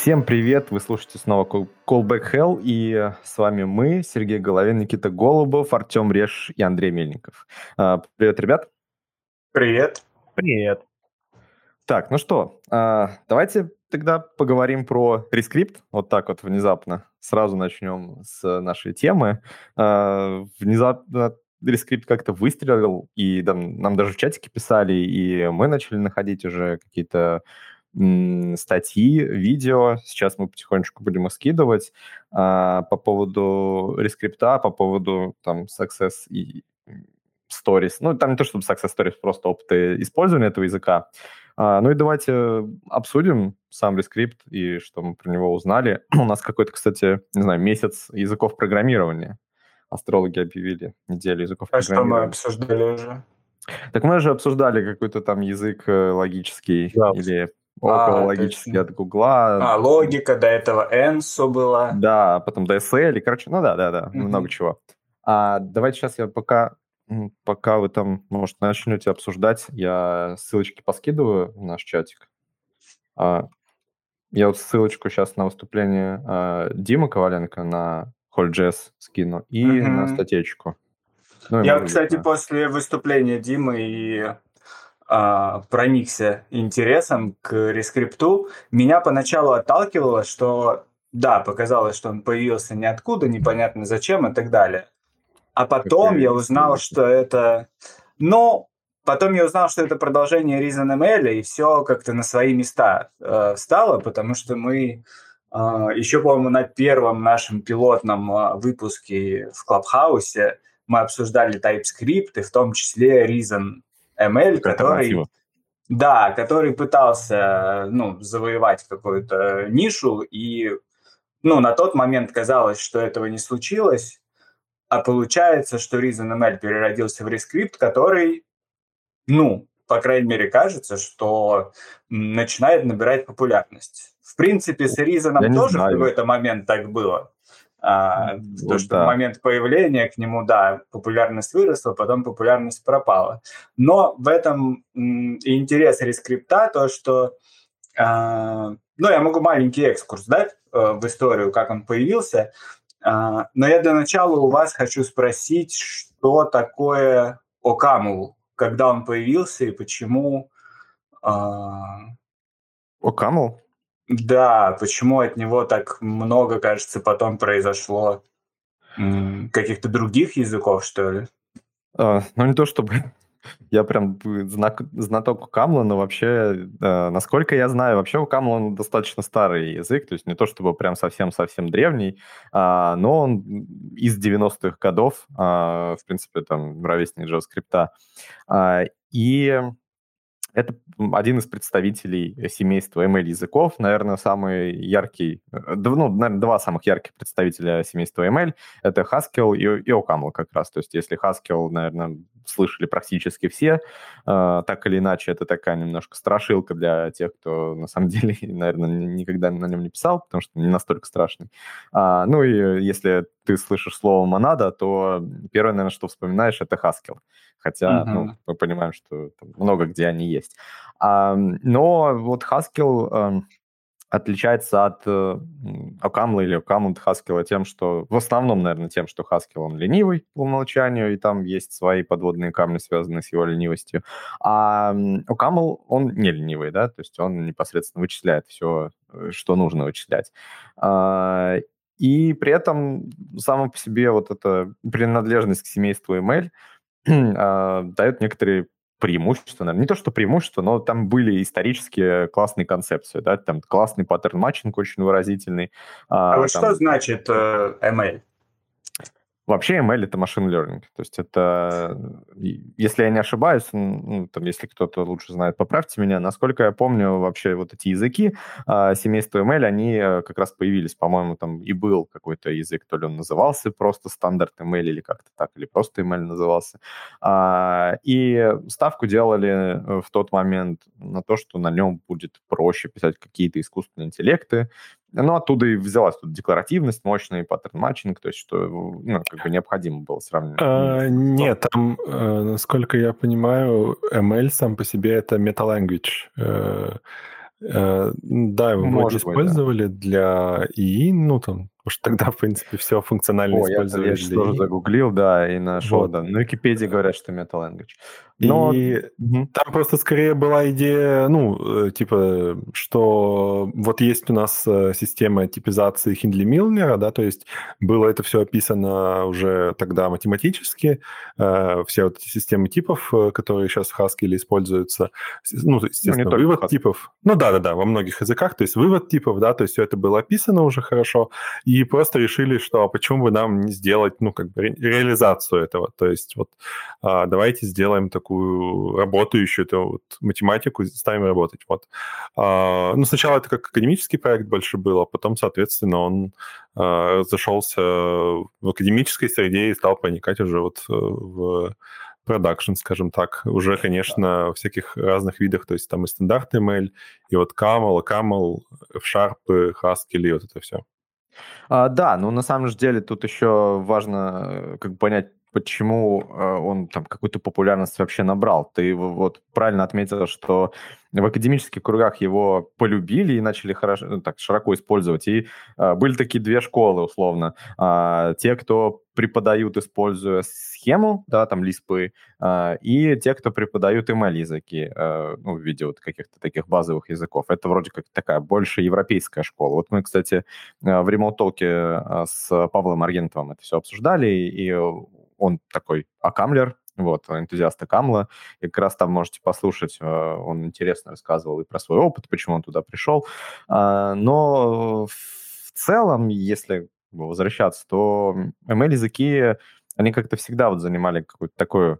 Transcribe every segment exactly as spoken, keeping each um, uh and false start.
Всем привет! Вы слушаете снова Call- Callback Hell, и с вами мы, Сергей Головин, Никита Голубов, Артем Реш и Андрей Мельников. А, Привет, ребят! Привет. Привет. Так, ну что, а, давайте тогда поговорим про Reskript. Вот так вот внезапно. Сразу начнем с нашей темы. А, Внезапно Reskript как-то выстрелил, и там, нам даже в чатике писали, и мы начали находить уже какие-то м, статьи, видео. Сейчас мы потихонечку будем их скидывать а, по поводу рескрипта, по поводу там success и м, stories. Ну, там не то чтобы success stories, просто опыты использования этого языка. А, ну и давайте обсудим сам рескрипт и что мы про него узнали. У нас какой-то, кстати, не знаю, месяц языков программирования. Астрологи объявили неделю языков А что мы программирования. обсуждали уже? Так мы же обсуждали какой-то там язык э, логический Да. или А, околологический точно. от Гугла. А, логика, до этого Энсо была. Да, потом ди эс эл, и, короче, ну да, да, да, Мгм. много чего. А давайте сейчас я пока, м, пока вы там, может, начнете обсуждать, я ссылочки поскидываю в наш чатик. А, я вот ссылочку сейчас на выступление а, Димы Коваленко на Hall.js скину и на Мгм. статейку. Ну и, Я вот, может быть, кстати, на... после выступления Димы и а, проникся интересом к рескрипту. Меня поначалу отталкивало, что да, показалось, что он появился ниоткуда, непонятно зачем и так далее. А потом Какой я узнал, язык. что это... Ну, потом я узнал, что это продолжение ReasonML, и все как-то на свои места э, стало, потому что мы э, еще, по-моему, на первом нашем пилотном э, выпуске в Клабхаусе мы обсуждали TypeScript, и в том числе ReasonML, Как который, альтернатива. да, который пытался, ну, завоевать какую-то нишу, и, ну, на тот момент казалось, что этого не случилось, а получается, что ReasonML переродился в Reskript, который, ну, по крайней мере, кажется, что м, начинает набирать популярность. В принципе, с Я Reason не тоже в знаю. какой-то момент так было. А, то, Вот что в да. момент появления к нему, да, популярность выросла, потом популярность пропала. Но в этом м, и интерес рескрипта, то, что а, ну, я могу маленький экскурс дать э, в историю, как он появился. А, но я для начала у вас хочу спросить, что такое Окамл, когда он появился и почему, а, Окамл? да, почему от него так много, кажется, потом произошло м, каких-то других языков, что ли? А, ну, не то чтобы я прям б- знак, знаток Камла, но вообще, э, насколько я знаю, вообще у Камла он достаточно старый язык, то есть не то чтобы прям совсем-совсем древний, а, но он из девяностых годов, а, в принципе, там, ровесник JavaScript. А, и это один из представителей семейства эм эл-языков, наверное, самый яркий, э, дв- ну, наверное, два самых ярких представителя семейства эм эл — это Haskell и, и OCaml как раз. То есть если Haskell, наверное, слышали практически все, э, так или иначе, это такая немножко страшилка для тех, кто на самом деле, наверное, никогда на нем не писал, потому что не настолько страшный. А, ну и если ты слышишь слово «монада», то первое, наверное, что вспоминаешь, это Haskell. Хотя, ну, Мгм. мы понимаем, что там много где они есть. А, но вот Haskell ам, отличается от э, м, Окамла или Окамл от Haskell тем, что... В основном, наверное, тем, что Haskell, он ленивый по умолчанию, и там есть свои подводные камни, связанные с его ленивостью. А м, Окамл, он не ленивый, да, то есть он непосредственно вычисляет все, что нужно вычислять. А, и при этом сама по себе вот эта принадлежность к семейству эм эл а, дает некоторые преимущества, наверное. Не то, что преимущества, но там были исторические классные концепции, да, там классный паттерн матчинг очень выразительный, А а, вот что там значит э, эм эл? вообще эм эл — это machine learning. То есть это, и- если я не ошибаюсь, м, ну, там, если кто-то лучше знает, поправьте меня. Насколько я помню, вообще вот эти языки а, семейства эм эл, они э, как раз появились, по-моему, там и был какой-то язык, то ли он назывался просто стандарт эм эл или как-то так, или просто эм эл назывался. А, и ставку делали э, в тот момент на то, что на нем будет проще писать какие-то искусственные интеллекты. Ну, оттуда и взялась тут декларативность, мощный паттерн-матчинг, то есть что, ну, как бы необходимо было сравнивать. А, нет, там, э, насколько я понимаю, эм эл сам по себе это meta-language. Э, Э, Да, его вроде Может быть, да. использовали для ИИ, ну там, потому что тогда, в принципе, все функционально О, я, использовали я сейчас для тоже ИИ. загуглил, да, и нашел, Вот. да. На Википедии говорят, что мета-language. Но И мгм. там просто скорее была идея, ну, э, типа, что вот есть у нас э, система типизации Хиндли-Милнера, да, то есть было это все описано уже тогда математически, э, все вот эти системы типов, э, которые сейчас в Haskell используются, с- ну, то есть, Ну, не естественно, только вывод Haskell. типов, ну, да-да-да, во многих языках, то есть вывод типов, да, то есть все это было описано уже хорошо, и просто решили, что а почему бы нам не сделать, ну, как бы ре- реализацию этого, то есть вот а, давайте сделаем такую работающую эту вот математику, ставим работать. Вот. А, ну, сначала это как академический проект больше был, а потом, соответственно, он а, разошелся в академической среде и стал проникать уже вот э, в продакшн, скажем так. Уже, конечно, в всяких разных видах, то есть там и стандартный эм эл, и вот камел, камел, F-Sharp, Haskell, и вот это все. А, да, но на самом же деле тут еще важно э, как бы понять, почему э, он там какую-то популярность вообще набрал. Ты в- вот правильно отметил, что в академических кругах его полюбили и начали хорошо, ну, так широко использовать. И э, были такие две школы, условно. А, те, кто преподают, используя схему, да, там лиспы, а, и те, кто преподают эм эл-языки, э, ну, в виде вот каких-то таких базовых языков. Это вроде как такая больше европейская школа. Вот мы, кстати, э, в ремоут-толке э, с Павлом Аргентовым это все обсуждали, и он такой акамлер, вот, энтузиаст Акамла, и как раз там можете послушать, э, он интересно рассказывал и про свой опыт, почему он туда пришел. А, Но в целом, если возвращаться, то эм эл-языки, они как-то всегда вот занимали какую-то такую,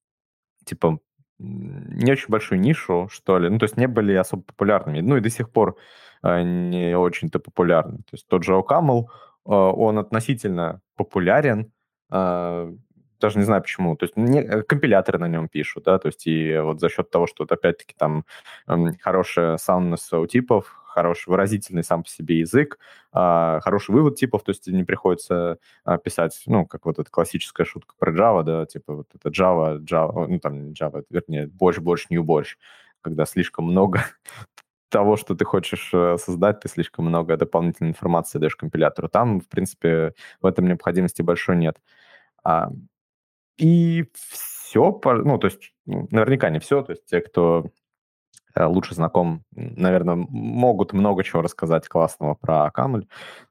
типа, м, не очень большую нишу, что ли. Ну, то есть не были особо популярными. Ну, и до сих пор э, не очень-то популярны. То есть тот же OCaml, э, он относительно популярен, э, даже не знаю почему. То есть не- э, компиляторы на нем пишут, да, то есть и вот за счет того, что вот опять-таки там эм, хорошая soundness у типов, хороший выразительный сам по себе язык, а, хороший вывод типов, то есть не приходится а, писать, ну, как вот эта классическая шутка про Java, да, типа вот это Java, Java, ну, там не Java, вернее, борщ, борщ, не борщ, когда слишком много того, что ты хочешь э, создать, ты слишком много дополнительной информации даешь компилятору. Там, в принципе, в этом необходимости большой нет. А, и все, ну, то есть, ну, наверняка не все, то есть те, кто э, лучше знаком, наверное, могут много чего рассказать классного про Камль,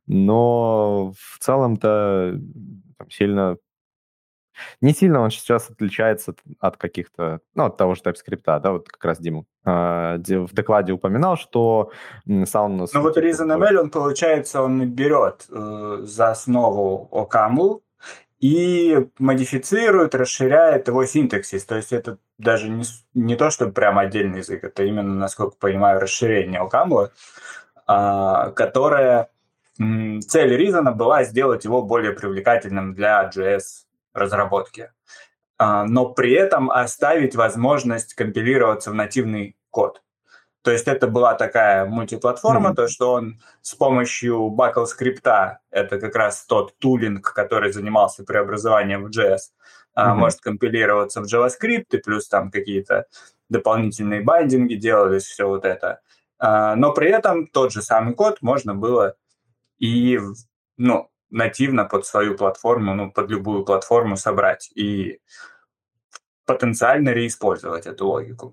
но в целом-то там сильно не сильно он сейчас отличается от от каких-то, ну, от того же TypeScript, да, вот как раз Дима а, де в докладе упоминал, что, м, Soundness Ну у вот типов Reason был. эм эл, он, получается, он берет э, за основу OCaml и модифицирует, расширяет его синтаксис. То есть это даже не, с- не то, что прям отдельный язык, это именно, насколько понимаю, расширение OCaml, а, которое м, цель Reason была сделать его более привлекательным для джей эс-разработки, а, но при этом оставить возможность компилироваться в нативный код. То есть это была такая мультиплатформа, М, то, что он с помощью Buckle скрипта, это как раз тот тулинг, который занимался преобразованием в джей эс, а, мгм. может компилироваться в JavaScript, и плюс там какие-то дополнительные байдинги делались, все вот это. А, Но при этом тот же самый код можно было и в- ну, нативно под свою платформу, ну, под любую платформу собрать и потенциально реиспользовать эту логику.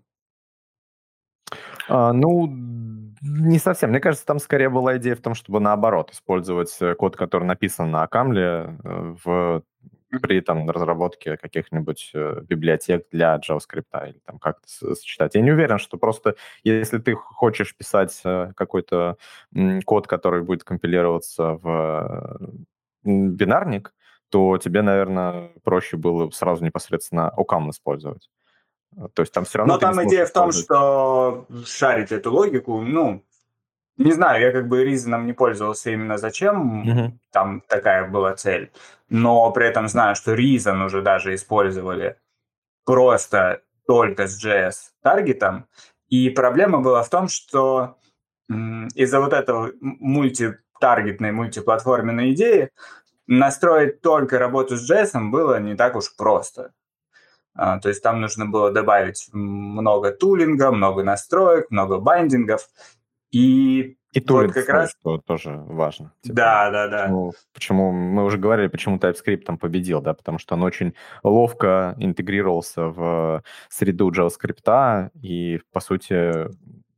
А, ну, не совсем. Мне кажется, там скорее была идея в том, чтобы наоборот использовать э, код, который написан на Камле, э, в при там разработке каких-нибудь э, библиотек для JavaScript или там как-то с- сочетать. Я не уверен, что просто если ты хочешь писать э, какой-то м, код, который будет компилироваться в э, м, бинарник, то тебе, наверное, проще было сразу непосредственно OCaml использовать. Э, То есть там все равно Но ты не там сможешь идея в том, использовать. что шарить эту логику, ну, не знаю, я как бы ризоном не пользовался именно Мгм. зачем, там такая была цель, но при этом знаю, что Reason уже даже использовали просто только с джей эс-таргетом, и проблема была в том, что м, из-за вот этого м- мультитаргетной, мультиплатформенной идеи настроить только работу с джей эс было не так уж просто. А, то есть там нужно было добавить много тулинга, много настроек, много байдингов. И, И вот тулинг как свой, раз... что тоже важно. Типа, Да, да, да. почему, почему мы уже говорили, почему TypeScript там победил, да, потому что он очень ловко интегрировался в среду JavaScript и, по сути,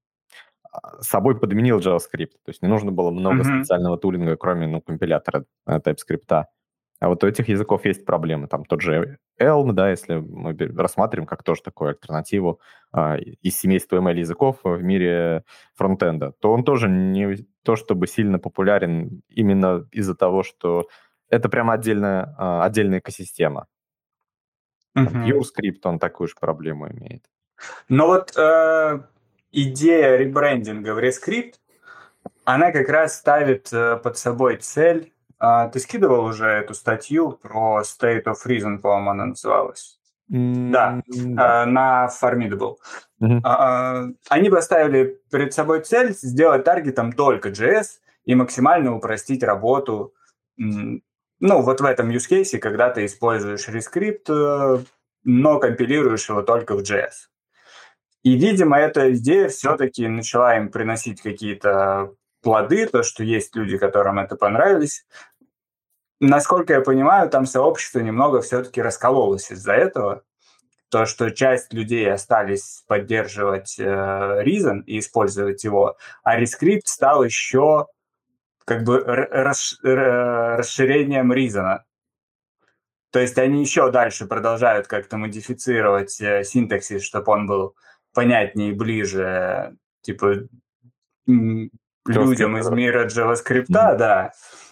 а, собой подменил JavaScript. То есть не нужно было много Мгм. специального тулинга, кроме, ну, компилятора э, TypeScript. А вот у этих языков есть проблемы. Там тот же Elm, да, если мы бе- рассматриваем как тоже такую альтернативу а, из семейства эм эл-языков в мире фронтенда, то он тоже не то чтобы сильно популярен именно из-за того, что это прямо отдельная, а, отдельная экосистема. Там Мгм. PureScript, он такую же проблему имеет. Но вот э, идея ребрендинга в Rescript, она как раз ставит э, под собой цель. А, ты скидывал уже эту статью про State of Reason, по-моему, она называлась. Да, М, Да. э, на Formidable. Мгм. А, Они поставили перед собой цель сделать таргетом только джей эс и максимально упростить работу. м, Ну, вот в этом use case, когда ты используешь Rescript, э, но компилируешь его только в джей эс. И, видимо, эта идея все-таки начала им приносить какие-то плоды, то, что есть люди, которым это понравилось. Насколько я понимаю, там сообщество немного все-таки раскололось из-за этого. То, что часть людей остались поддерживать э, Reason и использовать его, а Rescript стал еще как бы р- расш- р- расширением Reason. То есть они еще дальше продолжают как-то модифицировать э, синтаксис, чтобы он был понятнее и ближе, типа, м, JavaScript. людям из мира JavaScript, Мгм. да.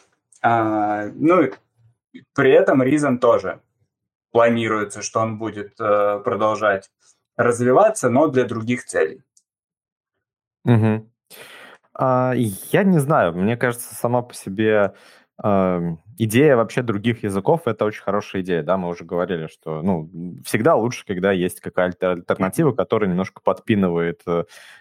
А, ну, и при этом Reason тоже планируется, что он будет э, продолжать развиваться, но для других целей. Мгм. А, я не знаю, мне кажется, сама по себе ам, идея вообще других языков — это очень хорошая идея, да, мы уже говорили, что, ну, м, всегда лучше, когда есть какая-то альтернатива, Мгм. которая немножко подпинывает э,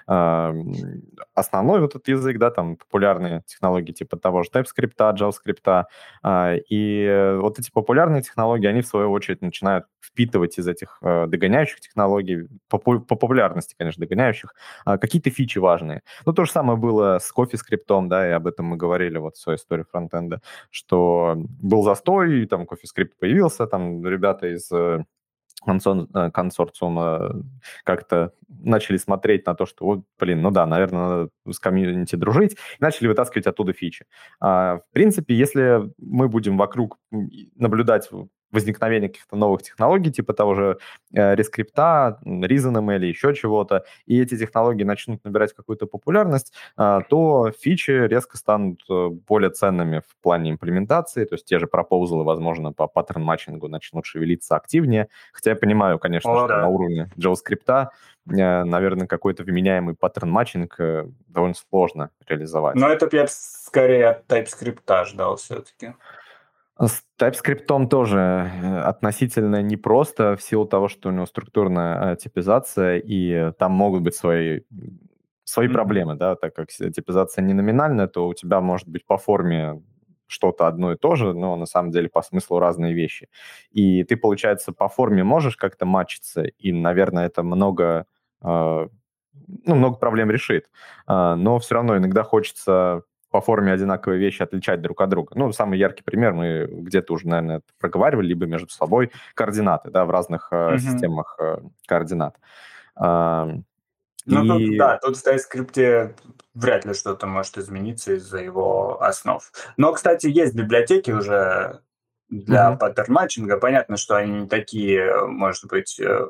ам, основной вот этот язык, да, там популярные технологии типа того же TypeScript, JavaScript, а, и э, вот эти популярные технологии, они в свою очередь начинают впитывать из этих э, догоняющих технологий, попу- по популярности, конечно, догоняющих, а, какие-то фичи важные. Ну, то же самое было с CoffeeScript, да, и об этом мы говорили вот в своей истории фронтенда, что был застой, и там CoffeeScript появился, там ребята из э, консон- э, консорциума как-то начали смотреть на то, что вот, блин, ну да, наверное, надо с комьюнити дружить, и начали вытаскивать оттуда фичи. А, в принципе, если мы будем вокруг м, и наблюдать в- возникновение каких-то новых технологий, типа того же э, рескрипта, ReasonML или еще чего-то, и эти технологии начнут набирать какую-то популярность, а, то фичи резко станут э, более ценными в плане имплементации, то есть те же пропозалы, возможно, по паттерн-матчингу начнут шевелиться активнее. Хотя я понимаю, конечно, О, что на да. уровне JavaScript, э, наверное, какой-то вменяемый паттерн-матчинг э, довольно сложно реализовать. Но это б я б скорее от TypeScript ждал все-таки. С TypeScript тоже э, относительно непросто в силу того, что у него структурная э, типизация, и там могут быть свои, м, свои Мгм. проблемы, да, так как с- типизация не номинальная, то у тебя может быть по форме что-то одно и то же, но на самом деле по смыслу разные вещи. И ты, получается, по форме можешь как-то матчиться, и, наверное, это много, э, ну, много проблем решит. А, но все равно иногда хочется по форме одинаковые вещи отличать друг от друга. Ну, самый яркий пример, мы где-то уже, наверное, это проговаривали, либо между собой, координаты, да, в разных э, Мгм. системах э, координат. А, Ну, тут, и да, тут в TypeScript вряд ли что-то может измениться из-за его основ. Но, кстати, есть библиотеки уже для Мгм. паттерн-матчинга. Понятно, что они не такие, может быть, э,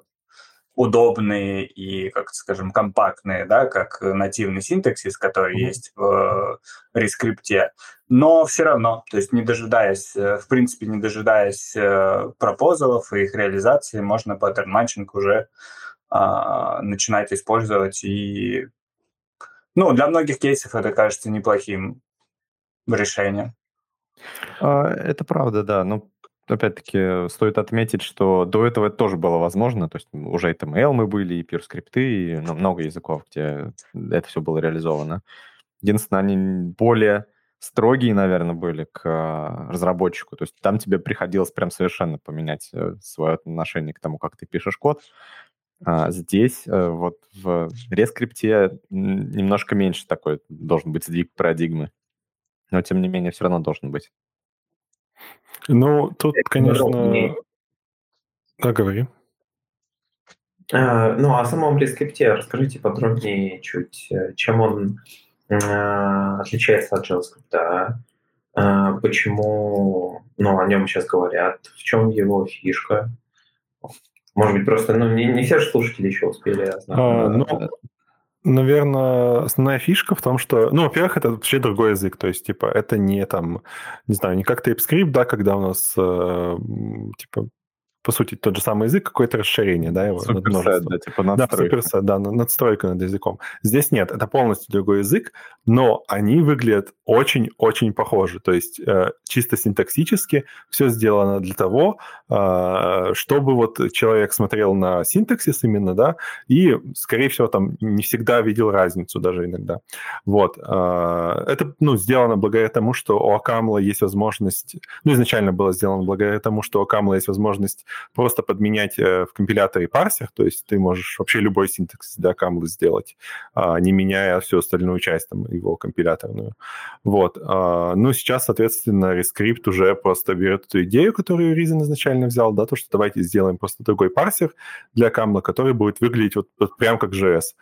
удобные и, как скажем, компактные, да, как нативный синтаксис, который Мгм. есть в рескрипте. Но все равно, то есть не дожидаясь, э, в принципе, не дожидаясь э, пропозалов и их реализации, можно паттерн-матчинг уже а, начинать использовать. И, ну, для многих кейсов это кажется неплохим решением. А, это правда, да. Ну, опять-таки, стоит отметить, что до этого это тоже было возможно. То есть м, уже это эйч ти эм эл мы были, и пир-скрипты, и ну, много языков, где это все было реализовано. Единственное, они более строгие, наверное, были к а, разработчику. То есть там тебе приходилось прям совершенно поменять э, свое отношение к тому, как ты пишешь код. А здесь э, вот в рескрипте немножко меньше такой должен быть сдвиг парадигмы. Но, тем не менее, все равно должен быть. Ну, тут, конечно... Да, говори. А, ну, о самом рескрипте расскажите подробнее чуть, чем он а, отличается от JavaScript, а, почему, ну, о нем сейчас говорят, в чем его фишка. Может быть, просто, ну, не, не все же слушатели еще успели знать. А, ну, наверное, основная фишка в том, что, ну, во-первых, это вообще другой язык, то есть, типа, это не там, не знаю, не как TypeScript, да, когда у нас, э, типа, по сути, тот же самый язык, какое-то расширение, да, его над множеством. Да, типа надстройка. Да, суперсет, да, надстройка над языком. Здесь нет, это полностью другой язык, но они выглядят очень-очень похожи. То есть э, чисто синтаксически все сделано для того, э, чтобы вот человек смотрел на синтаксис именно, да, и, скорее всего, там не всегда видел разницу даже иногда. Вот. Э, это, ну, сделано благодаря тому, что у Акамла есть возможность, ну, изначально было сделано благодаря тому, что у Акамла есть возможность просто подменять в компиляторе парсер, то есть ты можешь вообще любой синтаксис для Акамлы сделать, не меняя всю остальную часть, там, его компиляторную. Вот. Ну, сейчас, соответственно, Rescript уже просто берет эту идею, которую Reason изначально взял, да, то, что давайте сделаем просто другой парсер для Акамла, который будет выглядеть вот, вот прям как джей эс.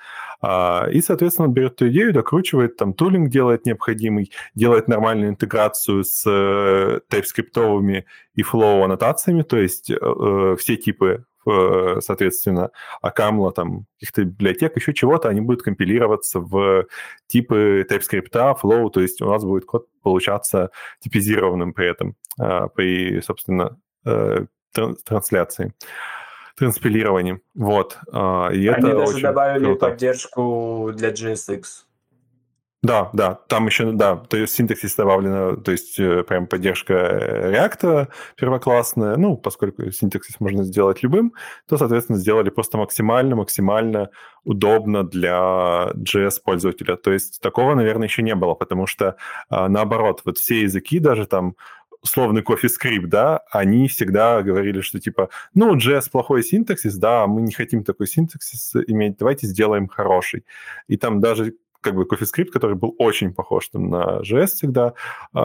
И, соответственно, он берет эту идею, докручивает, там, тулинг делает необходимый, делает нормальную интеграцию с TypeScript-овыми и Flow аннотациями, то есть э, все типы, э, соответственно, Акамла, там, каких-то библиотек, еще чего-то, они будут компилироваться в типы TypeScript, Flow, то есть у нас будет код получаться типизированным при этом, э, при, собственно, э, трансляции, транспилировании. Вот. Э, и они это даже очень добавили круто. поддержку для джей эс икс. Да, да, там еще, да, то есть синтаксис добавлено, то есть прям поддержка реактора первоклассная, ну, поскольку синтаксис можно сделать любым, то, соответственно, сделали просто максимально-максимально удобно для джей эс-пользователя. То есть такого, наверное, еще не было, потому что, наоборот, вот все языки, даже там условный CoffeeScript, да, они всегда говорили, что типа, ну, джей эс плохой синтаксис, да, мы не хотим такой синтаксис иметь, давайте сделаем хороший. И там даже как бы CoffeeScript, который был очень похож там, на джей эс всегда,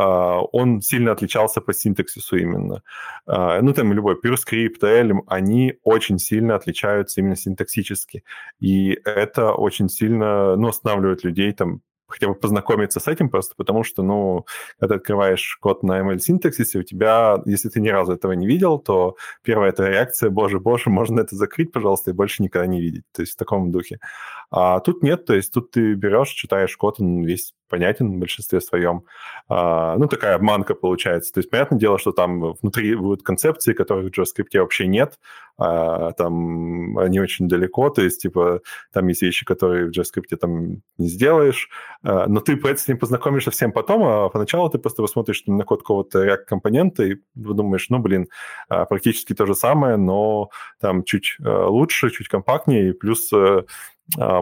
он сильно отличался по синтаксису именно. Ну, там любой PureScript, Elm, они очень сильно отличаются именно синтаксически. И это очень сильно, ну, останавливает людей там хотя бы познакомиться с этим просто, потому что, ну, когда ты открываешь код на эм эл-синтаксисе, у тебя, если ты ни разу этого не видел, то первая эта реакция, боже-боже, можно это закрыть, пожалуйста, и больше никогда не видеть. То есть в таком духе. А тут нет, то есть тут ты берешь, читаешь код, он весь понятен в большинстве своем. А, ну, такая обманка получается. То есть, понятное дело, что там внутри будут концепции, которых в JavaScript вообще нет, а, там они очень далеко, то есть, типа, там есть вещи, которые в JavaScript там не сделаешь, а, но ты с ним познакомишься всем потом, а поначалу ты просто посмотришь на код какого-то React-компонента и думаешь, ну, блин, а, практически то же самое, но там чуть а, лучше, чуть компактнее, и плюс а,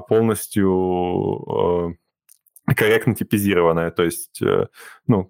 полностью корректно типизированная, то есть, ну,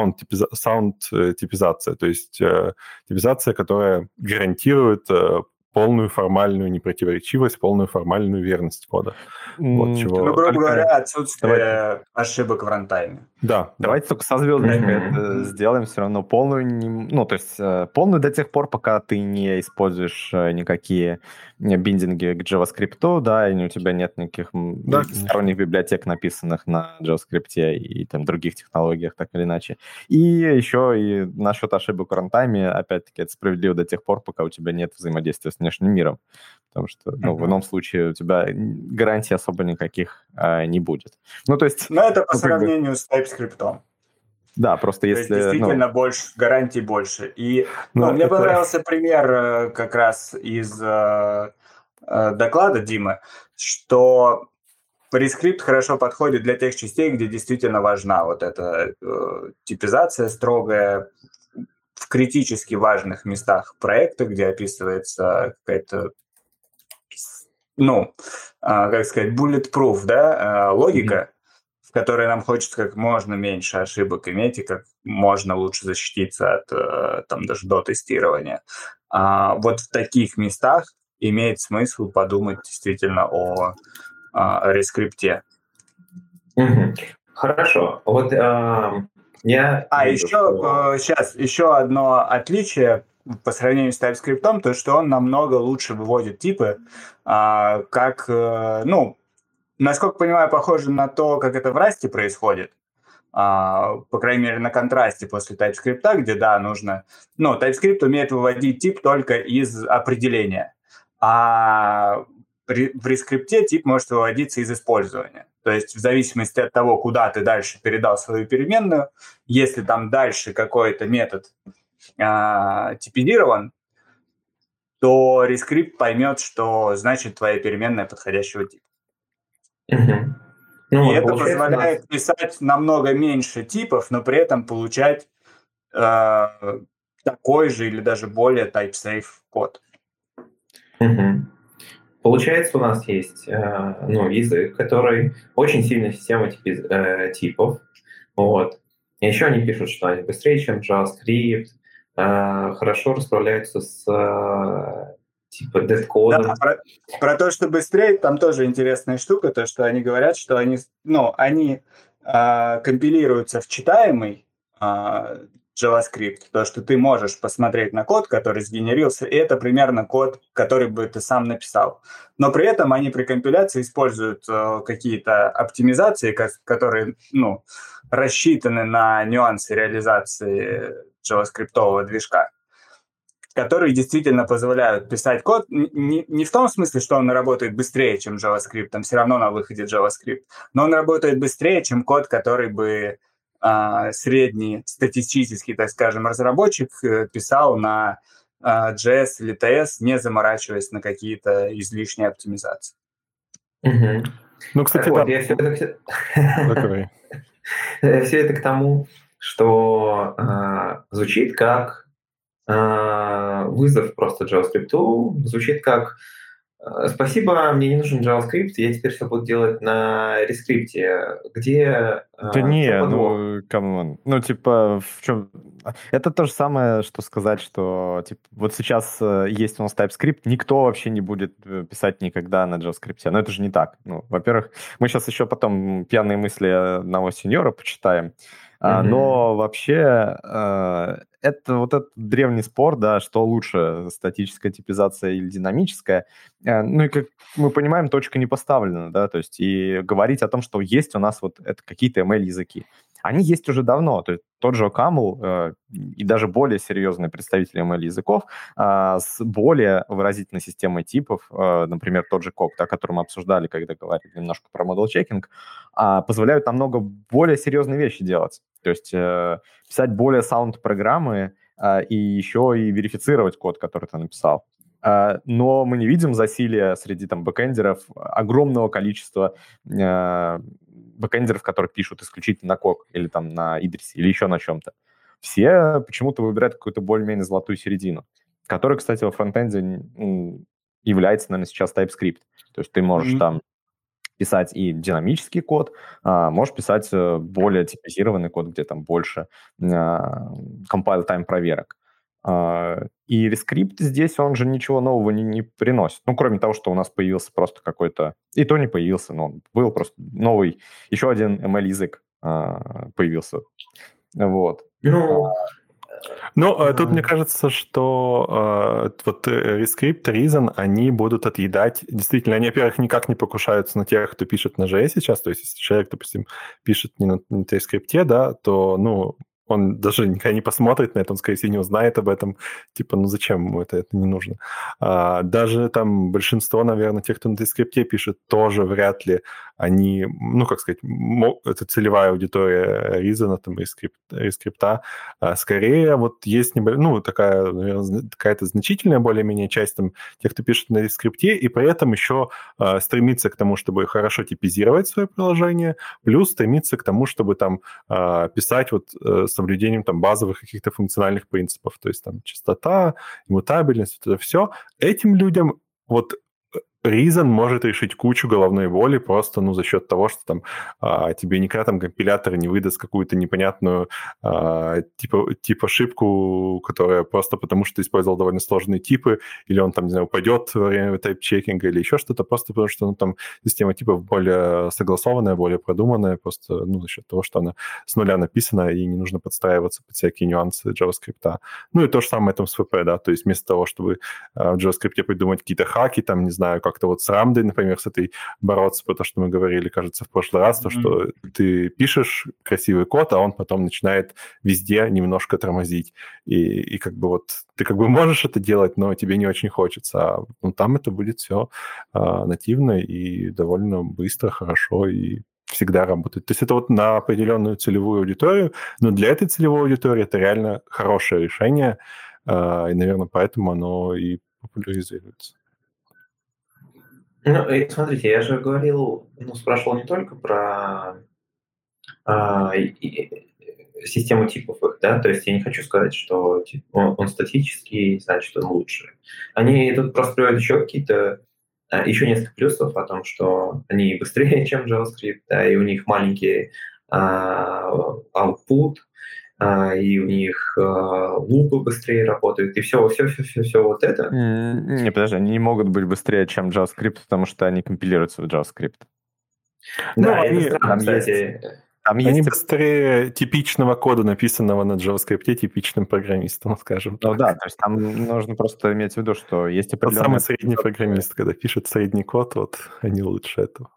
саунд-типизация, то есть типизация, которая гарантирует полную формальную непротиворечивость, полную формальную верность кода. Mm, вот чего... Ну, грубо только... говоря, отсутствие Давайте. ошибок в рантайме. Да. Давайте да. только со звездочкой Mm-hmm. это сделаем все равно полную, ну, то есть полную до тех пор, пока ты не используешь никакие биндинги к JavaScript, да, и у тебя нет никаких да, сторонних библиотек, написанных на JavaScript и там других технологиях, так или иначе. И еще и насчет ошибок в рантайме, опять-таки, это справедливо до тех пор, пока у тебя нет взаимодействия с внешним миром, потому что, ну, uh-huh. в ином случае у тебя гарантий особо никаких а, не будет. Ну, то есть... Но это по ну, сравнению с TypeScript. Да, просто То если... есть действительно ну... больше, гарантий больше. И ну, ну, мне это... понравился пример как раз из э, э, доклада Димы, что PreScript хорошо подходит для тех частей, где действительно важна вот эта э, типизация строгая, в критически важных местах проекта, где описывается какая-то, ну, э, как сказать, bulletproof, да, э, логика, mm-hmm. в которой нам хочется как можно меньше ошибок иметь и как можно лучше защититься от там даже до тестирования. А вот в таких местах имеет смысл подумать действительно о, о рескрипте. Угу. Хорошо. Вот э, я А вижу, еще что... э, сейчас еще одно отличие по сравнению с TypeScript, то что он намного лучше выводит типы, а, как, э, ну, насколько понимаю, похоже на то, как это в Rust происходит. Uh, по крайней мере, на контрасте после TypeScript, где, да, нужно... Ну, TypeScript умеет выводить тип только из определения, а в рескрипте тип может выводиться из использования. То есть в зависимости от того, куда ты дальше передал свою переменную, если там дальше какой-то метод uh, типизирован, то рескрипт поймет, что значит твоя переменная подходящего типа. Угу. Ну, и это позволяет нас... писать намного меньше типов, но при этом получать э, такой же или даже более type-safe код. Угу. Получается, у нас есть э, ну, язык, который очень сильная система типи, э, типов. Вот. И еще они пишут, что они быстрее, чем JavaScript, э, хорошо расправляются с э, типа dead-кодом. Да, про, про то, что быстрее, там тоже интересная штука, то, что они говорят, что они, ну, они э, компилируются в читаемый э, JavaScript, то, что ты можешь посмотреть на код, который сгенерился, и это примерно код, который бы ты сам написал. Но при этом они при компиляции используют э, какие-то оптимизации, которые, ну, рассчитаны на нюансы реализации JavaScript-ового движка, которые действительно позволяют писать код не, не в том смысле, что он работает быстрее, чем JavaScript, там все равно на выходе JavaScript, но он работает быстрее, чем код, который бы а, средний статистический, так скажем, разработчик писал на а, джей эс или ти эс, не заморачиваясь на какие-то излишние оптимизации. Угу. Ну, кстати, вот, да. Я все, это... все это к тому, что а, звучит как вызов просто JavaScript, звучит как «Спасибо, мне не нужен JavaScript, я теперь все буду делать на рескрипте». Где... Да не, ну, камон. Ну, типа, в чем... Это то же самое, что сказать, что, типа, вот сейчас есть у нас TypeScript, никто вообще не будет писать никогда на JavaScript. Но это же не так. Ну, во-первых, мы сейчас еще потом пьяные мысли одного сеньора почитаем. Mm-hmm. Но вообще это вот этот древний спор, да, что лучше, статическая типизация или динамическая. Ну и как мы понимаем, точка не поставлена, да, то есть и говорить о том, что есть у нас вот это какие-то эм эл-языки. Они есть уже давно, то есть тот же Окамл э, и даже более серьезные представители эм эл-языков э, с более выразительной системой типов, э, например, тот же Кок, да, который мы обсуждали, когда говорили немножко про модел-чекинг, э, позволяют намного более серьезные вещи делать. То есть э, писать более саунд-программы э, и еще и верифицировать код, который ты написал. Uh, но мы не видим засилия среди там бэкэндеров огромного количества uh, бэкэндеров, которые пишут исключительно на Кок или там на Идрисе или еще на чем-то. Все почему-то выбирают какую-то более-менее золотую середину, которая, кстати, во фронтенде м, является, наверное, сейчас TypeScript. То есть ты можешь mm-hmm. там писать и динамический код, а, можешь писать более типизированный код, где там больше а, compile-time проверок. Uh, и рескрипт здесь, он же ничего нового не, не приносит. Ну, кроме того, что у нас появился просто какой-то... И то не появился, но был просто новый... Еще один эм эл-язык uh, появился. Вот. Ну, ну uh, тут мне кажется, что uh, вот Rescript, Reason, они будут отъедать... Действительно, они, во-первых, никак не покушаются на тех, кто пишет на джей эс сейчас. То есть, если человек, допустим, пишет не на, на TypeScript, да, то, ну... Он даже никогда не посмотрит на это, он, скорее всего, не узнает об этом. Типа, ну зачем ему это, это не нужно. А, даже там большинство, наверное, тех, кто на TypeScript пишет, тоже вряд ли они, ну, как сказать, это целевая аудитория Reason, там, Rescript. А, скорее, вот есть небо... ну, такая, наверное, какая-то значительная более-менее часть там, тех, кто пишет на TypeScript, и при этом еще а, стремится к тому, чтобы хорошо типизировать свое приложение, плюс стремится к тому, чтобы там а, писать вот с соблюдением там базовых каких-то функциональных принципов, то есть там частота, иммутабельность, вот это все. Этим людям вот Reason может решить кучу головной боли просто, ну, за счет того, что там а, тебе никогда там компилятор не выдаст какую-то непонятную а, типа, типа ошибку, которая просто потому, что ты использовал довольно сложные типы, или он там, не знаю, упадет во время тайп-чекинга или еще что-то, просто потому что ну, там система типов более согласованная, более продуманная, просто ну, за счет того, что она с нуля написана, и не нужно подстраиваться под всякие нюансы JavaScript. Ну и то же самое там с эф пи, да, то есть вместо того, чтобы а, в JavaScript придумать какие-то хаки, там, не знаю, как-то вот с рамдой, например, с этой бороться, потому что мы говорили, кажется, в прошлый раз, то, что ты пишешь красивый код, а он потом начинает везде немножко тормозить. И, и как бы вот ты как бы можешь это делать, но тебе не очень хочется. А ну, там это будет все а, нативно и довольно быстро, хорошо и всегда работает. То есть это вот на определенную целевую аудиторию, но для этой целевой аудитории это реально хорошее решение, а, и, наверное, поэтому оно и популяризируется. Ну, и смотрите, я же говорил, ну, спрашивал не только про а, и- и- систему типов их, да, то есть я не хочу сказать, что тип, он, он статический, значит, он лучше. Они тут просто приводят еще какие-то, а, еще несколько плюсов о том, что они быстрее, чем JavaScript, да, и у них маленький а, output, а, и у них а, лупы быстрее работают, и все, все, все, все, все вот это. М, Не, подожди, они не могут быть быстрее, чем JavaScript, потому что они компилируются в JavaScript. Ну, Да, они- это странно, там кстати. Там Они есть... быстрее типичного кода, написанного на JavaScript, типичным программистом, скажем Ну так. да, то есть там нужно просто иметь в виду, что есть Тот определенные... самый средний программист, когда пишет средний код, вот они лучше этого.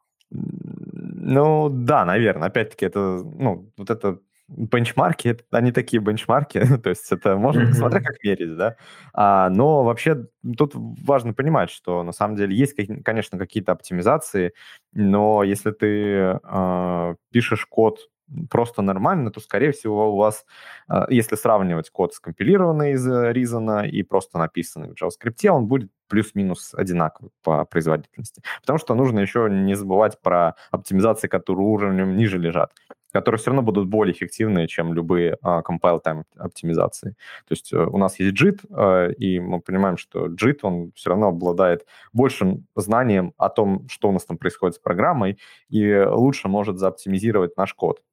Ну да, наверное. Опять-таки, это, ну, вот это бенчмарки, это- они такие бенчмарки, то есть это можно, Мгм. смотря как мерить, да. А, но вообще тут важно понимать, что на самом деле есть, какие- конечно, какие-то оптимизации, но если ты а, пишешь код просто нормально, то, скорее всего, у вас, а, если сравнивать код скомпилированный из э, Reason и просто написанный в JavaScript, он будет плюс-минус одинаковый по производительности. Потому что нужно еще не забывать про оптимизации, которые уровнем ниже лежат, которые все равно будут более эффективные, чем любые а, compile-time оптимизации. То есть э, у нас есть джит, э, и мы понимаем, что джит, он все равно обладает большим знанием о том, что у нас там происходит с программой, и лучше может заоптимизировать наш код.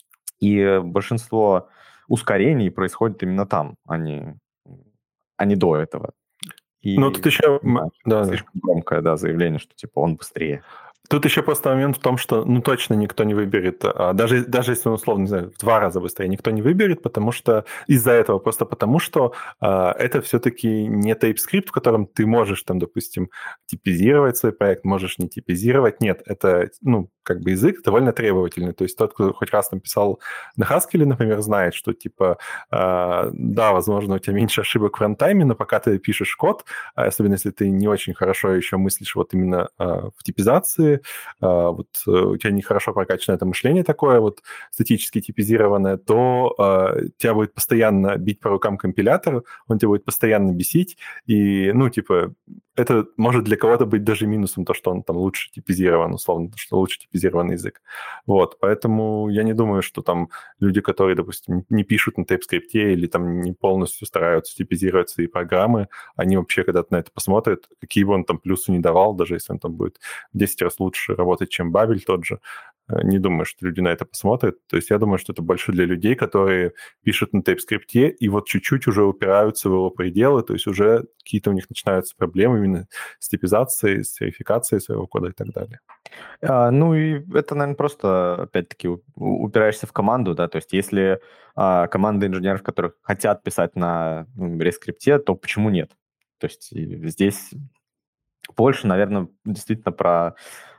И большинство ускорений происходит именно там, а не, а не до этого. И Ну, тут еще... не знаю, Да, да. слишком громкое, да, заявление, что типа он быстрее. Тут еще просто момент в том, что ну точно никто не выберет, а, даже, даже если он условно, не знаю, в два раза быстрее, никто не выберет, потому что из-за этого, просто потому что а, это все-таки не TypeScript, в котором ты можешь там, допустим, типизировать свой проект, можешь не типизировать. Нет, это, ну, как бы язык довольно требовательный. То есть тот, кто хоть раз там писал на Haskell, например, знает, что типа, а, да, возможно, у тебя меньше ошибок в рантайме, но пока ты пишешь код, особенно если ты не очень хорошо еще мыслишь вот именно а, в типизации, а, вот э, у тебя нехорошо прокачано это мышление такое, вот статически типизированное, то а, тебя будет постоянно бить по рукам компилятор, он тебя будет постоянно бесить, и, ну, типа, это может для кого-то быть даже минусом, то, что он там лучше типизирован, условно, то, что лучше типизированный язык. Вот, поэтому я не думаю, что там люди, которые, допустим, не пишут на TypeScript или там не полностью стараются типизировать свои программы, они вообще когда-то на это посмотрят, какие бы он там плюсы не давал, даже если он там будет в десять раз лучше работать, чем Бабель тот же. Не думаю, что люди на это посмотрят. То есть я думаю, что это больше для людей, которые пишут на TypeScript и вот чуть-чуть уже упираются в его пределы, то есть уже какие-то у них начинаются проблемы именно с типизацией, с верификацией своего кода и так далее. А, ну и это, наверное, просто, опять-таки, у- упираешься в команду, да, то есть если а, команда инженеров, которые хотят писать на ну, рескрипте, то почему нет? То есть и здесь больше, наверное, действительно про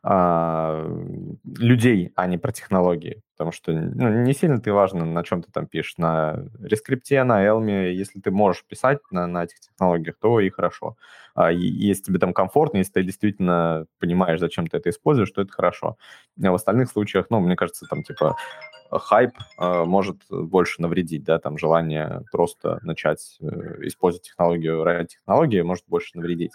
а, людей, а не про технологии. Потому что ну, не сильно ты важно, на чем ты там пишешь. На рескрипте, на Elm, если ты можешь писать на, на этих технологиях, то и хорошо. А, и, если тебе там комфортно, если ты действительно понимаешь, зачем ты это используешь, то это хорошо. А в остальных случаях, ну, мне кажется, там типа хайп э, может больше навредить, да, там желание просто начать э, использовать технологию ради технологии может больше навредить.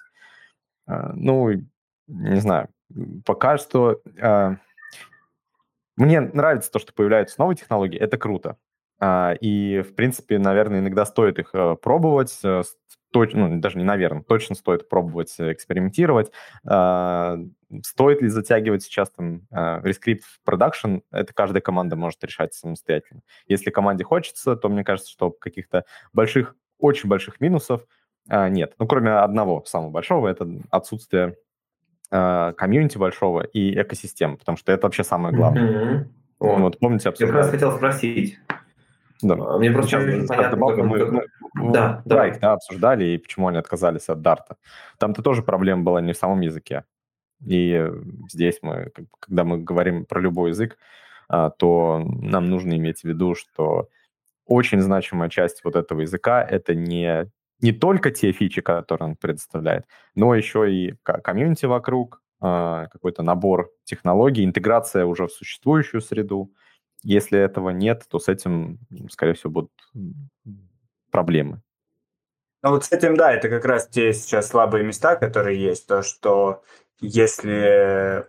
А, Ну, не знаю, пока что а, мне нравится то, что появляются новые технологии, это круто. А, и, в принципе, наверное, иногда стоит их э, пробовать, э, с- точ- ну, даже не наверное, точно стоит пробовать э, экспериментировать. А, стоит ли затягивать сейчас там э, рескрипт в продакшн, это каждая команда может решать самостоятельно. Если команде хочется, то мне кажется, что каких-то больших, очень больших минусов а, нет. Ну, кроме одного самого большого, это отсутствие а, комьюнити большого и экосистемы, потому что это вообще самое главное. Мгм. Ну, Вот. Вот помните, Я как раз обсуждали? хотел спросить. Да. А, Мне просто Сейчас, не очень сейчас понятно, как добавлю. он... Мы как- ну, в Да, проекте давай. да, обсуждали, и почему они отказались от Дарта. Там-то тоже проблема была не в самом языке. И э, здесь мы, как бы, когда мы говорим про любой язык, а, то нам нужно иметь в виду, что очень значимая часть вот этого языка — это не, не только те фичи, которые он предоставляет, но еще и ко- комьюнити вокруг, а, какой-то набор технологий, интеграция уже в существующую среду. Если этого нет, то с этим, м, скорее всего, будут м, проблемы. Ну вот с этим, да, это как раз те сейчас слабые места, которые есть. То, что если,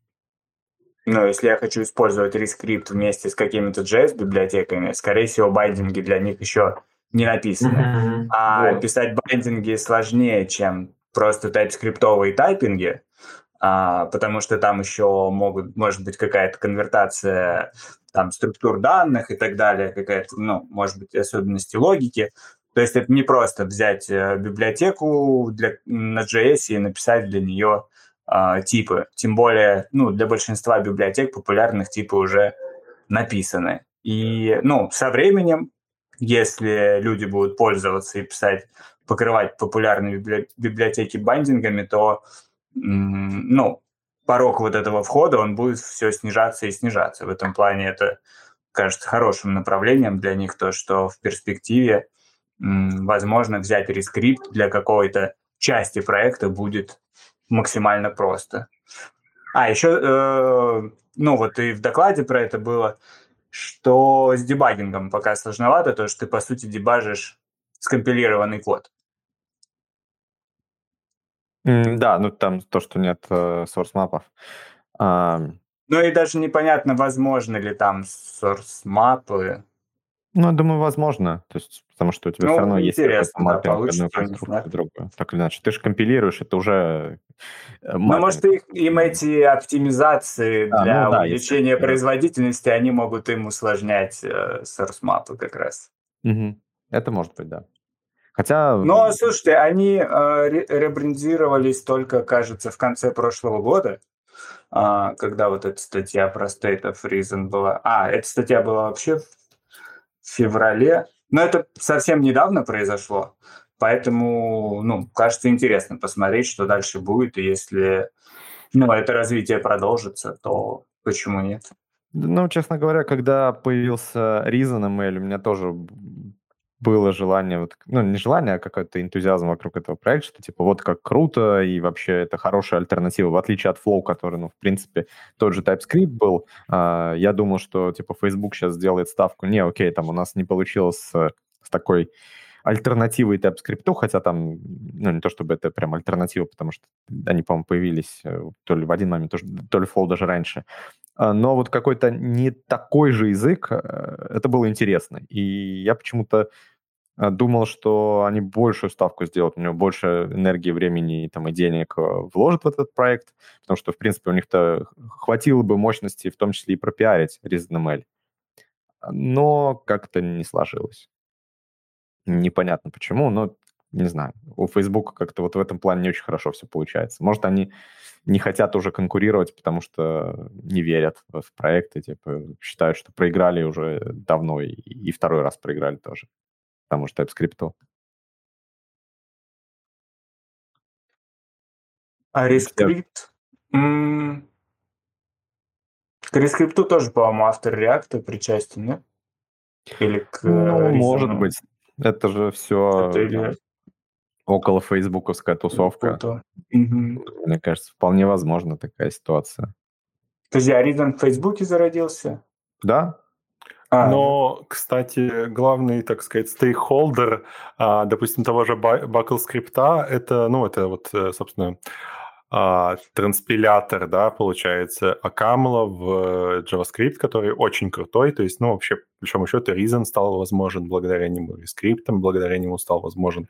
ну, если я хочу использовать Reskript вместе с какими-то джей эс-библиотеками, скорее всего, байдинги для них еще не написаны. Мгм. А Вот. писать байдинги сложнее, чем просто тайпскриптовые тайпинги, а, потому что там еще могут, может быть какая-то конвертация там, структур данных и так далее, какая-то, ну, может быть, особенности логики. То есть это не просто взять э, библиотеку для, на джей эс и написать для нее а, типы. Тем более, ну, для большинства библиотек популярных типы уже написаны. И, ну, со временем, если люди будут пользоваться и писать, покрывать популярные библи- библиотеки бандингами, то, м, ну, порог вот этого входа, он будет все снижаться и снижаться. В этом плане это кажется хорошим направлением для них, то, что в перспективе, м, возможно, взять рескрипт для какой-то части проекта будет максимально просто. А, еще, э, ну вот и в докладе про это было, что с дебагингом пока сложновато, то что ты, по сути, дебажишь скомпилированный код. М, Да, ну там то, что нет э, source-мапов. А, Ну и даже непонятно, возможно ли там source-мапы. Ну, я думаю, возможно. То есть, потому что у тебя все равно Ну, есть какой-то интересно, да, маппинг одной получится у них, конструкции нет? в другую. Так или иначе, ты же компилируешь, это уже э, Ну, может, маппинг. их, им эти оптимизации А, ну для да, если увеличения компилируешь. производительности, они могут им усложнять э, source-мапы как раз. Мгм. Это может быть, да. Хотя, Но, м, слушайте, они э, ре- ребрендировались только, кажется, в конце прошлого года. А, когда вот эта статья про State of Reason была. А, эта статья была вообще в феврале. Но это совсем недавно произошло. Поэтому, ну, кажется интересно посмотреть, что дальше будет. И если, ну, это развитие продолжится, то почему нет? ну, честно говоря, когда появился ReasonML, у меня тоже б- было желание, вот, ну, не желание, а какой-то энтузиазм вокруг этого проекта, что, типа, вот как круто, и вообще это хорошая альтернатива, в отличие от Flow, который, ну, в принципе, тот же TypeScript был. А, я думал, что, типа, Facebook сейчас сделает ставку, не, окей, там у нас не получилось с, с такой альтернативой TypeScript, хотя там, ну, не то чтобы это прям альтернатива, потому что они, по-моему, появились э, то ли в один момент, то, то ли Flow даже раньше. А, но вот какой-то не такой же язык, э, это было интересно. И я почему-то э, думал, что они большую ставку сделают, у него больше энергии, времени там, и денег э, вложат в этот проект, потому что, в принципе, у них-то хватило бы мощности, в том числе и пропиарить ReasonML. Но как-то не сложилось. Непонятно почему, но не знаю. У Facebook как-то вот в этом плане не очень хорошо все получается. Может, они не хотят уже конкурировать, потому что не верят в в проекты, типа считают, что проиграли уже давно и, и второй раз проиграли тоже, потому что TypeScript. А Все, рескрипт? М, К рескрипту тоже, по-моему, автор React причастен, нет? Или к ну, э, может Reason? быть. Это же Это все или около фейсбуковская тусовка. путал. Мгм. Мне кажется, вполне возможна такая ситуация. Подожди, а Reason в Фейсбуке зародился? Да? А, ну, Но, кстати, главный, так сказать, стейкхолдер, а, допустим, того же Бакл скрипта, это, ну, это вот, э, собственно, а, транспилятор, да, получается, Акамла в JavaScript, который очень крутой, то есть, ну, вообще, по большому счету, Reason стал возможен благодаря нему, и скриптом благодаря нему стал возможен.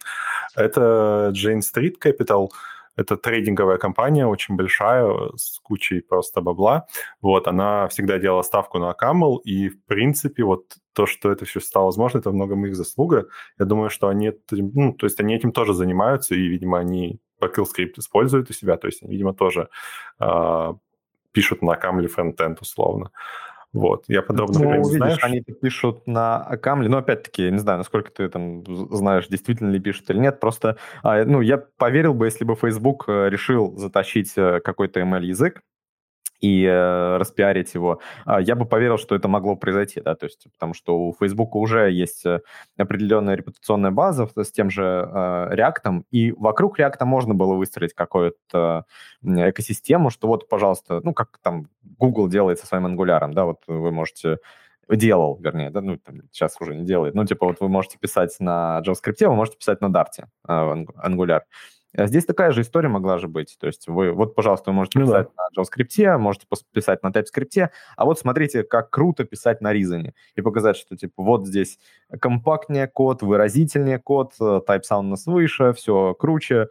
Это Jane Street Capital, это трейдинговая компания, очень большая, с кучей просто бабла. Вот, она всегда делала ставку на Акамл, и, в принципе, вот то, что это все стало возможно, это во многом их заслуга. Я думаю, что они, этим, ну, то есть они этим тоже занимаются, и, видимо, они Backyl используют у себя, то есть, видимо, тоже э, пишут на Акамле фронтенд условно. Вот, я подробно ну, не видишь, знаю. они пишут на Акамле, но опять-таки, я не знаю, насколько ты там знаешь, действительно ли пишут или нет, просто, а, ну, я поверил бы, если бы Facebook решил затащить какой-то эм эл-язык и э, распиарить его, а, я бы поверил, что это могло произойти, да, то есть, потому что у Facebook уже есть определенная репутационная база с тем же э, React, и вокруг React можно было выстроить какую-то экосистему, что вот, пожалуйста, ну, как там Google делает со своим Angular, да, вот вы можете делал, вернее, да, ну, там, сейчас уже не делает, ну, типа, вот вы можете писать на JavaScript, вы можете писать на Dart, э, Angular. Здесь такая же история могла же быть. То есть вы, вот, пожалуйста, вы можете Ну писать да. на JavaScript, можете писать на TypeScript, а вот смотрите, как круто писать на Reason. И показать, что, типа, вот здесь компактнее код, выразительнее код, type soundness выше, все круче.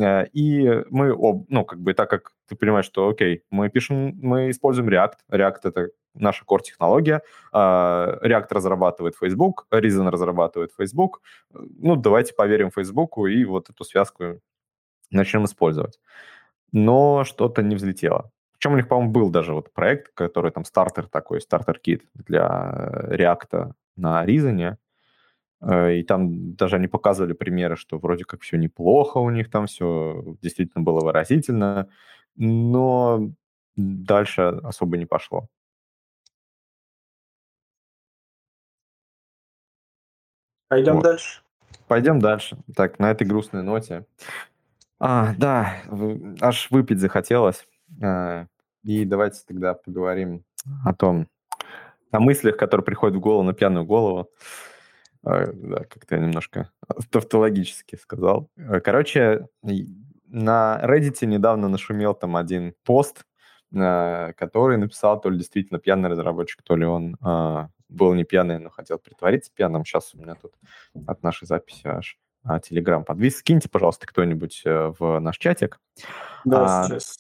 И мы, об, ну, как бы, так как ты понимаешь, что, окей, мы пишем, мы используем React. React — это наша core-технология. React разрабатывает Facebook, Reason разрабатывает Facebook. Ну, давайте поверим Facebook и вот эту связку начнем использовать. Но что-то не взлетело. Причем у них, по-моему, был даже вот проект, который там стартер такой, стартер-кит для React на Reason. И там даже они показывали примеры, что вроде как все неплохо у них там, все действительно было выразительно, но дальше особо не пошло. Пойдем Вот. дальше. Пойдем дальше. Так, на этой грустной ноте. А, да, в- аж выпить захотелось. А, и давайте тогда поговорим о том, о мыслях, которые приходят в голову на пьяную голову. А, да, как-то я немножко тавтологически сказал. А, Короче, и на Reddit недавно нашумел там один пост, а, который написал то ли действительно пьяный разработчик, то ли он а, был не пьяный, но хотел притвориться пьяным. Сейчас у меня тут от нашей записи аж а, Telegram подвис. Скиньте, пожалуйста, кто-нибудь э, в наш чатик. Да, А, сейчас.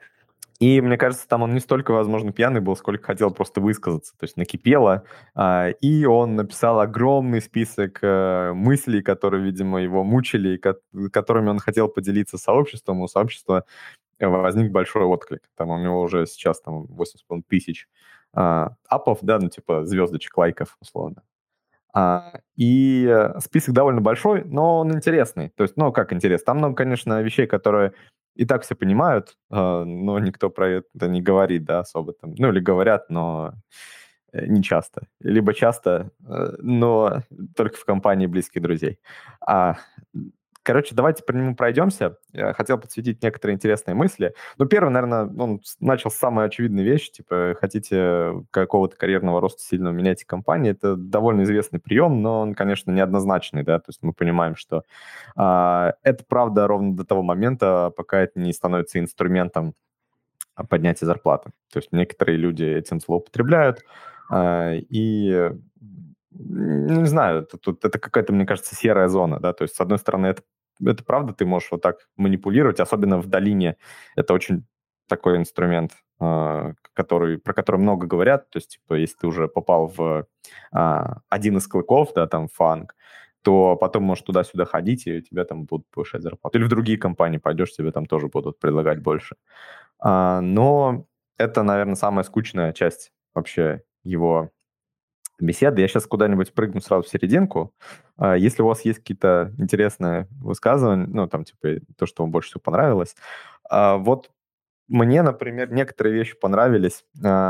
И мне кажется, там он не столько, возможно, пьяный был, сколько хотел просто высказаться. То есть накипело. а, И он написал огромный список э, мыслей, которые, видимо, его мучили, и ко- которыми он хотел поделиться с сообществом. У сообщества возник большой отклик. Там у него уже сейчас там восемь с половиной тысяч а, апов, да, ну типа звездочек, лайков, условно. А, и э, список довольно большой, но он интересный. То есть, ну, как интересно? Там много, конечно, вещей, которые и так все понимают, а, но никто про это не говорит, да, особо там. Ну, или говорят, но э, не часто. Либо часто, э, но только в компании близких друзей. А, Короче, давайте по нему пройдемся. Я хотел подсветить некоторые интересные мысли. Ну, первый, наверное, он с- начал с самой очевидной вещи, типа, хотите какого-то карьерного роста сильного, меняйте компании. Это довольно известный прием, но он, конечно, неоднозначный, да, то есть мы понимаем, что а, это правда ровно до того момента, пока это не становится инструментом а, поднятия зарплаты. То есть некоторые люди этим злоупотребляют, а, и э, ну, не знаю, это, тут, это какая-то, мне кажется, серая зона, да, то есть, с одной стороны, это, это правда, ты можешь вот так манипулировать, особенно в долине, это очень такой инструмент, а, который, про который много говорят, то есть, типа, если ты уже попал в а, один из клыков, да, там, фанк, то потом можешь туда-сюда ходить, и тебе там будут повышать зарплату. Или в другие компании пойдешь, тебе там тоже будут предлагать больше. А, но это, наверное, самая скучная часть вообще его беседы. Я сейчас куда-нибудь прыгну сразу в серединку. А, Если у вас есть какие-то интересные высказывания, ну, там, типа, то, что вам больше всего понравилось, а, вот мне, например, некоторые вещи понравились,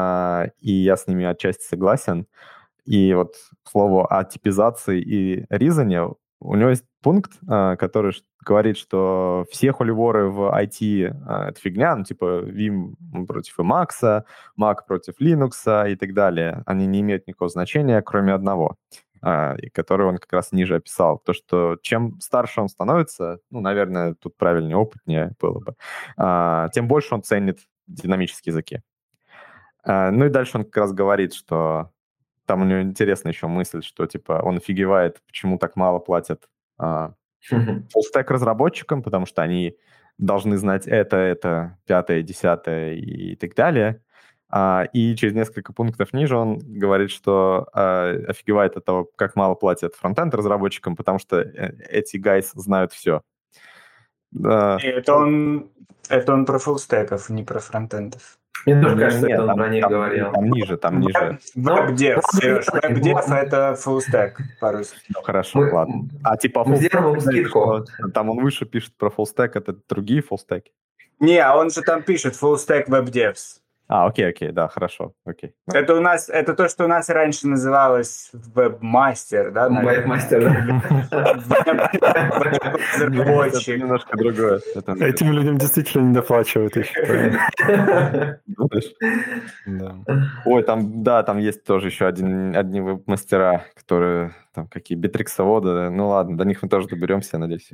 а, и я с ними отчасти согласен. И вот к слову о типизации и ризане, у него есть пункт, а, который ш- говорит, что все холиворы в ай ти а, это фигня, ну типа Vim против Emacs, Mac против Linux и так далее. Они не имеют никакого значения, кроме одного. а, и который он как раз ниже описал. То, что чем старше он становится, ну, наверное, тут правильнее, опытнее было бы, а, тем больше он ценит динамические языки. А, ну и дальше он как раз говорит, что там у него интересная еще мысль, что типа он офигевает, почему так мало платят а, фуллстек разработчикам, потому что они должны знать это, это, пятое, десятое и так далее. А, и через несколько пунктов ниже он говорит, что а, офигевает от того, как мало платят фронтенд разработчикам, потому что э, эти guys знают все. Да. И это он, это он про фуллстеков, не про фронтендов. Мне тоже Не- кажется, нет, это он там, про них там- говорил. там ниже, там ниже. Веб-дев, Ну, Сереж, ну, веб-дев ну, это фуллстек по-русски. Ну, хорошо, Мы, ладно. А типа мы full сделаем вам stack, скидку. что там он выше пишет про full stack, это другие full stack. Не, а он же там пишет фуллстек веб-девс. А, окей, окей, да, хорошо, окей. Это у нас, это то, что у нас раньше называлось веб-мастер, да? наверное? Веб-мастер, да. Это Разработчик. немножко другое. Это- Этим людям действительно не доплачивают, я считаю. Думаешь? Да. Ой, там, да, там есть тоже еще один, одни веб-мастера, которые там какие, битриксоводы. Ну ладно, до них мы тоже доберемся, я надеюсь.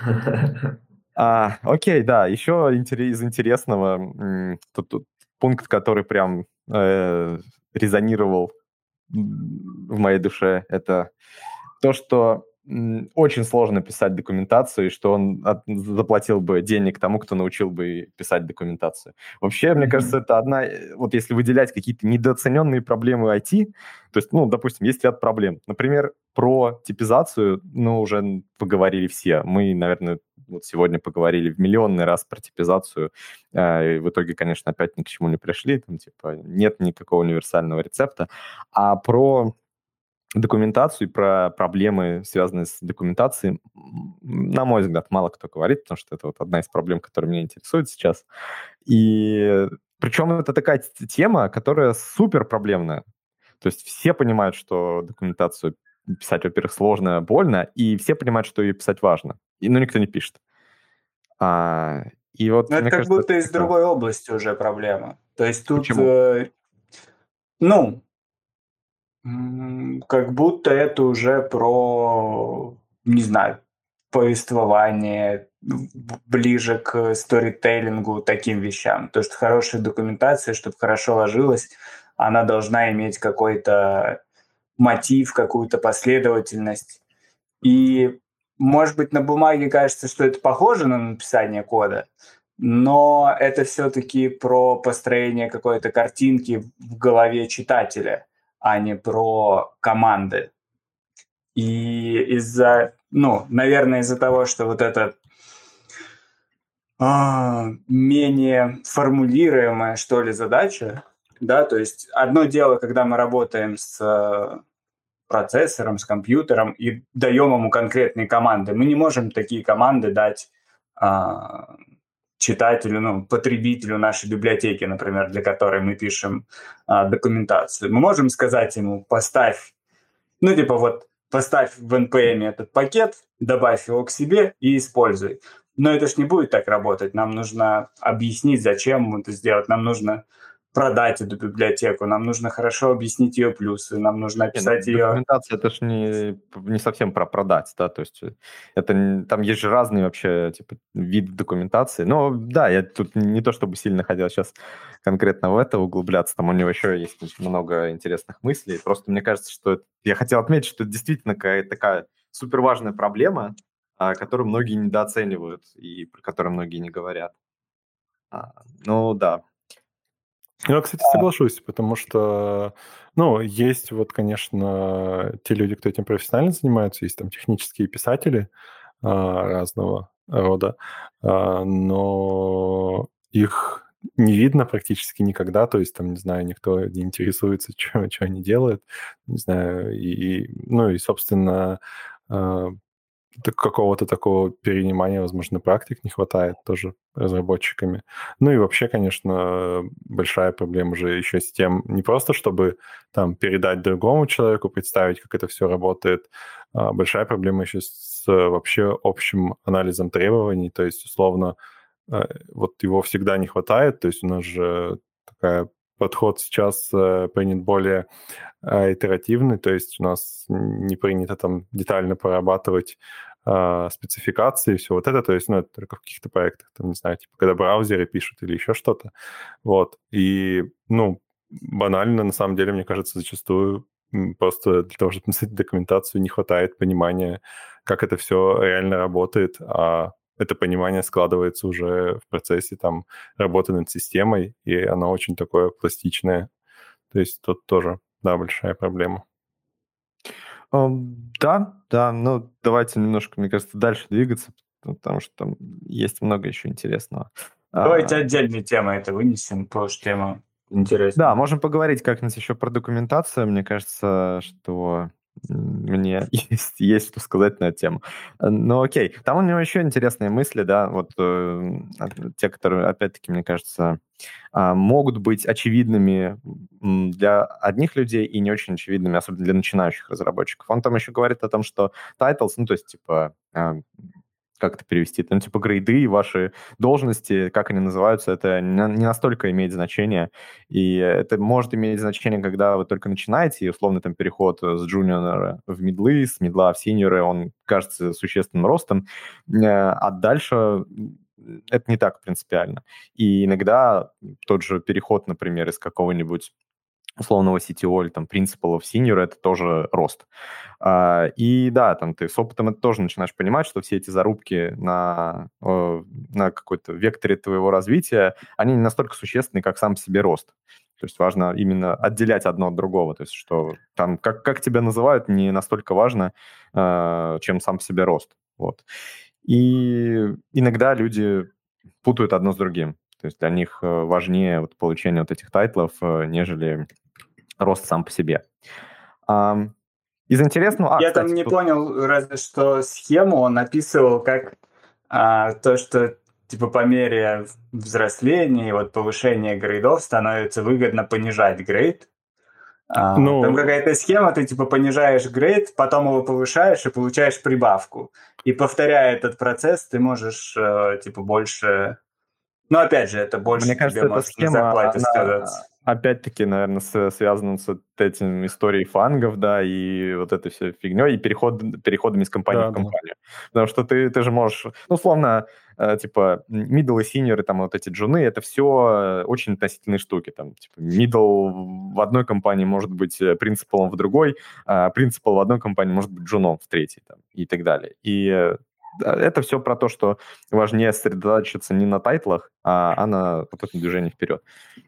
А, окей, да, еще интере- из интересного, м, тут, тут пункт, который прям э, резонировал м, в моей душе, это то, что м, очень сложно писать документацию, и что он от- заплатил бы денег тому, кто научил бы писать документацию. Вообще, мне Мгм. кажется, это одна... э, Вот если выделять какие-то недооцененные проблемы ай ти, то есть, ну, допустим, есть ряд проблем. Например, про типизацию, ну, уже поговорили все. Мы, наверное, вот сегодня поговорили в миллионный раз про типизацию, э, и в итоге, конечно, опять ни к чему не пришли, там, типа, нет никакого универсального рецепта. А про документацию и про проблемы, связанные с документацией, м, на мой взгляд, мало кто говорит, потому что это вот одна из проблем, которая меня интересует сейчас. И причем это такая т- тема, которая супер проблемная. То есть все понимают, что документацию писать, во-первых, сложно, больно, и все понимают, что ее писать важно. И, но никто не пишет. А, и вот, Ну, это мне как кажется, будто это из такое. другой области уже проблема. То есть тут, Почему? э, ну, м, как будто это уже про, не знаю, повествование, б- ближе к сторителлингу, таким вещам. То, что хорошая документация, чтобы хорошо ложилась, она должна иметь какой-то мотив, какую-то последовательность. И, может быть, на бумаге кажется, что это похоже на написание кода, но это все-таки про построение какой-то картинки в голове читателя, а не про команды. И из-за, ну, наверное, из-за того, что вот это а, менее формулируемая, что ли, задача, да, то есть одно дело, когда мы работаем с э, процессором, с компьютером и даем ему конкретные команды. Мы не можем такие команды дать а, читателю, ну, потребителю нашей библиотеки, например, для которой мы пишем а, документацию. Мы можем сказать ему, поставь, ну, типа вот, поставь в эн пи эм этот пакет, добавь его к себе и используй. Но это ж не будет так работать. Нам нужно объяснить, зачем это сделать. Нам нужно продать эту библиотеку, нам нужно хорошо объяснить ее плюсы, нам нужно Не, ну, описать ее... документация это ж не, не совсем про продать, да, то есть э, это не- там есть же разные вообще типа виды документации. Но да, я тут не то чтобы сильно хотел сейчас конкретно в это углубляться, там у него еще есть очень много интересных мыслей. Просто мне кажется, что это- я хотел отметить, что это действительно какая-то такая супер важная проблема, а, которую многие недооценивают и про которую многие не говорят. А, ну да. Ну, я, кстати, соглашусь, потому что, ну, есть вот, конечно, те люди, кто этим профессионально занимается, есть там технические писатели а, разного рода, а, но их не видно практически никогда, то есть там, не знаю, никто не интересуется, что, что они делают, не знаю, и, и, ну, и, собственно, а, так- какого-то такого перенимания, возможно, практик не хватает тоже разработчиками. Ну и вообще, конечно, большая проблема же еще с тем, не просто чтобы там передать другому человеку, представить, как это все работает, а большая проблема еще с э, вообще общим анализом требований, то есть, условно, э, вот его всегда не хватает, то есть у нас же такая подход сейчас э, принят более э, итеративный, то есть у нас не принято там детально прорабатывать э, спецификации, все вот это, то есть, ну, это только в каких-то проектах, там, не знаю, типа, когда браузеры пишут или еще что-то, вот, и, ну, банально, на самом деле, мне кажется, зачастую м, просто для того, чтобы написать документацию, не хватает понимания, как это все реально работает, а это понимание складывается уже в процессе там работы над системой, и оно очень такое пластичное. То есть тут тоже, да, большая проблема. Ам, Да, да, ну давайте немножко, мне кажется, дальше двигаться, потому что там есть много еще интересного. Давайте А, отдельной темой это вынесем, потому что тема Да, интересная. можем поговорить как-нибудь еще про документацию. Мне кажется, что м, мне есть, есть что сказать на эту тему. Э, Ну, окей. Там у него еще интересные мысли, да, вот э, а, те, которые, опять-таки, мне кажется, а, могут быть очевидными м, для одних людей и не очень очевидными, особенно для начинающих разработчиков. Он там еще говорит о том, что titles, ну, то есть, типа, а, как это перевести? Ну, типа, грейды, ваши должности, как они называются, это не не настолько имеет значение. И это может иметь значение, когда вы только начинаете, и условно там переход с джуниора в мидлы, с мидла в синьоры, он кажется существенным ростом, э, а дальше м, это не так принципиально. И иногда тот же переход, например, из какого-нибудь условного си ти о или там принципала в senior, это тоже рост. А, и да, там ты с опытом это тоже начинаешь понимать, что все эти зарубки на, э, на какой-то векторе твоего развития, они не настолько существенны, как сам по себе рост. То есть важно именно отделять одно от другого. То есть что там как, как тебя называют, не настолько важно, э, чем сам по себе рост. Вот. И иногда люди путают одно с другим. То есть для них э, важнее вот получение вот этих тайтлов, э, нежели рост сам по себе. Ам, Из интересного... А, Я там кстати, не тут... понял, разве что схему он описывал как а, то, что типа по мере взросления и вот повышения грейдов становится выгодно понижать грейд. А, там Ну, какая-то схема, ты типа понижаешь грейд, потом его повышаешь и получаешь прибавку. И повторяя этот процесс, ты можешь э, типа больше... Ну, опять же, это Мне больше тебе кажется, эта может на схема, зарплате она сказаться. опять-таки, наверное, с- связана с вот этим историей фангов, да, и вот этой всей фигней, и переход, переходами из компании в да, да. компанию. Потому что ты, ты же можешь, ну, условно, э, типа, middle и senior, и там вот эти джуны, это все очень относительные штуки. Там, типа, middle в одной компании может быть принципалом в другой, а принципал в одной компании может быть джуном в третьей, там, и так далее. И э, да, это все про то, что важнее сосредоточиться не на тайтлах, а, а на вот этом движении вперед.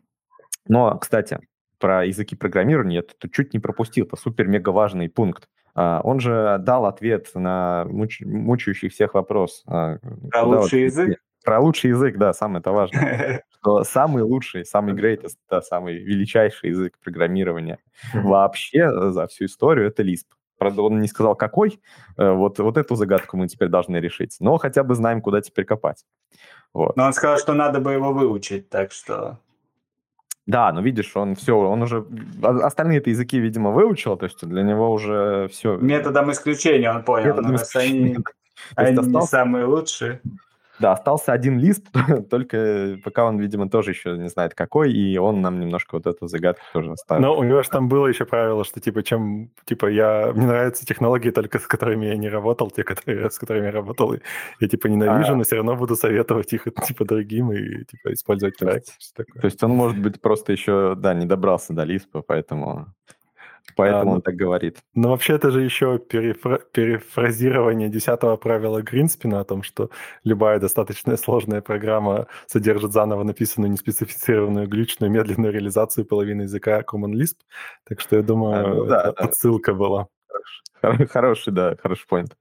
Но, кстати, про языки программирования я тут чуть не пропустил. Это супер-мега важный пункт. А, Он же дал ответ на муч- мучающий всех вопрос. а, Про Куда вот лучший идти? язык? Про лучший язык, да, самое это важное. Что самый лучший, самый greatest, да, самый величайший язык программирования вообще э, за всю историю — это Lisp. Правда, он не сказал, какой. Э, Вот, вот эту загадку мы теперь должны решить. Но хотя бы знаем, куда теперь копать. Вот. Но он сказал, что надо бы его выучить, так что... Да, но видишь, он все, он уже а- остальные-то языки, видимо, выучил, то есть для него уже все Методом исключения он понял, но методом раз исключения. они, То есть они не остался, самые лучшие... да, остался один лист, только пока он, видимо, тоже еще не знает какой, и он нам немножко вот эту загадку тоже оставил. Но у него же там было еще правило, что типа чем, типа я, мне нравятся технологии только с которыми я не работал, те, которые, с которыми я работал, и я типа ненавижу, А, но все равно буду советовать их типа другим и типа использовать в то проекте, есть, все такое. то есть он, может быть, просто еще, да, не добрался до Лиспа, поэтому, А, поэтому он ну, так говорит. но вообще это же еще перефра- перефразирование десятого правила Гринспена о том, что любая достаточно сложная программа содержит заново написанную неспецифицированную глючную медленную реализацию половины языка Common Lisp. Так что я А, думаю, Ну да, это да, отсылка была. Хор- хороший, да, хороший поинт.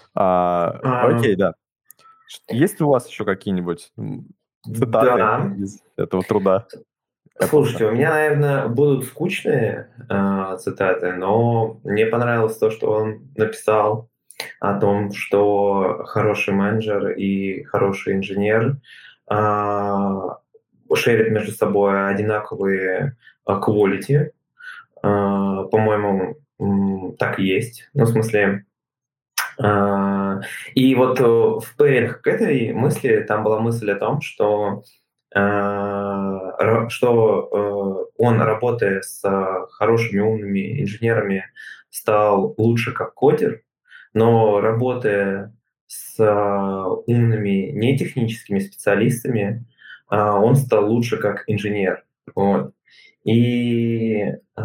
А, окей, А, да. Ш- Есть у вас еще какие-нибудь м, цитаты Да. из этого труда эпоса? Слушайте, у меня, наверное, будут скучные а, цитаты, но мне понравилось то, что он написал о том, что хороший менеджер и хороший инженер а, шерят между собой одинаковые а, quality. А, по-моему, м, так и есть. Ну, в смысле, а, и вот э, в пэринг к этой мысли там была мысль о том, что а, что он, работая с хорошими умными инженерами, стал лучше как кодер, но работая с умными нетехническими специалистами, он стал лучше как инженер. Вот. И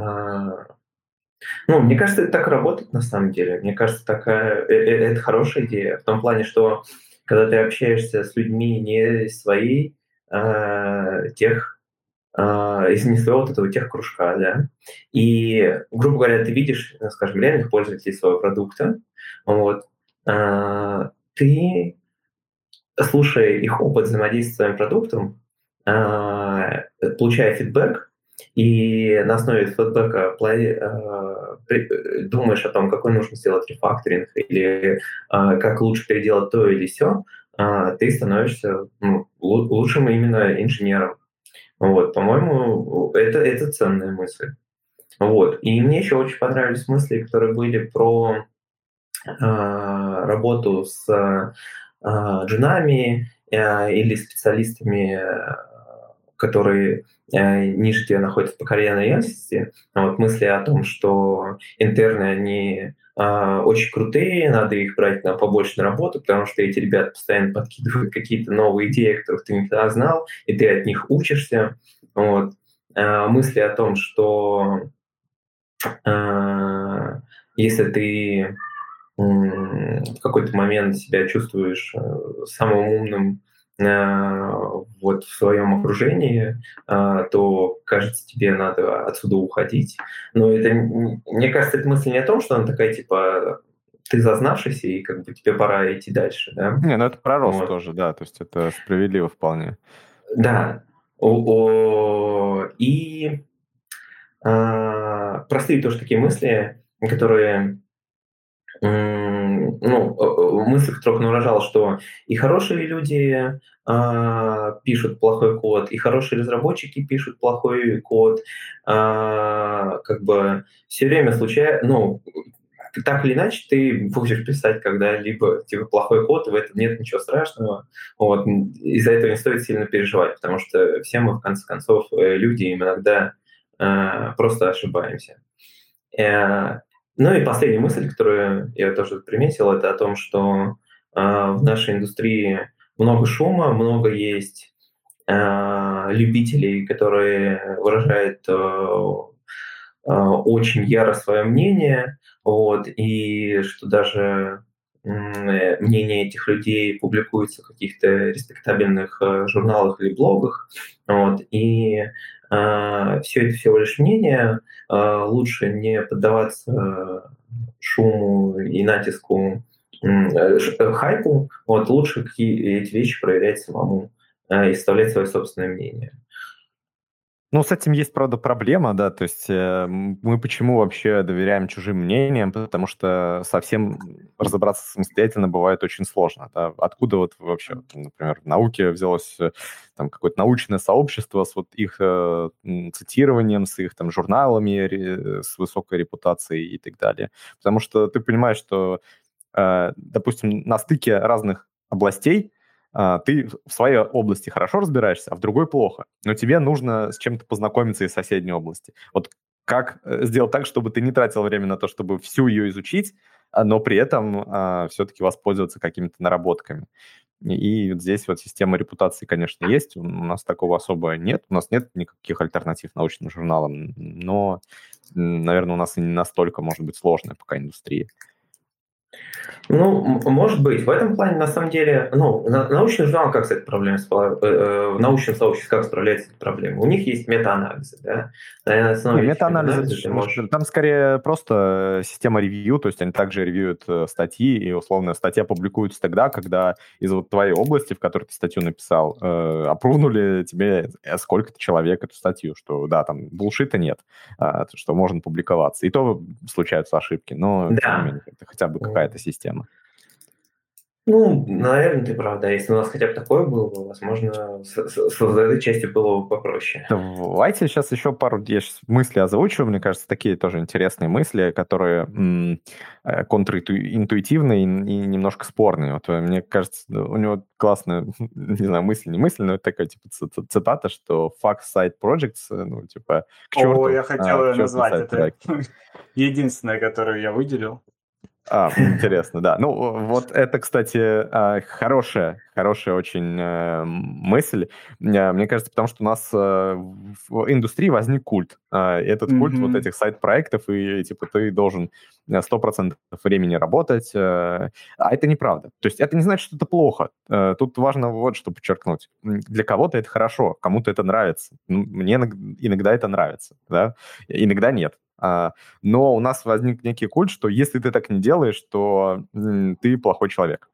ну, мне кажется, это так работает на самом деле. Мне кажется, такая, это хорошая идея в том плане, что когда ты общаешься с людьми не из своей э, тех, э, из не своего вот этого техкружка, да, и, грубо говоря, ты видишь, скажем, реальных пользователей своего продукта, вот, э, ты, слушая их опыт взаимодействия с своим продуктом, э, получая фидбэк, и на основе фидбэка думаешь о том, какой нужно сделать рефакторинг или как лучше переделать то или сё, ты становишься ну, лучшим именно инженером. Вот, по-моему, это, это ценная мысль. Вот. И мне еще очень понравились мысли, которые были про а, работу с а, джунами а, или специалистами, которые э, ниже тебя находятся по карьерной лестнице. Вот мысли о том, что интерны, они э, очень крутые, надо их брать на побольше на работу, потому что эти ребята постоянно подкидывают какие-то новые идеи, которых ты никогда знал, и ты от них учишься. Вот. Э, мысли о том, что э, если ты э, в какой-то момент себя чувствуешь э, самым умным вот в своем окружении, то, кажется, тебе надо отсюда уходить. Но это, мне кажется, эта мысль не о том, что она такая, типа, ты зазнавшийся, и как бы тебе пора идти дальше, да? Не, ну это про рост Вот. тоже, да, то есть это справедливо вполне. Да. О, о, и а, простые тоже такие мысли, которые ну, мысль, которых наражала, что и хорошие люди а, пишут плохой код, и хорошие разработчики пишут плохой код, а, как бы все время случается, ну, так или иначе ты будешь писать когда-либо типа плохой код, и в этом нет ничего страшного. Вот. Из-за этого не стоит сильно переживать, потому что все мы, в конце концов, люди, и мы иногда а, просто ошибаемся. Ну и последняя мысль, которую я тоже приметил, это о том, что э, в нашей индустрии много шума, много есть э, любителей, которые выражают э, э, очень яро свое мнение, вот, и что даже э, мнение этих людей публикуется в каких-то респектабельных э, журналах или блогах, вот, и э, все это всего лишь мнение. Лучше не поддаваться шуму и натиску, хайпу, вот лучше какие эти вещи проверять самому и составлять свое собственное мнение. Ну, с этим есть, правда, проблема, да, то есть э, мы почему вообще доверяем чужим мнениям, потому что совсем разобраться самостоятельно бывает очень сложно. Да? Откуда вот вообще, например, в науке взялось там какое-то научное сообщество с вот их э, цитированием, с их там журналами, с высокой репутацией и так далее. Потому что ты понимаешь, что, э, допустим, на стыке разных областей ты в своей области хорошо разбираешься, а в другой плохо. Но тебе нужно с чем-то познакомиться из соседней области. Вот как сделать так, чтобы ты не тратил время на то, чтобы всю ее изучить, но при этом а, все-таки воспользоваться какими-то наработками. И вот здесь вот система репутации, конечно, есть. У нас такого особо нет. У нас нет никаких альтернатив научным журналам. Но, наверное, у нас и не настолько, может быть, сложная пока индустрия. Ну, может быть. В этом плане, на самом деле, ну, научный журнал как с этой проблемой, в научном сообществе как справляется с этой проблемой? У них есть метаанализы, да? Не, метаанализы, можешь... там скорее просто система ревью, то есть они также ревьюют статьи, и, условно, статья публикуется тогда, когда из вот твоей области, в которой ты статью написал, э, опрунули тебе сколько-то человек эту статью, что, да, там, булшита нет, а, что можно публиковаться. И то случаются ошибки, но, да. тем не менее, это хотя бы какая-то система. Ну, наверное, ты прав, да. Если у нас хотя бы такое было бы, возможно, с, с- с вот этой частью было бы попроще. Давайте сейчас еще пару я щас мысли озвучу. Мне кажется, такие тоже интересные мысли, которые м, э, контринтуитивные и, и немножко спорные. Вот э, мне кажется, ну, у него классная, не знаю, мысль, не мысль, но это такая типа ц- ц- цитата, что fuck side projects, э, ну, типа, к О, черту, я хотел а, к ее черту назвать. сайт Это проекты. единственное, которое я выделил. А, интересно, да. Ну, вот это, кстати, а, хорошая, хорошая очень э, мысль. Э, Мне кажется, потому что у нас э, в индустрии возник культ. А, и Этот культ вот Мгм. этих сайт-проектов, и типа ты должен э, сто процентов времени работать. э, А это неправда. То есть это не значит, что это плохо. Э, Тут важно вот что подчеркнуть. М, Для кого-то это хорошо, кому-то это нравится. Ну, Мне иног- иногда это нравится, да, иногда нет. А, но у нас возник некий культ, что если ты так не делаешь, то м, ты плохой человек.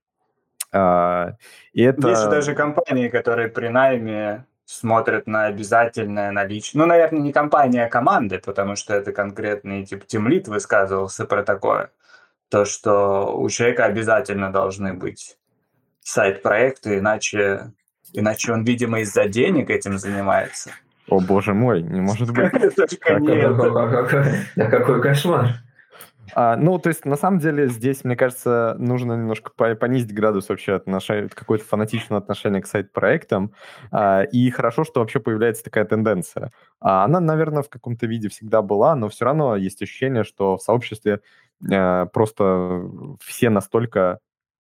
А, и Есть же это... даже компании, которые при найме смотрят на обязательное наличие. Ну, наверное, не компания, а команды, потому что это конкретный тип тимлид высказывался про такое. То, что у человека обязательно должны быть сайт-проекты, иначе, иначе он, видимо, из-за денег этим занимается. О, боже мой, не может быть. Только Как не это? это. Да какой кошмар. А, ну, то есть, на самом деле, здесь, мне кажется, нужно немножко по- понизить градус вообще отношения, какое-то фанатичное отношение к сайт-проектам. А, и хорошо, что вообще появляется такая тенденция. А, она, наверное, в каком-то виде всегда была, но все равно есть ощущение, что в сообществе э, просто все настолько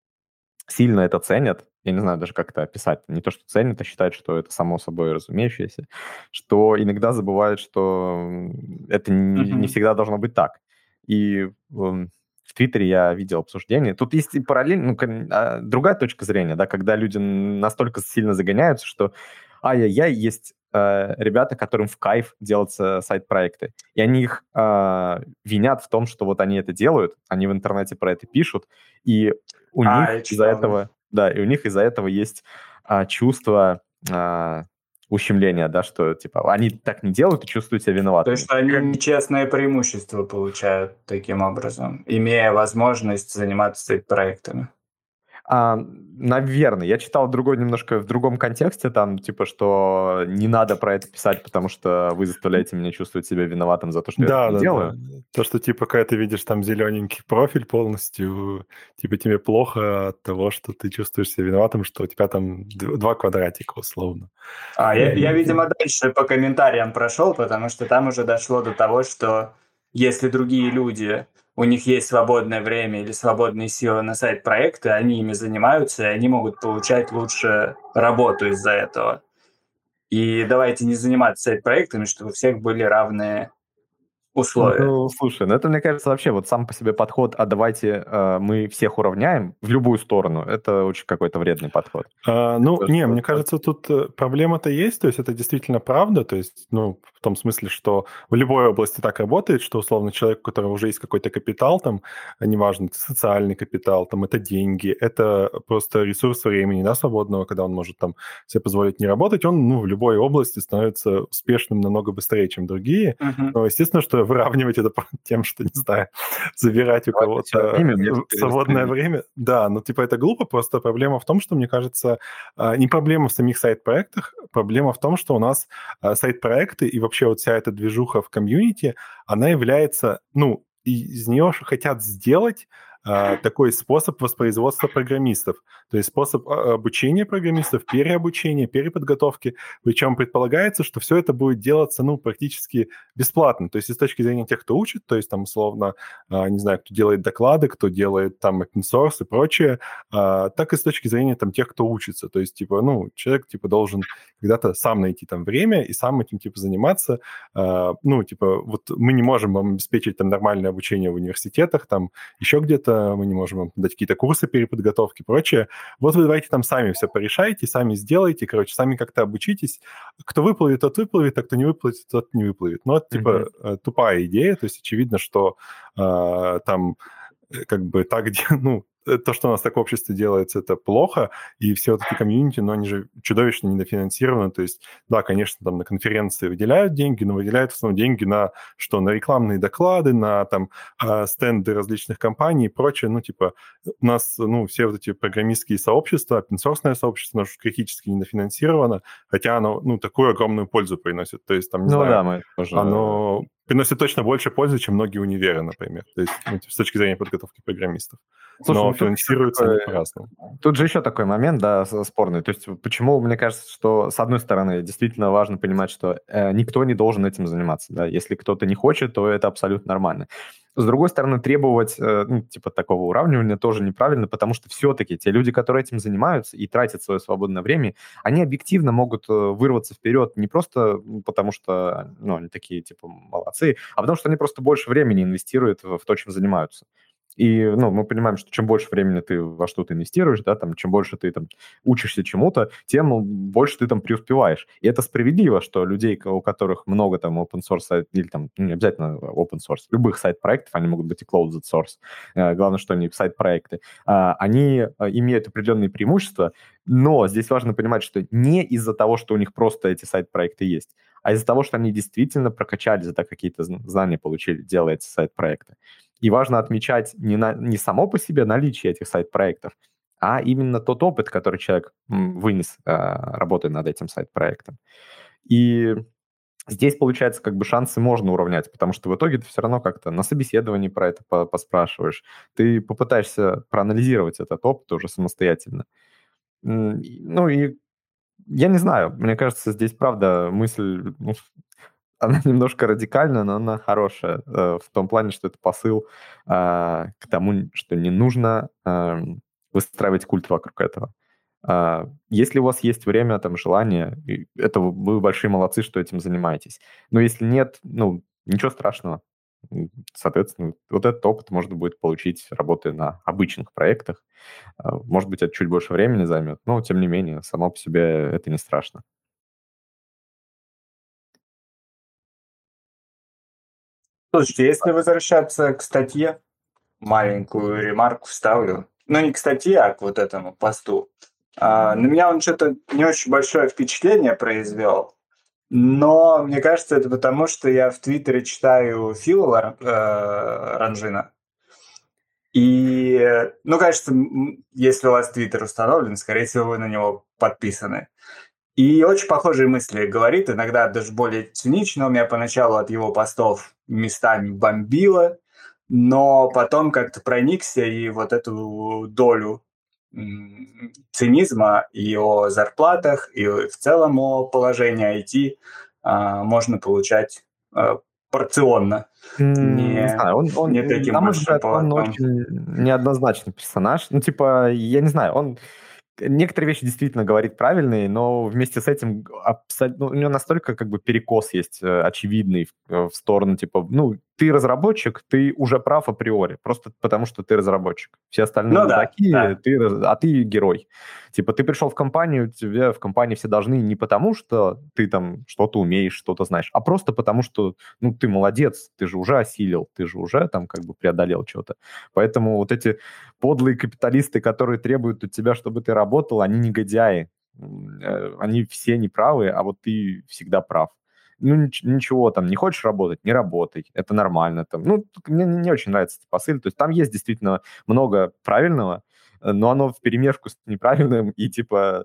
сильно это ценят, я не знаю даже, как это описать, не то, что ценят, а считают, что это само собой разумеющееся, что иногда забывают, что м, это не, не Мгм. всегда должно быть так. И м, в Твиттере я видел обсуждение. Тут есть и параллельно, ну, кон- а, другая точка зрения, да, когда люди настолько сильно загоняются, что ай-яй-яй, есть э, ребята, которым в кайф делаться сайт-проекты. И они их э, винят в том, что вот они это делают, они в интернете про это пишут, и у А, них я из-за читал, да. этого, да, и у них из-за этого есть а, чувство а, ущемления, да, что типа они так не делают и чувствуют себя То есть, виноватыми. что они нечестное преимущество получают таким образом, имея возможность заниматься сайт-проектами. А, наверное, я читал другой немножко в другом контексте, там типа, что не надо про это писать, потому что вы заставляете меня чувствовать себя виноватым за то, что я так Да, не да, делаю. да. То, что типа, когда ты видишь там зелененький профиль полностью, типа тебе плохо от того, что ты чувствуешь себя виноватым, что у тебя там д- два квадратика условно. А, я, я, Мгм. видимо, дальше по комментариям прошел, потому что там уже дошло до того, что если другие люди, у них есть свободное время или свободные силы на сайт-проекты, они ими занимаются, и они могут получать лучше работу из-за этого. И давайте не заниматься сайт-проектами, чтобы у всех были равные условия. Ну, слушай, ну это, мне кажется, вообще вот сам по себе подход, а давайте э, мы всех уравняем в любую сторону, это очень какой-то вредный подход. А, ну, То, не, что- мне кажется, тут э, проблема-то есть, то есть это действительно правда, то есть, ну, в том смысле, что в любой области так работает, что, условно, человек, у которого уже есть какой-то капитал, там, а неважно, это социальный капитал, там, это деньги, это просто ресурс времени, да, свободного, когда он может там себе позволить не работать, он, ну, в любой области становится успешным намного быстрее, чем другие, Мгм. но, естественно, что выравнивать это тем, что, не знаю, забирать у Давайте всё кого-то отнимем, я э, теперь свободное распределю. время, да, ну, типа, это глупо, просто проблема в том, что, мне кажется, а, не проблема в самих сайт-проектах, проблема в том, что у нас а, сайт-проекты и вообще вот вся эта движуха в комьюнити, она является, ну, и из нее ж хотят сделать а, такой способ воспроизводства программистов, то есть способ а, обучения программистов, переобучения, переподготовки, причем предполагается, что все это будет делаться, ну, практически бесплатно, то есть и с точки зрения тех, кто учит, то есть там, условно, а, не знаю, кто делает доклады, кто делает там open source и прочее, а, так и с точки зрения там тех, кто учится. То есть, типа, ну, человек, типа, должен когда-то сам найти там время и сам этим, типа, заниматься. А, ну, типа, вот мы не можем вам обеспечить там нормальное обучение в университетах, там еще где-то мы не можем вам дать какие-то курсы переподготовки и прочее. Вот вы давайте там сами все порешайте, сами сделайте, короче, сами как-то обучитесь. Кто выплывет, тот выплывет, а кто не выплывет, тот не выплывет. Ну, это, типа, Мгм. тупая идея, то есть очевидно, что а, там э, как бы так, где, ну, то, что у нас так в обществе делается, это плохо, и все вот эти комьюнити, но они же чудовищно недофинансированы. То есть, да, конечно, там на конференции выделяют деньги, но выделяют в основном деньги на что? На рекламные доклады, на там э, стенды различных компаний и прочее. Ну, типа, у нас, ну, все вот эти программистские сообщества, open-source сообщество, оно же критически недофинансировано, хотя оно, ну, такую огромную пользу приносит. То есть, там, не Ну знаю, да, мы тоже... оно приносит точно больше пользы, чем многие универы, например. То есть, ну, с точки зрения подготовки программистов. Слушай, Но ну, тут еще финансируются они такой, по-разному. тут же еще такой момент, да, с- спорный. То есть почему, мне кажется, что, с одной стороны, действительно важно понимать, что э, никто не должен этим заниматься, да. Если кто-то не хочет, то это абсолютно нормально. С другой стороны, требовать, э, ну, типа, такого уравнивания тоже неправильно, потому что все-таки те люди, которые этим занимаются и тратят свое свободное время, они объективно могут э, вырваться вперед не просто м, потому, что, ну, они такие, типа, молодцы, а потому что они просто больше времени инвестируют в, в то, чем занимаются. И, ну, мы понимаем, что чем больше времени ты во что-то инвестируешь, да, там, чем больше ты там учишься чему-то, тем больше ты там преуспеваешь. И это справедливо, что людей, у которых много там open source, или там, ну, не обязательно open source, любых сайт-проектов, они могут быть и closed source, э, главное, что они сайт-проекты, а, они а, имеют определенные преимущества, но здесь важно понимать, что не из-за того, что у них просто эти сайт-проекты есть, а из-за того, что они действительно прокачались, да, какие-то знания получили, делая эти сайт-проекты. И важно отмечать не, на, не само по себе наличие этих сайт-проектов, а именно тот опыт, который человек м, вынес, э, работая над этим сайт-проектом. И здесь, получается, как бы шансы можно уравнять, потому что в итоге ты все равно как-то на собеседовании про это по- поспрашиваешь, ты попытаешься проанализировать этот опыт уже самостоятельно. М, и- Ну и я не знаю, мне кажется, здесь, правда, мысль, ну, она немножко радикальная, но она хорошая, э, в том плане, что это посыл а, к тому, что не нужно ам, выстраивать культ вокруг этого. А, Если у вас есть время, там, желание, и это вы вы большие молодцы, что этим занимаетесь. Но если нет, ну, ничего страшного. М, Соответственно, вот этот опыт можно будет получить, работая на обычных проектах. А, Может быть, это чуть больше времени займет, но, тем не менее, само по себе это не страшно. Слушайте, если возвращаться к статье, маленькую ремарку вставлю. Ну, не к статье, а к вот этому посту. А, на меня он что-то не очень большое впечатление произвел. Но мне кажется, это потому, что я в Твиттере читаю Фила Лар- э, Ранжина. И, э, ну, кажется, м, если у вас Твиттер установлен, скорее всего, вы на него подписаны. И очень похожие мысли говорит, иногда даже более цинично. У меня поначалу от его постов местами бомбило, но потом как-то проникся, и вот эту долю м, цинизма и о зарплатах, и в целом о положении ай ти а, можно получать а, порционно, М, Не не, знаю, он, не он, таким на мой большим взгляд, он полотном. очень неоднозначный персонаж. Ну, типа, я не знаю, он некоторые вещи действительно говорит правильные, но вместе с этим абсолютно, ну, у него настолько как бы перекос есть э, очевидный в, э, в сторону, типа, ну, ты разработчик, ты уже прав априори, просто потому что ты разработчик. Все остальные Ну да, мудаки, да. ты, раз- а ты герой. Типа, ты пришел в компанию, тебе в компании все должны не потому, что ты там что-то умеешь, что-то знаешь, а просто потому, что, ну, ты молодец, ты же уже осилил, ты же уже там как бы преодолел что-то. Поэтому вот эти подлые капиталисты, которые требуют от тебя, чтобы ты работал, они негодяи. М, э, Они все неправы, а вот ты всегда прав. Ну, нич- ничего, там, не хочешь работать, не работай, это нормально. Там. Ну, т- мне не очень нравится этот посыл. То есть там есть действительно много правильного, э, но оно вперемешку с неправильным и, типа,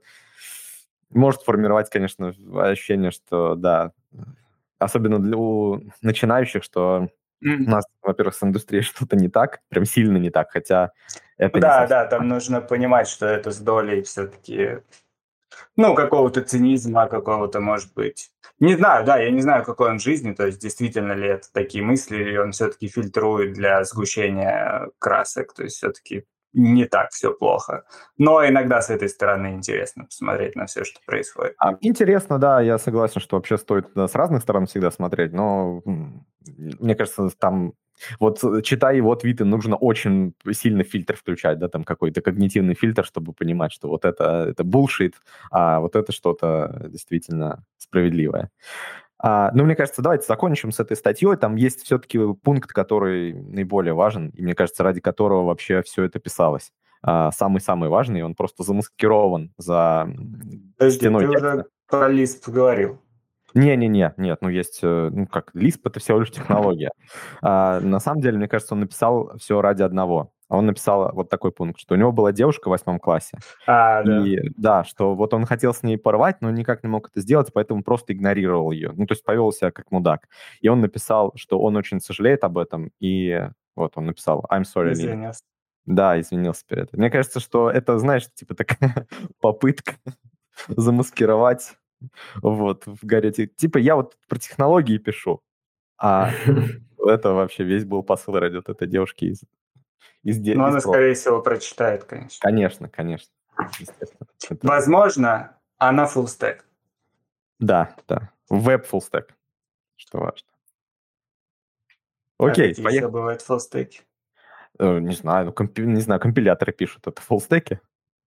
может формировать, конечно, ощущение, что, да, особенно для у начинающих, что у М. нас, во-первых, с индустрией что-то не так, прям сильно не так, хотя Ну это не да, совсем да, там так. нужно понимать, что это с долей все-таки, ну, какого-то цинизма, какого-то, может быть. Не знаю, да, я не знаю, какой он в жизни, то есть действительно ли это такие мысли, или он все-таки фильтрует для сгущения красок, то есть все-таки не так все плохо. Но иногда с этой стороны интересно посмотреть на все, что происходит. А, интересно, да, я согласен, что вообще стоит да, с разных сторон всегда смотреть, но м, мне кажется, там вот э, читая его твиты, нужно очень сильно фильтр включать, да, там какой-то когнитивный фильтр, чтобы понимать, что вот это, это bullshit, а вот это что-то действительно справедливое. А, ну, мне кажется, давайте закончим с этой статьей. Там есть все-таки пункт, который наиболее важен, и мне кажется, ради которого вообще все это писалось. а, самый-самый важный, он просто замаскирован за Подожди, стеной ты текста. уже про Lisp говорил. Не-не-не, нет, ну есть, э, ну как, Lisp — это всего лишь технология. А, на самом деле, мне кажется, он написал все ради одного. Он написал вот такой пункт, что у него была девушка в восьмом классе, А, да. и да, что вот он хотел с ней порвать, но никак не мог это сделать, поэтому просто игнорировал ее. Ну, то есть повел себя как мудак. И он написал, что он очень сожалеет об этом, и вот он написал «I'm sorry, Lily». Извинился. Да, извинился перед этим. Мне кажется, что это, знаешь, типа такая попытка замаскировать вот в гарете. Типа я вот про технологии пишу, а это вообще весь был посыл ради вот этой девушки из, из, де- Но из она, прошлого. скорее всего, прочитает, конечно. Конечно, конечно. Естественно. Это- Возможно, она full stack. Да, да. Веб full stack, что важно. А Окей, какие еще поехали. бывают full stack? Э, Не знаю, ну, компи- не знаю, компиляторы пишут. Это full stack?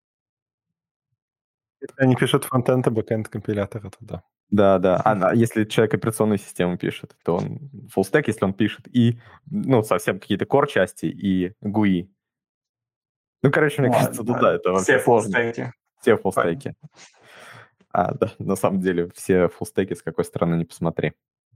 Если они пишут фронтенд и бэкенд компилятора, то да. Да, да. А на- если человек операционную систему пишет, то он full stack, если он пишет и, ну, совсем какие-то core части и гуи. Ну, короче, мне Ну, кажется, ну ладно, да, это вообще все full сложно. stack. Все full Понятно. стеки. А, да, на самом деле, все full стеки, с какой стороны не посмотри.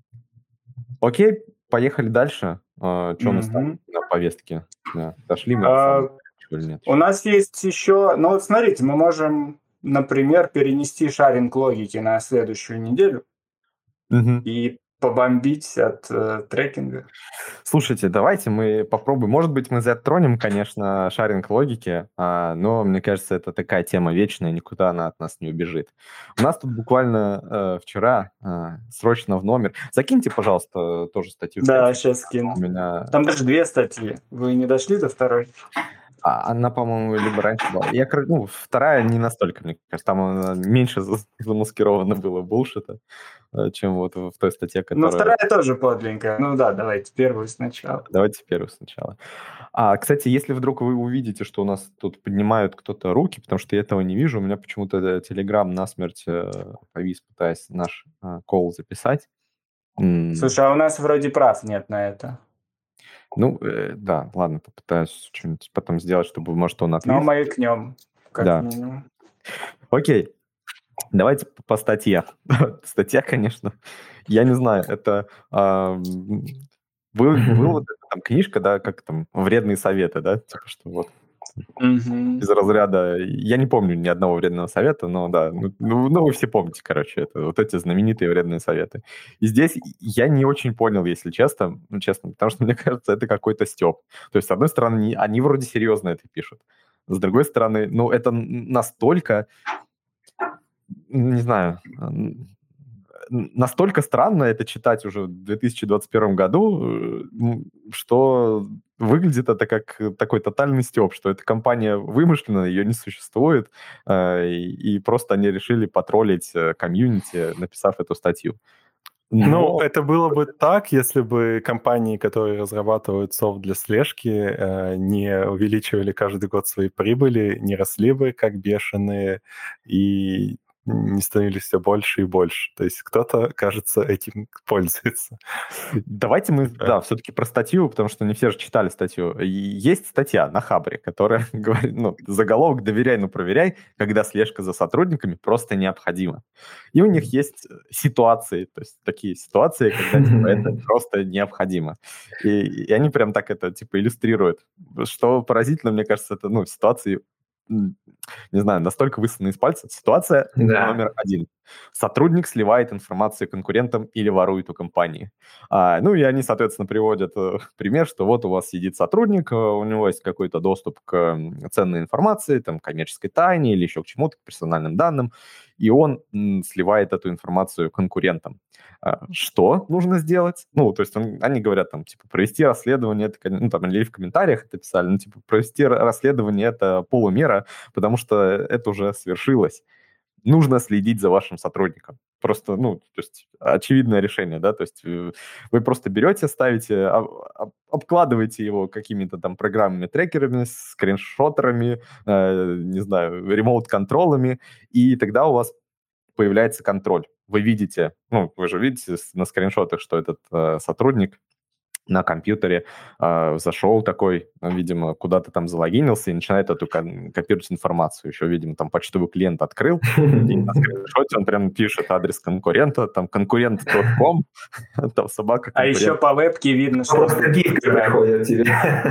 Окей, поехали дальше. Что у нас там Мгм. на повестке? Да, дошли мы до А, самого или нет? У нас есть еще, ну вот смотрите, мы можем, например, перенести шаринг логики на следующую неделю Мгм. и побомбить от э, трекинга. Слушайте, давайте мы попробуем. Может быть, мы затронем, конечно, шаринг логики, а, но мне кажется, это такая тема вечная, никуда она от нас не убежит. У нас тут буквально э, вчера э, срочно в номер. Закиньте, пожалуйста, тоже статью в Да, чатик. сейчас скину. У меня Там даже две статьи. Вы не дошли до второй? А, она, по-моему, либо раньше была. Я, кор- ну, вторая не настолько, мне кажется, там она меньше за- замаскировано было булшита, э, чем вот в в той статье, Ну, которая... вторая тоже подленькая. Ну да, давайте первую сначала. Давайте первую сначала. А, кстати, если вдруг вы увидите, что у нас тут поднимают кто-то руки, потому что я этого не вижу, у меня почему-то Telegram насмерть э, повис, пытаясь наш э, колл записать. М, Слушай, а у нас вроде прав нет на это. Ну, э, да, ладно, попытаюсь что-нибудь потом сделать, чтобы, может, он Но отвис. маякнем, как Да. минимум. Окей, давайте по- по статье. Статья, конечно, я не знаю, это а, м, был, был вот эта там книжка, да, как там, «Вредные советы», да, типа что вот Мгм. из разряда, я не помню ни одного вредного совета, но да, ну, ну, ну, вы все помните, короче, это вот эти знаменитые вредные советы. И здесь я не очень понял, если честно, ну, честно, потому что мне кажется, это какой-то стёб. То есть, с одной стороны, они- они вроде серьезно это пишут, с другой стороны, ну, это н- настолько, не знаю, м, настолько странно это читать уже в две тысячи двадцать первом году, э, м, что выглядит это как э, такой тотальный стёб, что эта компания вымышленная, ее не существует, э, и, и просто они решили потроллить э, комьюнити, написав эту статью. Ну, Но это было бы так, если бы компании, которые разрабатывают софт для слежки, э, не увеличивали каждый год свои прибыли, не росли бы как бешеные и не становились все больше и больше. То есть кто-то, кажется, этим пользуется. давайте мы, Типа, да, все-таки про статью, потому что не все же читали статью. И есть статья на Хабре, которая говорит, ну, заголовок «Доверяй, но проверяй, когда слежка за сотрудниками просто необходима». И у них есть э, ситуации, то есть такие ситуации, когда типа, это просто необходимо. И, и они прям так это типа иллюстрируют. Что поразительно, мне кажется, это ну, ситуации, м, не знаю, настолько высосаны из пальца. Ситуация Да. номер один. Сотрудник сливает информацию конкурентам или ворует у компании. А, ну и они, соответственно, приводят э, пример, что вот у вас сидит сотрудник, э, у него есть какой-то доступ к м, ценной информации, там, к коммерческой тайне или еще к чему-то, к персональным данным, и он м, сливает эту информацию конкурентам. А, что нужно сделать? Ну, то есть он- они говорят, там, типа, провести расследование, это, кон- ну, там, или в комментариях это писали, ну, типа, провести р- расследование – это полумера, потому что это уже свершилось. Нужно следить за вашим сотрудником. Просто, ну, то есть очевидное решение, да, то есть э, вы просто берете, ставите, об- об- обкладываете его какими-то там программами, трекерами, скриншотерами, э, не знаю, ремоут-контролами, и тогда у вас появляется контроль. Вы видите, ну, вы же видите с- на скриншотах, что этот э, сотрудник на компьютере, э, зашел такой, видимо, куда-то там залогинился и начинает эту кон- копировать информацию. Еще, видимо, там почтовый клиент открыл, и на скриншоте он прям пишет адрес конкурента, там конкурент точка ком, там собака А еще конкурент. по вепке видно, что... Просто гифка приходит тебе.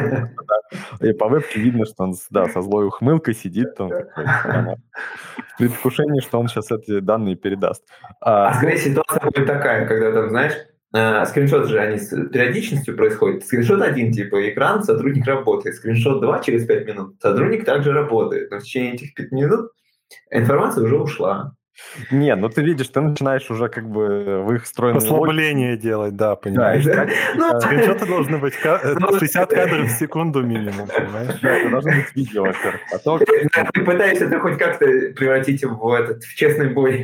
И по вебке видно, что он, да, со злой ухмылкой сидит там такой, прямо в предвкушении, что он сейчас эти данные передаст. А А, скорее ситуация будет такая, когда там, знаешь, э, скриншот же они с периодичностью происходят. Скриншот один, типа, экран, сотрудник работает. Скриншот два через пять минут, сотрудник также работает. Но в течение этих пяти минут информация уже ушла. Не, ну ты видишь, ты начинаешь уже как бы в их встроенную логику. Послабление делать, да, Да, понимаешь? искать Ну, какие-то- Скриншоты должны быть ка- э, Ну, шестьдесят кадров в секунду минимум, понимаешь? Да, это должно быть видео, во-первых. А то, Ты пытаешься это хоть как-то превратить в, этот, в честный бой.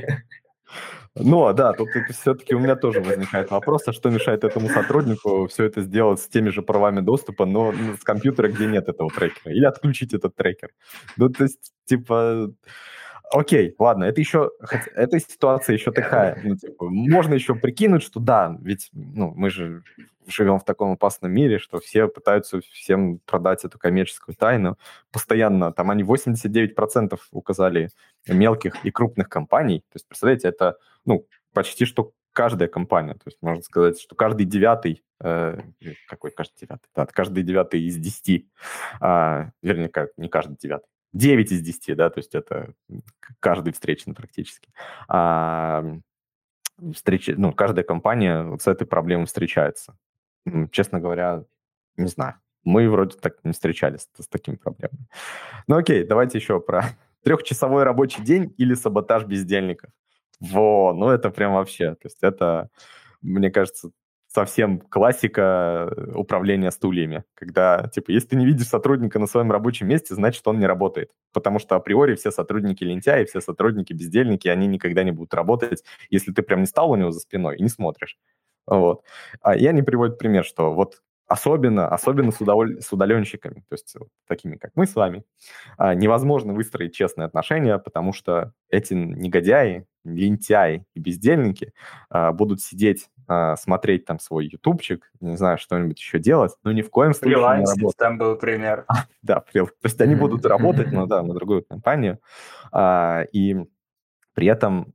ну, да, тут это все-таки у меня тоже возникает вопрос, а что мешает этому сотруднику все это сделать с теми же правами доступа, но с компьютера, где нет этого трекера, или отключить этот трекер. Ну, то есть, типа, окей, ладно, это еще, хотя- эта ситуация еще такая, ну, типа, можно еще прикинуть, что да, ведь, ну, мы же живем в таком опасном мире, что все пытаются всем продать эту коммерческую тайну. Постоянно, там они восемьдесят девять процентов указали мелких и крупных компаний. То есть, представляете, это, ну, почти что каждая компания. То есть, можно сказать, что каждый девятый, э, какой каждый девятый? Да, каждый девятый из десяти, а, вернее, как, не каждый девятый, девять из десяти, да, то есть это каждый встречный практически. А, встречи, ну, каждая компания вот с этой проблемой встречается. М, Честно говоря, не знаю. Мы вроде так не встречались с, с такими проблемами. Ну окей, давайте еще про трехчасовой рабочий день или саботаж бездельников. Во, ну это прям вообще, то есть это, мне кажется, совсем классика э, управления стульями, когда, типа, если ты не видишь сотрудника на своем рабочем месте, значит, он не работает, потому что априори все сотрудники лентяи, все сотрудники бездельники, они никогда не будут работать, если ты прям не стал у него за спиной и не смотришь. Вот. А я не приводит пример, что вот особенно, особенно с, удоволь- с удаленщиками, то есть вот такими, как мы с вами, а, невозможно выстроить честные отношения, потому что эти негодяи, лентяи и бездельники а, будут сидеть, а, смотреть там свой ютубчик, не знаю, что-нибудь еще делать, но ни в коем случае не Фрилансить, работать. там был пример. Да, фрил- то есть они будут работать, но да, на другую компанию, а, и при этом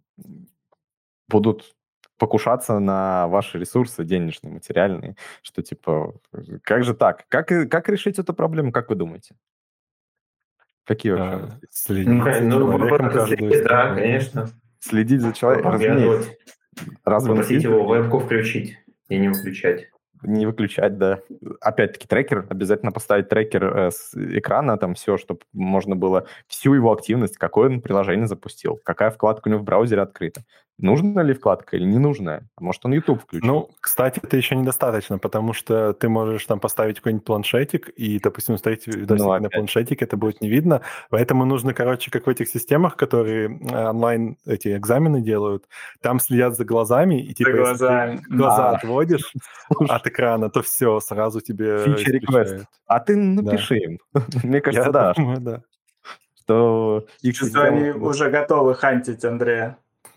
будут покушаться на ваши ресурсы денежные, материальные, что типа, как же так? Как, и- как решить эту проблему, как вы думаете? Какие вообще? А, Следить Ну, за ну, человеком попросить, каждую да, секунду. конечно. Следить за человеком? Разумеется. Поглядывать, Разве он попросить следит? его вебку включить и не выключать. Не выключать, да. Опять-таки трекер, обязательно поставить трекер э, с экрана, там все, чтобы можно было всю его активность, какое он приложение запустил, какая вкладка у него в браузере открыта. Нужная ли вкладка или не нужная? А может, он YouTube включил? Ну, кстати, это еще недостаточно, потому что ты можешь там поставить какой-нибудь планшетик, и, допустим, смотреть видосики Ну, на опять. планшетике, это будет не видно. Поэтому нужно, короче, как в этих системах, которые э, онлайн эти экзамены делают, там следят за глазами, и типа, За если ты глазами. глаза А. отводишь Слушай, от экрана, то все, сразу тебе фича реквест. исключают. А ты напиши им. Мне кажется, Я да, думаю, да. что их Чувствую, они сделано- уже готовы хантить Андрея.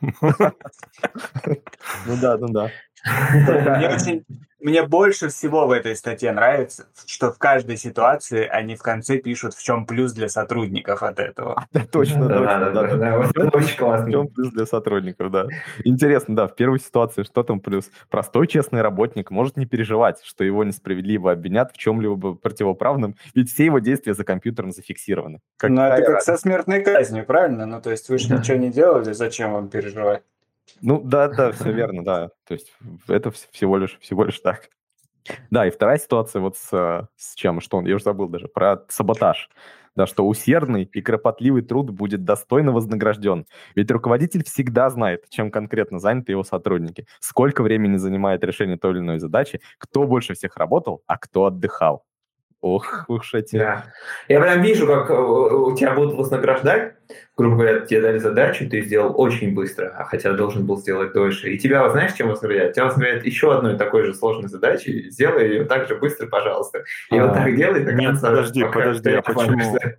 Ну да, ну да. Мне, очень- мне больше всего в этой статье нравится, что в каждой ситуации они в конце пишут, в чем плюс для сотрудников от этого. Да, точно, Да, точно, да, да. да, да, вот это очень В классно. чем плюс для сотрудников, да. Интересно, да, в первой ситуации что там плюс? Простой честный работник может не переживать, что его несправедливо обвинят в чем-либо противоправном, ведь все его действия за компьютером зафиксированы. Но это Какая как со смертной казнью, правильно? Ну, то есть вы же Да. ничего не делали, зачем вам переживать? Ну да, да, все верно, да. То есть это вс- всего лишь, всего лишь так. Да, и вторая ситуация вот с, э, с чем, что он, я уже забыл даже, про саботаж. Да, что усердный и кропотливый труд будет достойно вознагражден. Ведь руководитель всегда знает, чем конкретно заняты его сотрудники, сколько времени занимает решение той или иной задачи, кто больше всех работал, а кто отдыхал. Ох, уж эти... Да. Я прям вижу, как э, у тебя будут вознаграждать. Грубо говоря, тебе дали задачу, ты сделал очень быстро, а хотя должен был сделать дольше. И тебя, знаешь, чем вознаграждают? Тебя вознаграждают еще одной такой же сложной задачей. Сделай ее так же быстро, пожалуйста. И А. вот так делай до Нет, конца. подожди, пока подожди, ты а почему? оформишься.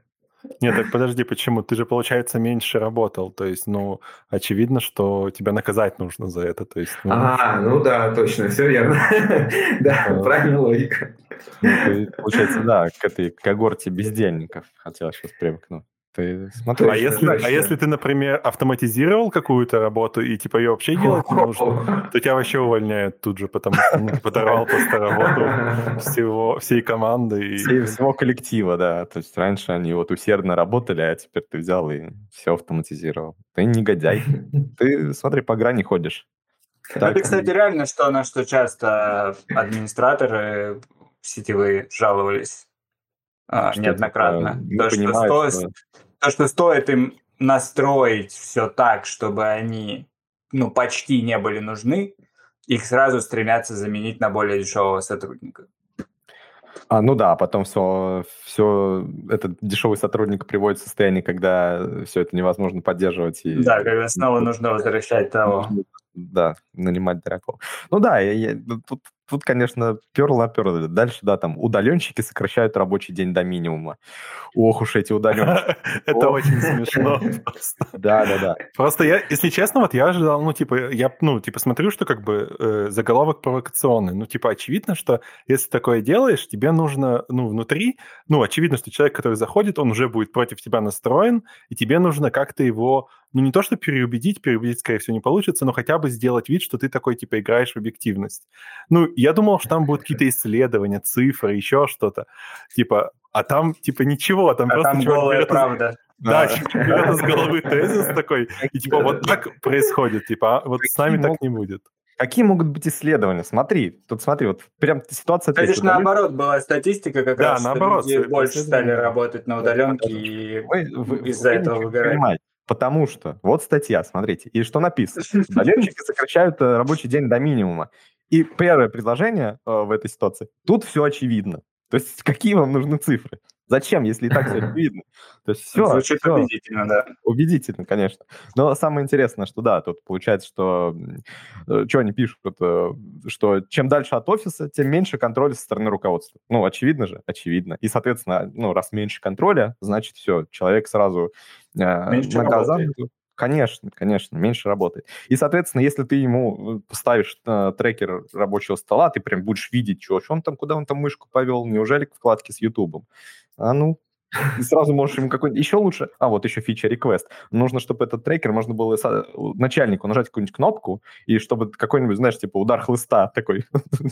Нет, так подожди, почему? Ты же, получается, меньше работал. То есть, ну, очевидно, что тебя наказать нужно за это. То есть, ну, А, ну да, точно, все верно. Да, а, правильная логика. Ну, ты, получается, да, к этой когорте бездельников хотел сейчас привыкнуть. Ты смотри, а Точно, если, а точно. если ты, например, автоматизировал какую-то работу и типа ее вообще делать не нужно, то тебя вообще увольняют тут же, потому что ну, ты подорвал просто работу всего, всей команды. И... всей- всего коллектива, да. То есть раньше они вот усердно работали, а теперь ты взял и все автоматизировал. Ты негодяй. Ты, смотри, по грани ходишь. Ну, Так, это, кстати, реально что на что часто администраторы сетевые жаловались а, что, типа, неоднократно. не То, что понимают, сто- что... то, что стоит им настроить все так, чтобы они ну, почти не были нужны, их сразу стремятся заменить на более дешевого сотрудника. А, ну да, потом все, все этот дешевый сотрудник приводит в состояние, когда все это невозможно поддерживать. И Да, когда снова нужно возвращать того. нужно, да, нанимать дорогого. Ну да, я- я- ну, тут, тут, конечно, перл на перл. Дальше, да, там удаленщики сокращают рабочий день до минимума. Ох уж эти удаленщики. Это Ох. очень смешно просто. Да, да, да. Просто я, если честно, вот я ожидал, ну, типа, я, ну, типа, смотрю, что как бы э, заголовок провокационный. Ну, типа, очевидно, что если такое делаешь, тебе нужно, ну, внутри, ну, очевидно, что человек, который заходит, он уже будет против тебя настроен, и тебе нужно как-то его, ну, не то что переубедить, переубедить, скорее всего, не получится, но хотя бы сделать вид, что ты такой, типа, играешь в объективность. Ну, я думал, что там будут какие-то исследования, цифры, еще что-то. Типа, а там, типа, ничего, там А просто там чувак голая берет из- правда. Да, Да. чувак берет из головы тезис такой, и типа вот так происходит, типа, а вот с нами Какие так не будет. Какие могут быть исследования? Смотри, тут смотри, вот прям ситуация Это есть. же наоборот была статистика, как Да, раз, что наоборот, люди это больше стали исследование, да. работать на удаленке и Вы, вы- из-за вы этого ничего не выгорать. понимаете. Потому что, вот статья, смотрите, и что написано. Удаленщики сокращают э, рабочий день до минимума. И первое предложение э, в этой ситуации. Тут все очевидно. То есть какие вам нужны цифры? Зачем, если и так все очевидно? То есть все, Звучит все убедительно, да. убедительно, конечно. Но самое интересное, что да, тут получается, что что они пишут, э, что чем дальше от офиса, тем меньше контроля со стороны руководства. Ну, очевидно же, очевидно. И, соответственно, ну, раз меньше контроля, значит, все, человек сразу э, Меньше на глаза... работает. Конечно, конечно, меньше работает. И, соответственно, если ты ему поставишь э, трекер рабочего стола, ты прям будешь видеть, что он там, куда он там мышку повел, неужели к вкладке с Ютубом? А ну, и сразу можешь ему какой-нибудь... Еще лучше... А, вот еще фича request. Нужно, чтобы этот трекер можно было со- начальнику нажать какую-нибудь кнопку, и чтобы какой-нибудь, знаешь, типа удар хлыста такой.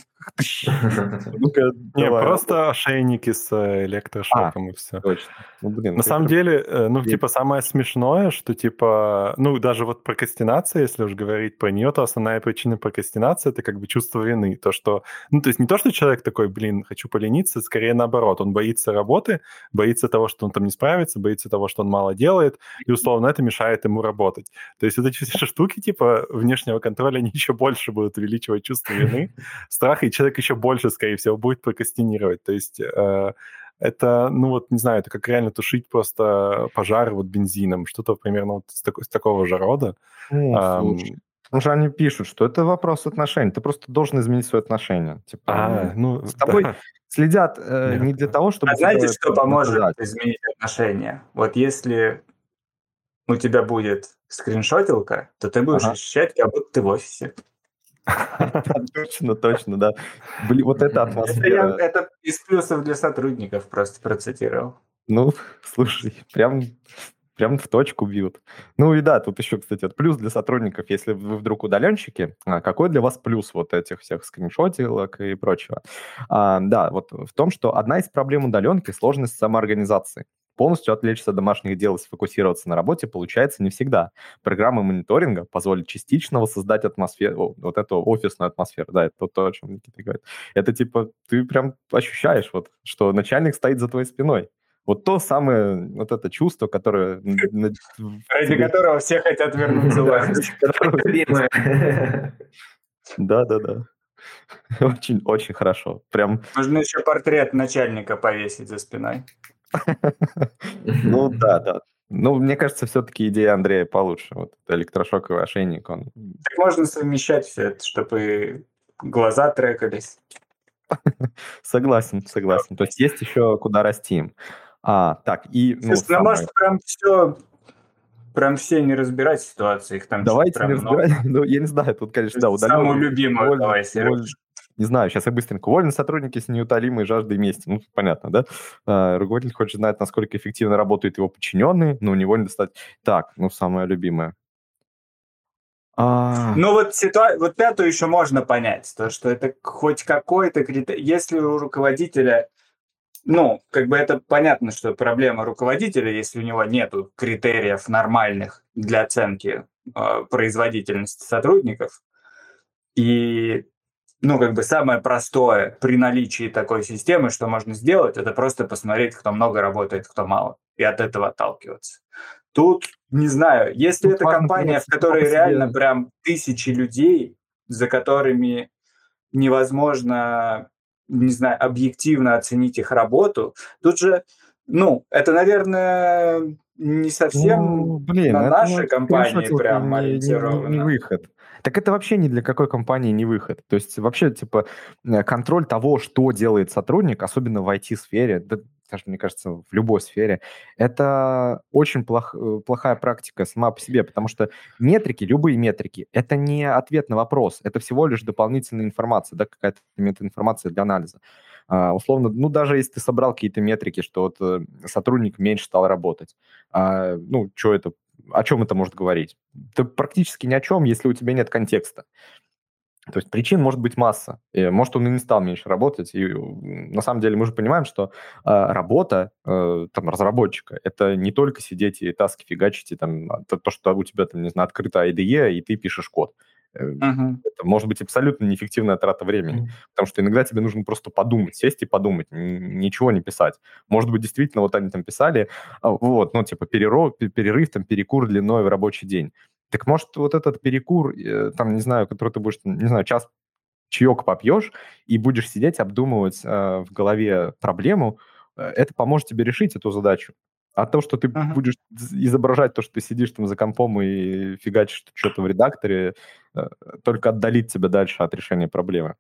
Ну-ка, Не, давай. просто ошейники с э, электрошоком и все. Точно. Ну, блин, На ты самом прям- деле, э, ну, Есть. типа, самое смешное, что, типа, ну, даже вот прокрастинация, если уж говорить про нее, то основная причина прокрастинации – это как бы чувство вины. То, что, ну, то есть не то, что человек такой, блин, хочу полениться, скорее наоборот. Он боится работы, боится того, что он там не справится, боится того, что он мало делает, и, условно, это мешает ему работать. То есть вот эти все штуки, типа, внешнего контроля, они еще больше будут увеличивать чувство вины, страха, и человек еще больше, скорее всего, будет прокрастинировать. То есть... э, это, ну вот, не знаю, это как реально тушить просто пожар вот бензином, что-то примерно вот с, тако- с такого же рода. Ну, Ам, слушай. Потому что они пишут, что это вопрос отношений. Ты просто должен изменить свое отношение. Типа, а, ну, с тобой да, следят э, не для понятно. того, чтобы А знаете, тебя что поможет наказать. изменить отношения? Вот если у тебя будет скриншотилка, то ты будешь Ага. ощущать, как будто ты в офисе. Точно, точно, да. Блин, вот эта Это, я, атмосфера. это из плюсов для сотрудников просто процитировал. Ну, слушай, прям, прям в точку бьют. Ну и да, тут еще, кстати, вот плюс для сотрудников, если вы вдруг удаленщики, а какой для вас плюс вот этих всех скриншотилок и прочего? А, да, вот в том, что одна из проблем удаленки – сложность самоорганизации. Полностью отвлечься от домашних дел и сфокусироваться на работе получается не всегда. Программы мониторинга позволят частично воссоздать атмосферу, вот эту офисную атмосферу. Да, это то, о чем Никита говорит. Это типа ты прям ощущаешь, вот, что начальник стоит за твоей спиной. Вот то самое, вот это чувство, которое... на- в Ради тебе- которого все хотят вернуться в офис. которое- Любимая. Да-да-да. Очень, очень хорошо. Прям, Нужно еще портрет начальника повесить за спиной. ну да, да. Ну, мне кажется, все-таки идея Андрея получше. Вот этот электрошоковый ошейник, он... Так можно совмещать все это, чтобы глаза трекались. Согласен, согласен. То есть есть еще куда расти им. А, так, и, ну, Слушай, ну, самое... может, прям все, прям все не разбирать ситуации, их там что-то Давайте прям не много. разбирать. Ну, я не знаю, тут, конечно, да, Самую удаленные, любимую уволен, давай, уволен- Сереж. не знаю, сейчас я быстренько. Уволены сотрудники с неутолимой жаждой мести. Ну, понятно, да? А, руководитель хочет знать, насколько эффективно работают его подчиненные, но у него не достать. Так, ну, самое любимое. А, Ну вот ситуа... вот пятую еще можно понять, то, что это хоть какой-то критерий. Если у руководителя, ну, как бы это понятно, что проблема руководителя, если у него нету критериев нормальных для оценки э, производительности сотрудников. И, ну, как бы самое простое при наличии такой системы, что можно сделать, это просто посмотреть, кто много работает, кто мало, и от этого отталкиваться. Тут, не знаю, если Тут это важно компания, понять, в которой сколько себе- реально прям тысячи людей, за которыми невозможно, не знаю, объективно оценить их работу, тут же, ну, это, наверное, не совсем Ну, блин, на это, нашей ну, компании скриншотилки прям не, не- не- не ориентировано. выход. Так это вообще ни для какой компании не выход. То есть вообще, типа, э, контроль того, что делает сотрудник, особенно в ай ти-сфере, да, даже, мне кажется, в любой сфере, это очень плох- э, плохая практика сама по себе, потому что метрики, любые метрики, это не ответ на вопрос, это всего лишь дополнительная информация, да, какая-то метаинформация для анализа. А, условно, ну, даже если ты собрал какие-то метрики, что вот э, сотрудник меньше стал работать, а, ну, что это, о чем это может говорить? Да практически ни о чем, если у тебя нет контекста. То есть причин может быть масса. И, может, он и не стал меньше работать. И м, на самом деле мы же понимаем, что э, работа э, там, разработчика – это не только сидеть и таски фигачить, и там, а, то, то, что у тебя, там, не знаю, открыта ай ди и, и ты пишешь код. Э, Мгм. Это может быть абсолютно неэффективная трата времени. Потому что иногда тебе нужно просто подумать, сесть и подумать, н- ничего не писать. Может быть, действительно, вот они там писали, а, вот, ну, типа перерыв, перерыв там, перекур длиной в рабочий день. Так может, вот этот перекур, э, там, не знаю, который ты будешь, не знаю, час чаек попьешь и будешь сидеть, обдумывать э, в голове проблему, э, это поможет тебе решить эту задачу. А то, что ты Мгм. будешь изображать то, что ты сидишь там за компом и фигачишь что-то в редакторе, э, только отдалит тебя дальше от решения проблемы.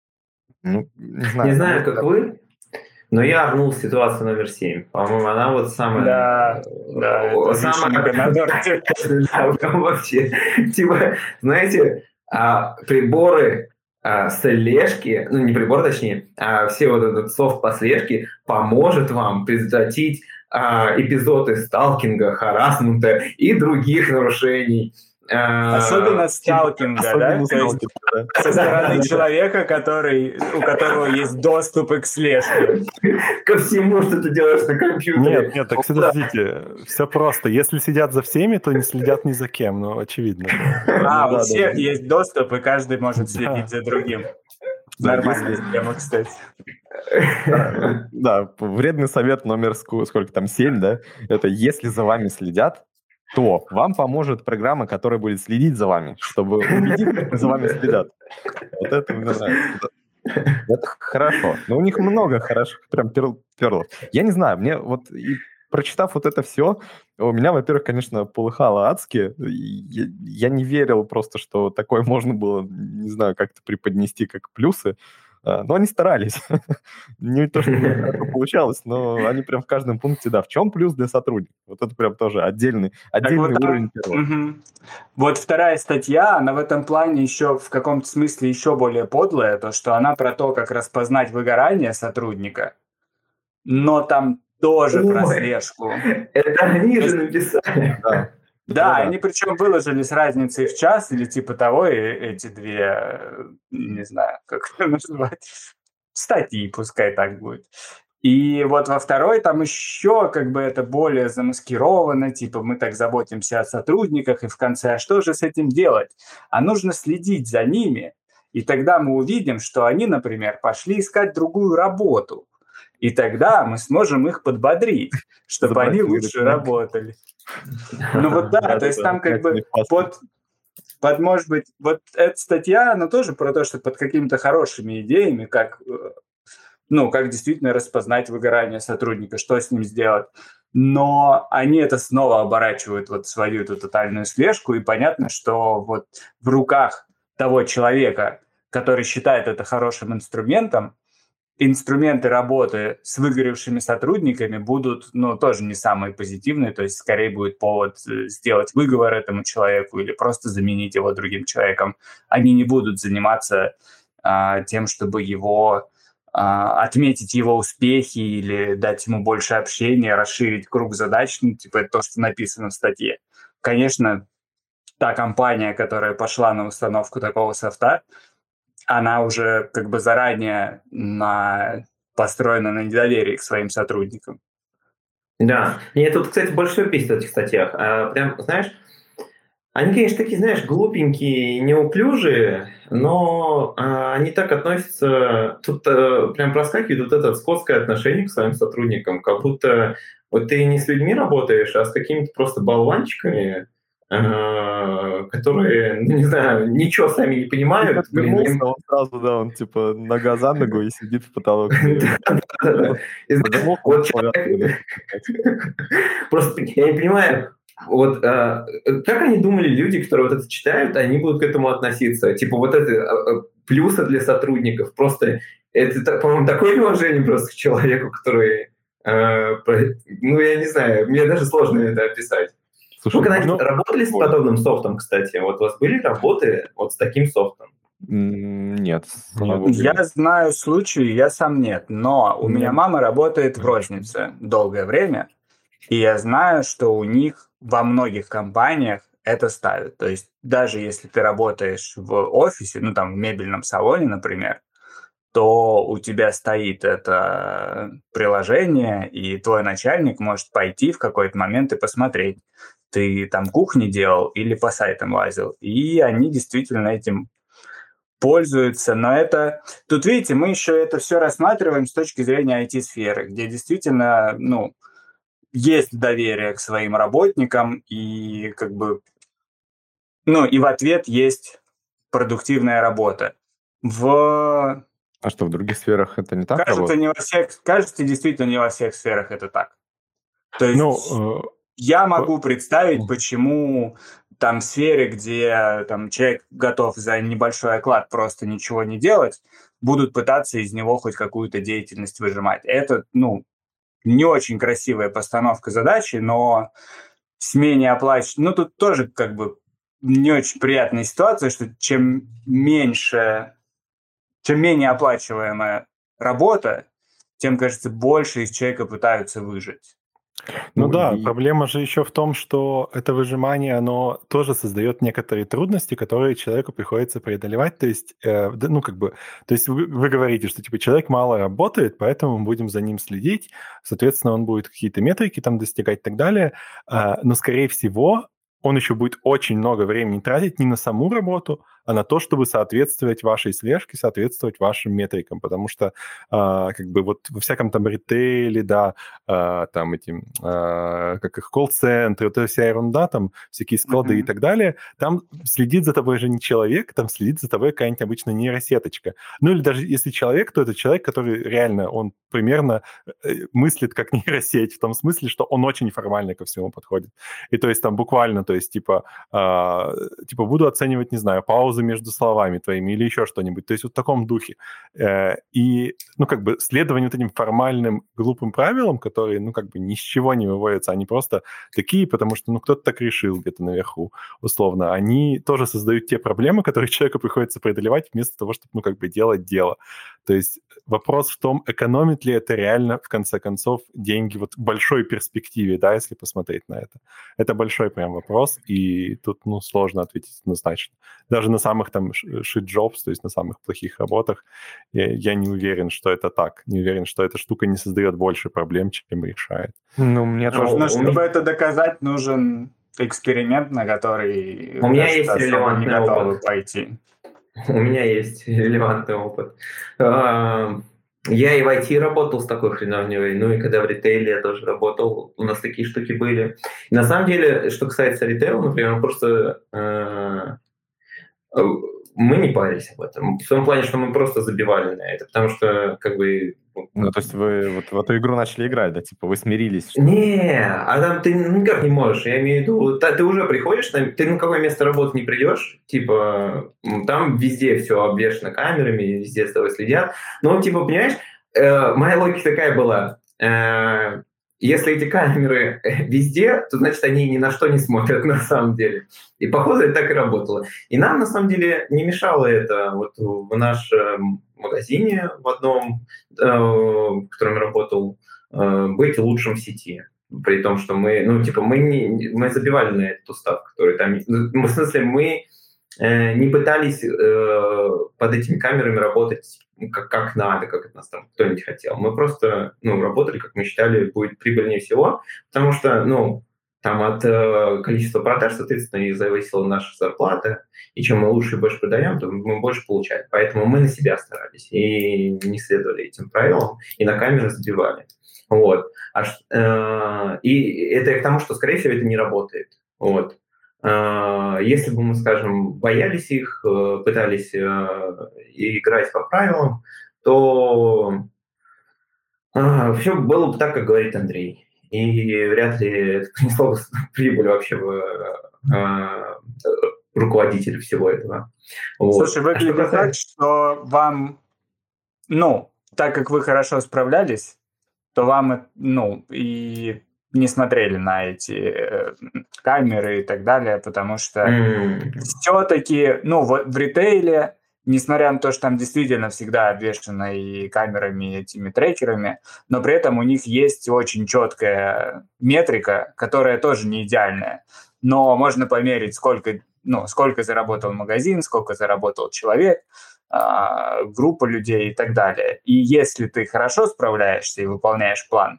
Ну, не знаю. Не на знаю, мой как взгляд, вы, но я орнул ситуацию номер семь. По-моему, она вот самая... Да, да, это вишенка самая... на торте. Да, прям вообще. Типа, знаете, а, приборы а, слежки, ну не прибор, точнее, а все вот этот софт по слежке поможет вам предотвратить а, эпизоды сталкинга, харассмента и других нарушений. А, Особенно сталкинга, да? особенно То есть сталкинга, да. со стороны человека, который, у которого есть доступ к слежке. ко всему, что ты делаешь на компьютере. Нет, нет, так подождите, все просто. Если следят за всеми, то не следят ни за кем, ну, очевидно. А, Ну у да, всех да. есть доступ, и каждый может Да. следить за другим. Да, Нормальная если- тема, кстати. Да, да, вредный совет номер ску- сколько там, семь, да? Это если за вами следят, то вам поможет программа, которая будет следить за вами, чтобы убедиться, что за вами следят. Вот это мне нравится. Это, это хорошо. Но у них много хороших прям перл- перлов. Я не знаю, мне вот и прочитав вот это все, у меня, во-первых, конечно, полыхало адски. И Я, я не верил просто, что такое можно было, не знаю, как-то преподнести как плюсы. А, Но они старались. Не то, что у них хорошо получалось, но они прям в каждом пункте, да, в чем плюс для сотрудников. Вот это прям тоже отдельный, Так отдельный вот там, уровень первого. мгм. Вот вторая статья, она в этом плане еще в каком-то смысле еще более подлая, то что она про то, как распознать выгорание сотрудника, но там тоже про Ой. слежку. Это они же написали. Да. Да, Ну они причем выложили с разницей в час или типа того, и эти две, э, не знаю, как это назвать, статьи, пускай так будет. И вот во второй там еще как бы это более замаскировано, типа мы так заботимся о сотрудниках, и в конце, а что же с этим делать? А нужно следить за ними, и тогда мы увидим, что они, например, пошли искать другую работу, и тогда мы сможем их подбодрить, чтобы они Запросили лучше документы. работали. Ну вот да, то есть там как бы под, под, может быть, вот эта статья, она тоже про то, что под какими-то хорошими идеями, как, э, ну, как действительно распознать выгорание сотрудника, что с ним сделать. Но они это снова оборачивают вот в свою эту тотальную слежку, и понятно, что вот в руках того человека, который считает это хорошим инструментом, инструменты работы с выгоревшими сотрудниками будут, ну, тоже не самые позитивные, то есть скорее будет повод сделать выговор этому человеку или просто заменить его другим человеком. Они не будут заниматься а, тем, чтобы его а, отметить его успехи или дать ему больше общения, расширить круг задач, ну, типа это то, что написано в статье. Конечно, та компания, которая пошла на установку такого софта, она уже как бы заранее на... построена на недоверии к своим сотрудникам. Да. Мне тут, кстати, больше всего бесит в этих статьях. А, прям, знаешь, они, конечно, такие, знаешь, глупенькие, неуклюжие, но а, они так относятся... Тут а, прям проскакивает вот это скотское отношение к своим сотрудникам, как будто вот ты не с людьми работаешь, а с какими-то просто болванчиками, которые, ну, не знаю, ничего сами не понимают. Блин, им... он сразу, да, он типа нога за ногу и сидит в потолок. Просто я не понимаю, вот как они думали, люди, которые вот это читают, они будут к этому относиться. Типа вот это плюсы для сотрудников. Просто это, по-моему, такое уважение просто к человеку, который, ну, я не знаю, мне даже сложно это описать. Слушай, вы когда-нибудь ну, работали с подобным софтом, кстати? Вот у вас были работы вот с таким софтом? Нет. Я знаю случаи, я сам нет. Но у нет. меня мама работает в рознице долгое время, и я знаю, что у них во многих компаниях это ставят. То есть даже если ты работаешь в офисе, ну там в мебельном салоне, например, то у тебя стоит это приложение, и твой начальник может пойти в какой-то момент и посмотреть, ты там кухни делал или по сайтам лазил. И они действительно этим пользуются. Но это... Тут, видите, мы еще это все рассматриваем с точки зрения ай ти-сферы, где действительно, ну, есть доверие к своим работникам, и как бы... Ну, и в ответ есть продуктивная работа. В... А что, в других сферах это не так кажется, работает? Не во всех, кажется, действительно не во всех сферах это так. То есть ну, я могу представить, почему там в сфере, где там человек готов за небольшой оклад просто ничего не делать, будут пытаться из него хоть какую-то деятельность выжимать. Это, ну, не очень красивая постановка задачи, но с менее оплачиваемой... Ну, тут тоже как бы не очень приятная ситуация, что чем меньше... Чем менее оплачиваемая работа, тем, кажется, больше из человека пытаются выжить. Ну, ну да, и... проблема же еще в том, что это выжимание, оно тоже создает некоторые трудности, которые человеку приходится преодолевать. То есть, э, ну, как бы, то есть вы, вы говорите, что типа человек мало работает, поэтому мы будем за ним следить, соответственно, он будет какие-то метрики там достигать и так далее, э, но, скорее всего, он еще будет очень много времени тратить не на саму работу, а на то, чтобы соответствовать вашей слежке, соответствовать вашим метрикам, потому что э, как бы вот во всяком там ритейле, да, э, там этим, э, как их, колл-центры, вот эта вся ерунда, там всякие склады mm-hmm. и так далее, там следит за тобой же не человек, там следит за тобой какая-нибудь обычная нейросеточка. Ну или даже если человек, то это человек, который реально, он примерно мыслит как нейросеть, в том смысле, что он очень формально ко всему подходит. И то есть там буквально, то есть типа, э, типа буду оценивать, не знаю, паузы между словами твоими или еще что-нибудь. То есть вот в таком духе. Э, и, ну, как бы следование вот этим формальным глупым правилам, которые, ну, как бы ни с чего не выводятся, они просто такие, потому что, ну, кто-то так решил где-то наверху, условно. Они тоже создают те проблемы, которые человеку приходится преодолевать вместо того, чтобы, ну, как бы делать дело. То есть вопрос в том, экономит ли это реально, в конце концов, деньги вот в большой перспективе, да, если посмотреть на это. Это большой прям вопрос, и тут, ну, сложно ответить однозначно. Даже на самых там shit-jobs, то есть на самых плохих работах, я, я не уверен, что это так. Не уверен, что эта штука не создает больше проблем, чем решает. Ну, мне тоже... Но чтобы это доказать, нужен эксперимент, на который... У меня есть релевантный не готовы опыт. пойти. У меня есть релевантный опыт. Я и в ай ти работал с такой хреновней, ну и когда в ритейле я тоже работал, у нас такие штуки были. И на самом деле, что касается ритейла, например, просто э, мы не парились об этом. В том плане, что мы просто забивали на это, потому что как бы... Ну, то есть вы вот в эту игру начали играть, да? Типа вы смирились? Что... Не, а там ты никак не можешь. Я имею в виду, ты уже приходишь, ты на какое место работы не придешь, типа там везде все обвешано камерами, везде с тобой следят. Но, типа, понимаешь, э, моя логика такая была. Э, если эти камеры везде, то значит они ни на что не смотрят на самом деле. И походу это так и работало. И нам на самом деле не мешало это вот в нашем магазине в одном, э, в котором я работал, э, быть лучшим в сети. При том, что мы, ну, типа, мы, не, мы забивали на этот устав, который там... Ну, в смысле, мы э, не пытались э, под этими камерами работать как, как надо, как от нас там кто-нибудь хотел. Мы просто, ну, работали, как мы считали, будет прибыльнее всего, потому что, ну, там от э, количества продаж, соответственно, и зависела наша зарплата, и чем мы лучше и больше продаем, то мы больше получаем. Поэтому мы на себя старались и не следовали этим правилам, и на камеры забивали. Вот. А, э, и это к тому, что, скорее всего, это не работает. Вот. Э, если бы мы, скажем, боялись их, э, пытались э, играть по правилам, то э, все было бы так, как говорит Андрей. И вряд ли это принесло бы прибыль вообще в э, руководителю всего этого. Вот. Слушай, выглядит а что так, что вам, ну, так как вы хорошо справлялись, то вам, ну, и не смотрели на эти э, камеры и так далее, потому что mm. все-таки, ну, в, в ритейле, несмотря на то, что там действительно всегда обвешано и камерами, и этими трекерами, но при этом у них есть очень четкая метрика, которая тоже не идеальная, но можно померить, сколько, ну, сколько заработал магазин, сколько заработал человек, группа людей и так далее. И если ты хорошо справляешься и выполняешь план,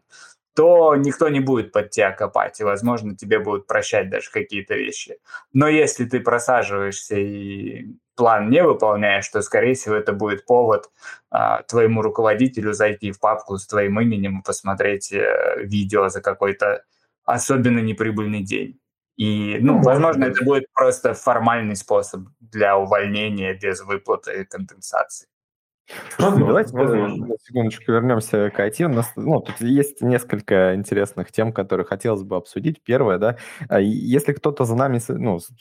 то никто не будет под тебя копать, и, возможно, тебе будут прощать даже какие-то вещи. Но если ты просаживаешься и план не выполняешь, то, скорее всего, это будет повод а, твоему руководителю зайти в папку с твоим именем и посмотреть э, видео за какой-то особенно неприбыльный день. И, ну, ну возможно, это будет просто формальный способ для увольнения без выплаты компенсации. Возможно, Давайте возможно. на секундочку вернемся к ай ти. У нас, ну, тут есть несколько интересных тем, которые хотелось бы обсудить. Первое, да, если кто-то за нами, ну, за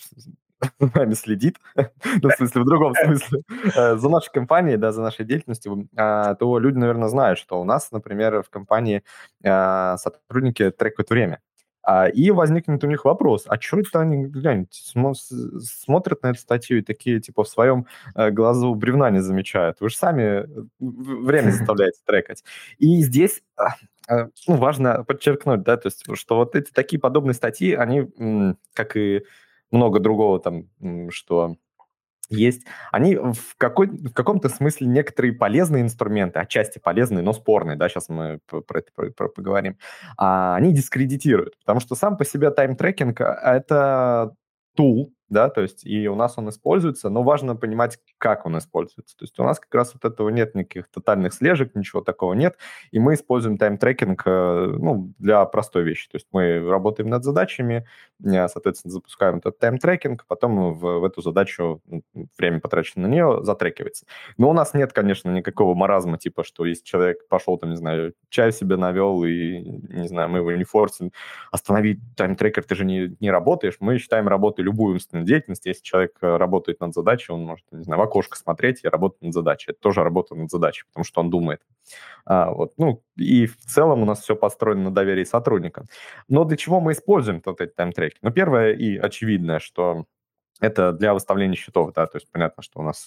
нами следит, ну, в смысле, в другом смысле, за нашей компанией, да, за нашей деятельностью, то люди, наверное, знают, что у нас, например, в компании сотрудники трекают время. И возникнет у них вопрос, а что это они, глянь, смотрят на эту статью и такие, типа, в своем глазу бревна не замечают? Вы же сами время заставляете трекать. И здесь ну, важно подчеркнуть, да, то есть, что вот эти такие подобные статьи, они, как и много другого там, что... есть, они в, какой, в каком-то смысле некоторые полезные инструменты, отчасти полезные, но спорные, да, сейчас мы про это про, про, поговорим, а, они дискредитируют, потому что сам по себе тайм-трекинг – это тул, да, то есть и у нас он используется, но важно понимать, как он используется. То есть у нас как раз вот этого нет, никаких тотальных слежек, ничего такого нет, и мы используем тайм-трекинг, ну, для простой вещи. То есть мы работаем над задачами, соответственно, запускаем этот тайм-трекинг, потом в, в эту задачу время, потраченное на нее, затрекивается. Но у нас нет, конечно, никакого маразма, типа, что если человек пошел, там, не знаю, чай себе навел, и, не знаю, мы его не форсим, останови тайм-трекер, ты же не, не работаешь. Мы считаем работой любую умственную деятельность. Если человек работает над задачей, он может, не знаю, в окошко смотреть и работать над задачей. Это тоже работа над задачей, потому что он думает. А, вот, ну, и в целом у нас все построено на доверии сотрудника. Но для чего мы используем вот эти тайм-треки? Ну, первое и очевидное, что это для выставления счетов, да, то есть понятно, что у нас,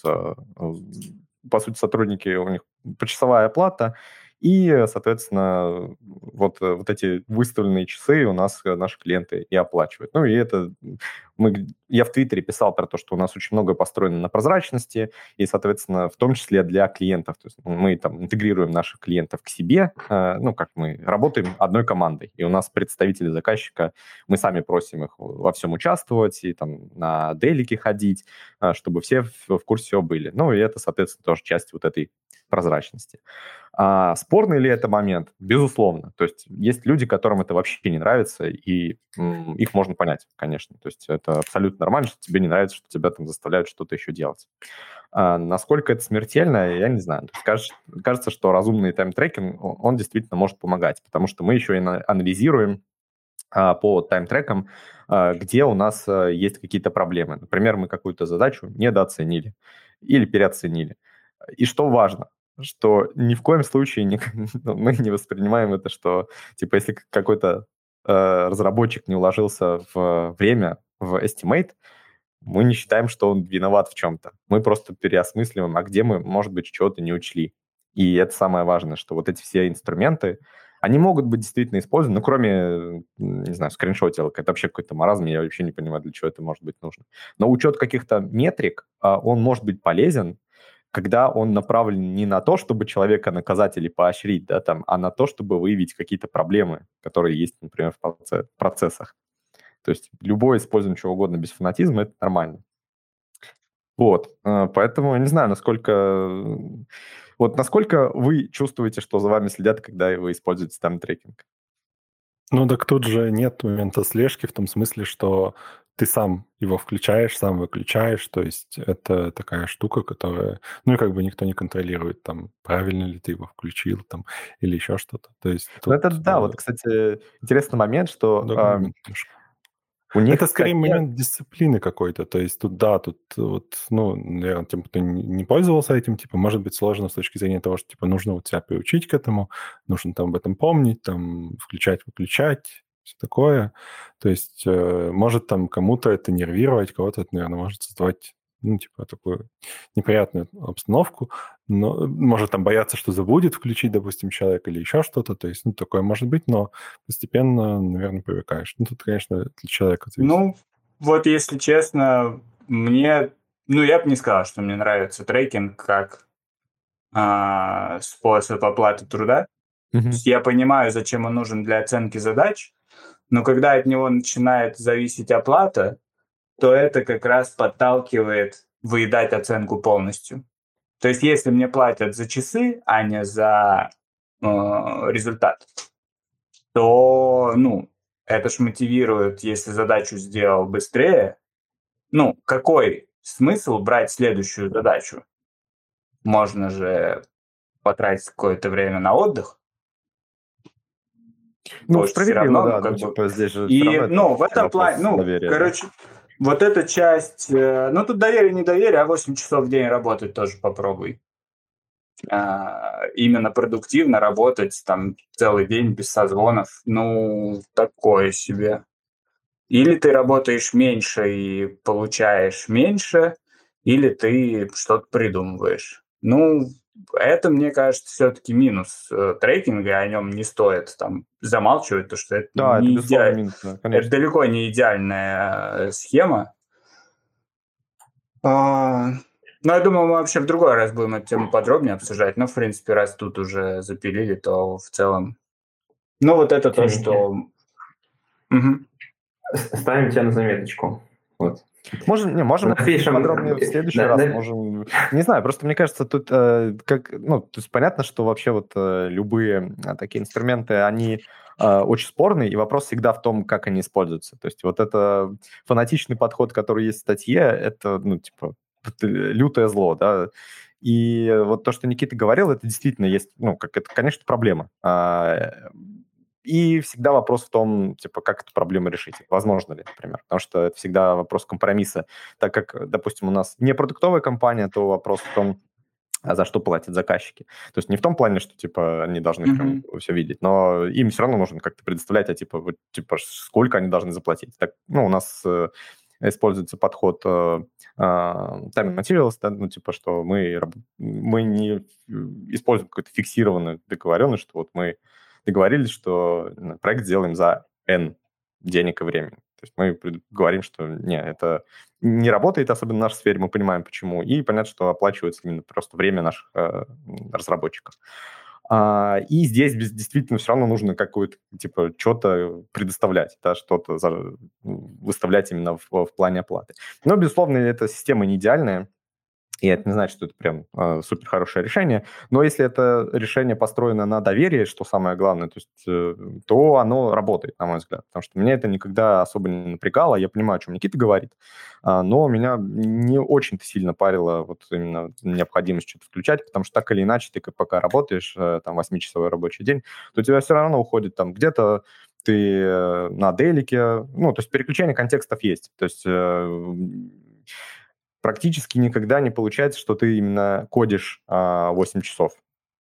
по сути, сотрудники, у них почасовая оплата, и, соответственно, вот, вот эти выставленные часы у нас наши клиенты и оплачивают. Ну, и это... Мы, я в Твиттере писал про то, что у нас очень многое построено на прозрачности, и, соответственно, в том числе для клиентов. То есть мы там интегрируем наших клиентов к себе, э, ну, как мы работаем одной командой, и у нас представители заказчика, мы сами просим их во всем участвовать, и там на дейлики ходить, э, чтобы все в, в курсе всего были. Ну, и это, соответственно, тоже часть вот этой прозрачности. А спорный ли это момент? Безусловно. То есть есть люди, которым это вообще не нравится, и м, их можно понять, конечно. То есть это абсолютно нормально, что тебе не нравится, что тебя там заставляют что-то еще делать. А насколько это смертельно, я не знаю. То есть кажется, кажется, что разумный тайм-трекинг, он действительно может помогать, потому что мы еще и анализируем а, по тайм-трекам, а, где у нас а, есть какие-то проблемы. Например, мы какую-то задачу недооценили или переоценили. И что важно? что ни в коем случае не, ну, мы не воспринимаем это, что, типа, если какой-то э, разработчик не уложился в время, в estimate, мы не считаем, что он виноват в чем-то. Мы просто переосмысливаем, а где мы, может быть, чего-то не учли. И это самое важное, что вот эти все инструменты, они могут быть действительно использованы, ну, кроме, не знаю, скриншотилок. Это вообще какой-то маразм, я вообще не понимаю, для чего это может быть нужно. Но учет каких-то метрик, а, он может быть полезен, когда он направлен не на то, чтобы человека наказать или поощрить, да, там, а на то, чтобы выявить какие-то проблемы, которые есть, например, в проце- процессах. То есть любое использование чего угодно без фанатизма – это нормально. Вот, э, поэтому я не знаю, насколько... э, Вот насколько вы чувствуете, что за вами следят, когда вы используете тайм-трекинг? Ну, так тут же нет момента слежки в том смысле, что ты сам его включаешь, сам выключаешь, то есть это такая штука, которая, ну, и как бы никто не контролирует, там, правильно ли ты его включил, там, или еще что-то. То есть Ну, тут это да, э, вот, кстати, интересный момент, что другой а, момент немножко. у них Это в скорее статье... момент дисциплины какой-то. То есть тут, да, тут вот, ну, наверное, тем, кто не не пользовался этим, типа, может быть сложно с точки зрения того, что, типа, нужно вот себя приучить к этому, нужно там об этом помнить, там, включать, выключать, все такое. То есть, э, может там кому-то это нервировать, кого-то это, наверное, может создавать, ну, типа, такую неприятную обстановку, но э, может там бояться, что забудет включить, допустим, человек или еще что-то. То есть, ну, такое может быть, но постепенно, наверное, привыкаешь. Ну, тут, конечно, от человека зависит. Ну, вот если честно, мне... Ну, я бы не сказал, что мне нравится трекинг как а, способ оплаты труда. То Мгм. есть я понимаю, зачем он нужен для оценки задач, но когда от него начинает зависеть оплата, то это как раз подталкивает выедать оценку полностью. То есть если мне платят за часы, а не за э, результат, то, ну, это ж мотивирует, если задачу сделал быстрее. Ну, какой смысл брать следующую задачу? Можно же потратить какое-то время на отдых, Ну, то есть все справедливо, равно, ну, да. Ну, как бы... типа, здесь же все И, равно это ну, в всё-таки этом плане, вопрос ну, доверия, да. короче, вот эта часть, э, ну, тут доверие, не доверие, а восемь часов в день работать тоже попробуй. А, именно продуктивно работать там целый день без созвонов, ну, такое себе. Или ты работаешь меньше и получаешь меньше, или ты что-то придумываешь. Ну, это, мне кажется, все-таки минус э, трекинга, и о нем не стоит там замалчивать, то что это Да, это не безусловно идеально. минус, да, Это конечно. далеко не идеальная э, схема. А, Ну, я думаю, мы вообще в другой раз будем эту тему подробнее обсуждать. Но, в принципе, раз тут уже запилили, то в целом... Ну, вот это то, Тимати, что... Мгм. с- ставим тебя на заметочку. Вот. Можем, не, можем обсудить подробнее Напишем... в следующий на- раз. на- Можем, не знаю, просто мне кажется, тут э, как, ну, то есть понятно, что вообще вот э, любые а, такие инструменты, они э, очень спорные, и вопрос всегда в том, как они используются. То есть вот это фанатичный подход, который есть в статье, это, ну, типа, это лютое зло, да. И вот то, что Никита говорил, это действительно есть, ну, как это, конечно, проблема. А, И всегда вопрос в том, типа, как эту проблему решить, возможно ли, например. Потому что это всегда вопрос компромисса. Так как, допустим, у нас не продуктовая компания, то вопрос в том, а за что платят заказчики. То есть не в том плане, что, типа, они должны прям Мгм. все видеть, но им все равно нужно как-то предоставлять, а, типа, вот, типа, сколько они должны заплатить. Так, ну, у нас э, используется подход э, э, time and materials, да, ну, типа, что мы, раб- мы не э, используем какую-то фиксированную договоренность, что вот мы договорились, что ну, проект сделаем за N денег и времени. То есть мы пред- говорим, что не, это не работает, особенно в нашей сфере, мы понимаем, почему. И понятно, что оплачивается именно просто время наших э, разработчиков. А, и здесь без- действительно все равно нужно какое-то, типа, что-то предоставлять, да, что-то за- выставлять именно в, в плане оплаты. Но, безусловно, эта система не идеальная, и это не значит, что это прям э, супер хорошее решение. Но если это решение построено на доверии, что самое главное, то, есть, э, то оно работает, на мой взгляд. Потому что меня это никогда особо не напрягало. Я понимаю, о чем Никита говорит, а, но меня не очень-то сильно парило вот именно необходимость что-то включать, потому что так или иначе ты как пока работаешь, э, там, восьмичасовой рабочий день, то у тебя все равно уходит там где-то ты э, на делике, ну, то есть переключение контекстов есть. То есть э, практически никогда не получается, что ты именно кодишь а, восемь часов.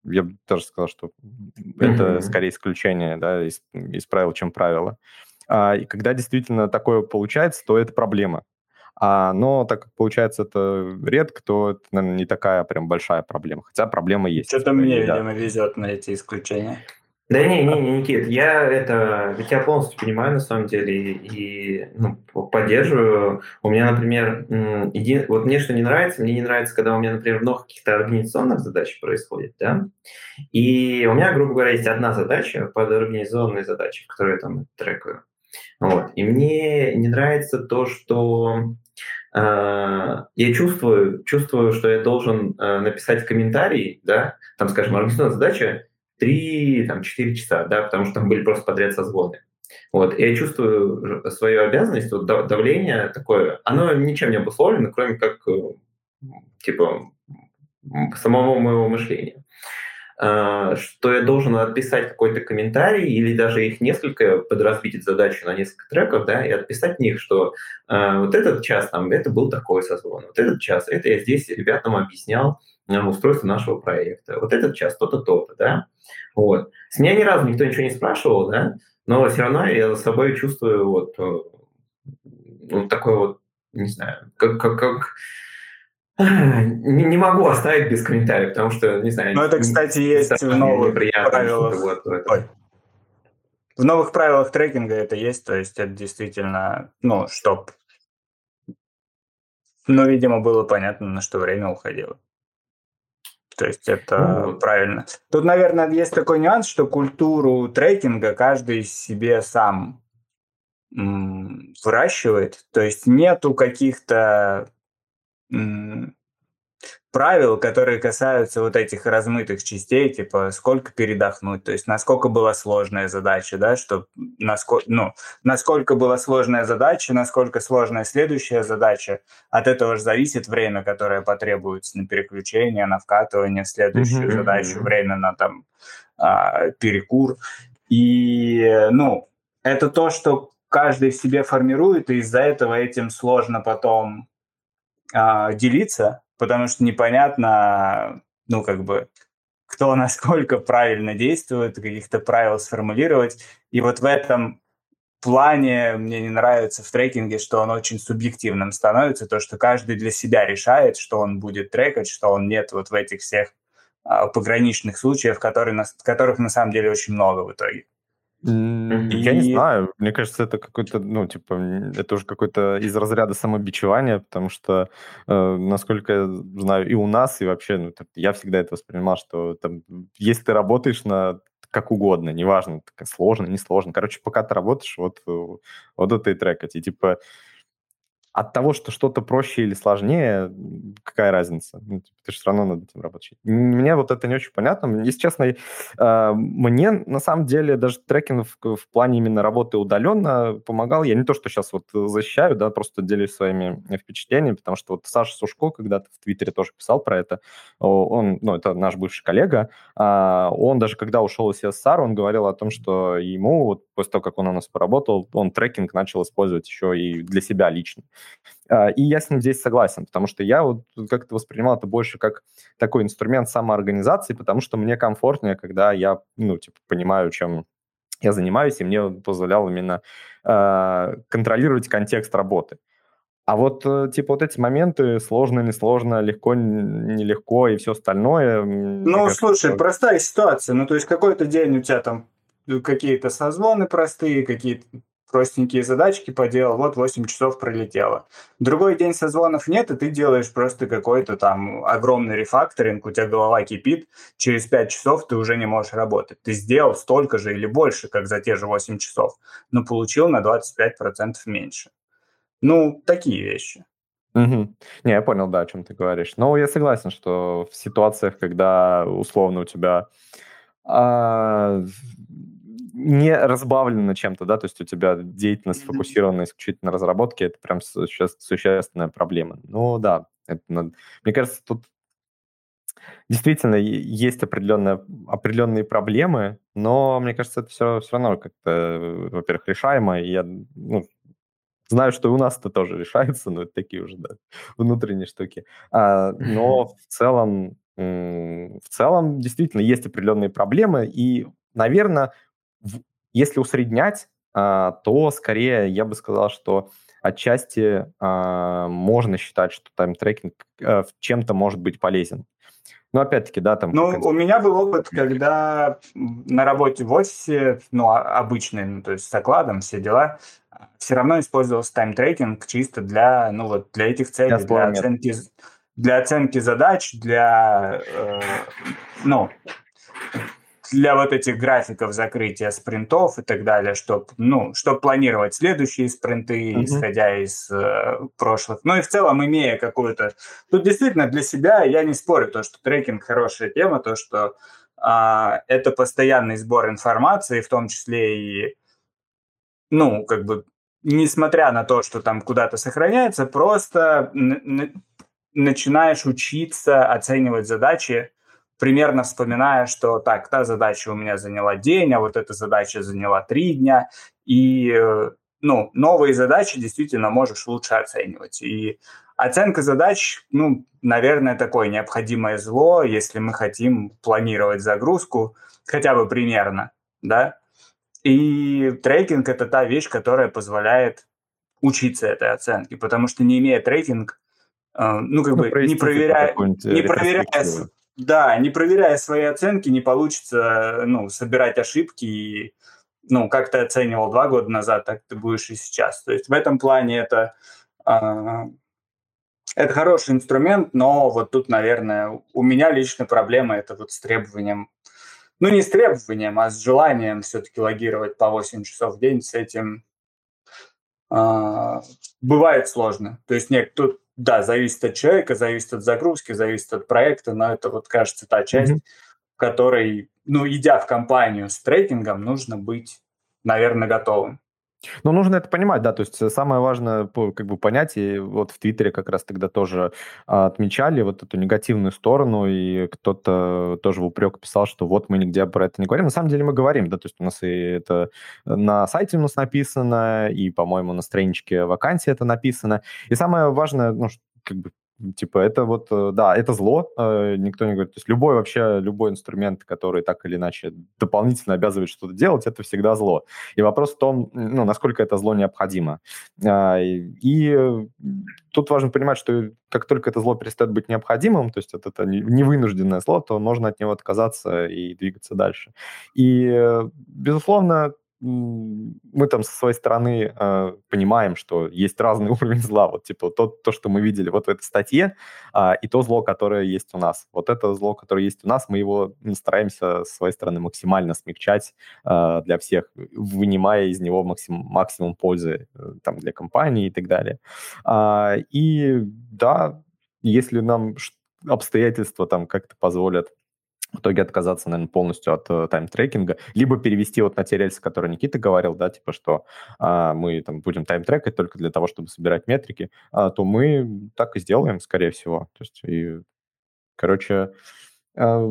я бы тоже сказал, что это Мгм. скорее исключение, да, из, из правил, чем правило. А, и когда действительно такое получается, то это проблема. А, но так как получается это редко, то это, наверное, не такая прям большая проблема. Хотя проблема есть. Что-то Типа, мне, и да. видимо, везет на эти исключения. Да не, не, не, Никит, я это, я тебя полностью понимаю на самом деле и ну, поддерживаю. У меня, например, м, еди- вот мне что не нравится, мне не нравится, когда у меня, например, много каких-то организационных задач происходит, да, и у меня, грубо говоря, есть одна задача под организационной задачей, которую я там трекаю. Вот. И мне не нравится то, что э, я чувствую, чувствую, что я должен э, написать комментарий, да, там, скажем, организационная задача три-четыре часа, да, потому что там были просто подряд созвоны. Вот. И я чувствую свою обязанность, вот дав- давление такое, оно ничем не обусловлено, кроме как, э, типа, м, самого моего мышления. А, что я должен отписать какой-то комментарий или даже их несколько, подразбить задачу на несколько треков, да, и отписать в них, что э, вот этот час там, это был такой созвон, вот этот час, это я здесь ребятам объяснял э, устройство нашего проекта, вот этот час то-то, то-то, да. Вот. С меня ни разу никто ничего не спрашивал, да, но все равно я за собой чувствую вот, э, вот такой вот, не знаю, как, как, как не, не могу оставить без комментариев, потому что, не знаю, Ну, это, кстати, есть в новых неприятно правилах. что-то вот в этом. Ой. В новых правилах трекинга это есть, то есть это действительно, ну, чтоб, ну, видимо, было понятно, на что время уходило. То есть это Ну, правильно. Тут, наверное, есть такой нюанс, что культуру трекинга каждый себе сам м, выращивает. То есть нету каких-то м, правил, которые касаются вот этих размытых частей, типа сколько передохнуть, то есть насколько была сложная задача, да, что насколько, ну, насколько была сложная задача, насколько сложная следующая задача, от этого же зависит время, которое потребуется на переключение, на вкатывание в следующую Мгм. задачу, Мгм. время на там а, перекур. И, ну, это то, что каждый в себе формирует, и из-за этого этим сложно потом а, делиться, потому что непонятно, ну, как бы, кто насколько правильно действует, каких-то правил сформулировать. И вот в этом плане мне не нравится в трекинге, что он очень субъективным становится, то, что каждый для себя решает, что он будет трекать, что он нет вот в этих всех а, пограничных случаях, которые, нас- которых на самом деле очень много в итоге. М, Мгм. Я не И знаю, мне кажется, это какой-то, ну, типа, м, это уже какой-то из разряда самобичевания, потому что, э, насколько я знаю, и у нас, и вообще, ну, так, я всегда это воспринимал, что там, м, если ты работаешь на как угодно, неважно, так, сложно, не сложно. Короче, пока ты работаешь, вот, э, вот это и трекать. И типа от того, что что-то проще или сложнее, м, какая разница? Ну, типа, ты же все равно над этим работаешь. М, Мне вот это не очень понятно. М, Если честно, и, а, мне на самом деле даже трекинг в, в плане именно работы удаленно помогал. Я не то, что сейчас вот э, защищаю, да, просто делюсь своими э, впечатлениями, потому что вот Саша Сушко когда-то в Твиттере тоже писал про это. О, Он, ну, это наш бывший коллега. а, Он даже когда ушел из си эс ар, он говорил о том, что ему, вот после того, как он у нас поработал, он трекинг начал использовать еще и для себя лично. А, И я с ним здесь согласен, потому что я вот как-то воспринимал это больше как такой инструмент самоорганизации, потому что мне комфортнее, когда я, ну, типа, понимаю, чем я занимаюсь, и мне он позволял именно а, контролировать контекст работы. А вот, э, типа, вот эти моменты, сложно, несложно, легко, н- нелегко и все остальное, м, мне Ну, кажется, слушай, что... простая ситуация. Ну, то есть какой-то день у тебя там э, какие-то созвоны простые, какие-то простенькие задачки поделал, вот восемь часов пролетело. Другой день созвонов нет, и ты делаешь просто какой-то там огромный рефакторинг, у тебя голова кипит, через пять часов ты уже не можешь работать. Ты сделал столько же или больше, как за те же восемь часов, но получил на двадцать пять процентов меньше. Ну, такие вещи. Мгм. Не, я понял, да, о чем ты говоришь. Но я согласен, что в ситуациях, когда условно у тебя а, не разбавлено чем-то, да, то есть у тебя деятельность сфокусирована исключительно на разработке, это прям суще- существенная проблема. Ну да, это надо- мне кажется, тут действительно и- есть определенные, определенные проблемы, но мне кажется, это все, все равно как-то, э, во-первых, решаемо, и я, ну, знаю, что и у нас это тоже решается, но это такие уже, да, внутренние штуки. А, но в целом м, в целом действительно есть определенные проблемы, и, наверное, в- если усреднять, а, то скорее я бы сказал, что отчасти а, можно считать, что тайм-трекинг э, в чем-то может быть полезен. Но опять-таки, да, там Ну, как... у меня был опыт, когда м, на работе в офисе, ну, а- обычный, ну, то есть с окладом, все дела, все равно использовался тайм-трекинг чисто для, ну, вот для этих Я целей, для слоя метод. оценки, з- для оценки задач, для, э, ну, для вот этих графиков закрытия спринтов и так далее, чтобы, ну, чтобы планировать следующие спринты, Мгм. исходя из э, прошлых. Ну и в целом, имея какую-то... Тут действительно для себя я не спорю, то, что трекинг хорошая тема, то, что а, это постоянный сбор информации, в том числе и, ну, как бы, несмотря на то, что там куда-то сохраняется, просто н- н- начинаешь учиться оценивать задачи, примерно вспоминая, что так, та задача у меня заняла день, а вот эта задача заняла три дня. И э, ну, новые задачи действительно можешь лучше оценивать. И оценка задач, ну, наверное, такое необходимое зло, если мы хотим планировать загрузку хотя бы примерно, да. И трекинг – это та вещь, которая позволяет учиться этой оценке, потому что не имея трекинг, э, ну, как Ну, бы не провести типа проверяя, какую-нибудь не э, проверяя, с- ретроспективу. да, не проверяя свои оценки, не получится, э, ну, собирать ошибки и, ну, как ты оценивал два года назад, так ты будешь и сейчас. То есть в этом плане это, а, это хороший инструмент, но вот тут, наверное, у меня лично проблема это вот с требованием, ну, не с требованием, а с желанием все-таки логировать по восемь часов в день. С этим а, бывает сложно. То есть нет, тут, да, зависит от человека, зависит от загрузки, зависит от проекта, но это вот, кажется, та часть, Мгм. в которой, ну, идя в компанию с трекингом, нужно быть, наверное, готовым. Ну, нужно это понимать, да, то есть э, самое важное по- как бы понять, и вот в Твиттере как раз тогда тоже а, отмечали вот эту негативную сторону, и кто-то тоже в упрек писал, что вот мы нигде про это не говорим. На самом деле мы говорим, да, то есть у нас и это на сайте у нас написано, и, по-моему, на страничке вакансии это написано. И самое важное, ну, ш- как бы типа, это вот, э, да, это зло, э, никто не говорит. То есть любой вообще, любой инструмент, который так или иначе дополнительно обязывает что-то делать, это всегда зло. И вопрос в том, ну, насколько это зло необходимо. А, И и, э, тут важно понимать, что как только это зло перестает быть необходимым, то есть это, это не- невынужденное зло, то можно от него отказаться и двигаться дальше. И, э, безусловно, м, мы там со своей стороны э, понимаем, что есть разный уровень зла. Вот типа то, то, что мы видели вот в этой статье, а, и то зло, которое есть у нас. Вот это зло, которое есть у нас, мы его м, стараемся со своей стороны максимально смягчать а, для всех, вынимая из него максим, максимум пользы э, там, для компании и так далее. А, и да, если нам ш- обстоятельства там как-то позволят в итоге отказаться, наверное, полностью от э, тайм-трекинга, либо перевести вот на те рельсы, которые Никита говорил, да, типа, что а, мы там будем тайм-трекать только для того, чтобы собирать метрики, а, то мы так и сделаем, скорее всего. То есть, и, короче, а,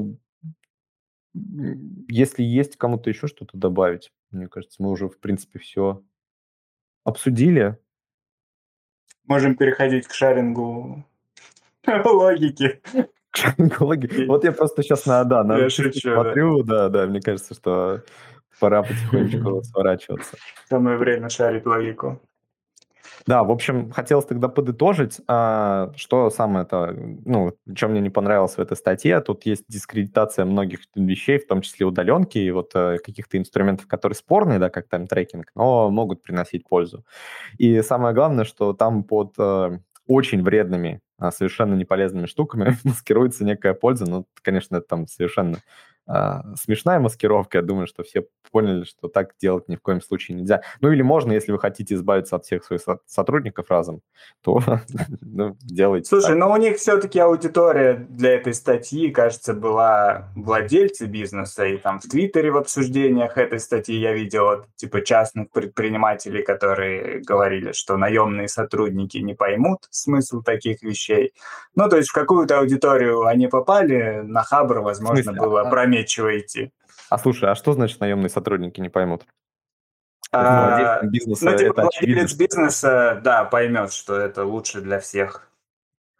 м, если есть кому-то еще что-то добавить, мне кажется, мы уже, в принципе, все обсудили. Можем переходить к шарингу логики. Экологи- Вот я просто сейчас на, да, на Я часы шучу, да. смотрю, да, да, мне кажется, что пора потихонечку сворачиваться. Самое время шарить логику. Да, в общем, хотелось тогда подытожить, а, что самое-то, ну, что мне не понравилось в этой статье. Тут есть дискредитация многих вещей, в том числе удаленки и вот э, каких-то инструментов, которые спорные, да, как тайм-трекинг, но могут приносить пользу. И самое главное, что там под э, очень вредными, а, совершенно неполезными штуками маскируется некая польза. Ну, конечно, это там совершенно а, смешная маскировка. Я думаю, что все поняли, что так делать ни в коем случае нельзя. Ну или можно, если вы хотите избавиться от всех своих со- сотрудников разом, то ну, делайте Слушай, так. но у них все-таки аудитория для этой статьи, кажется, была владельцы бизнеса, и там в Твиттере в обсуждениях этой статьи я видел вот, типа частных предпринимателей, которые говорили, что наемные сотрудники не поймут смысл таких вещей. Ну, то есть в какую-то аудиторию они попали, на Хабр, В возможно, смысле? было А, а- опрометчиво идти. а слушай, а что значит наемные сотрудники не поймут? А, Владельцам бизнеса ну, типа это очевидно, владелец что... бизнеса, да, поймет, что это лучше для всех.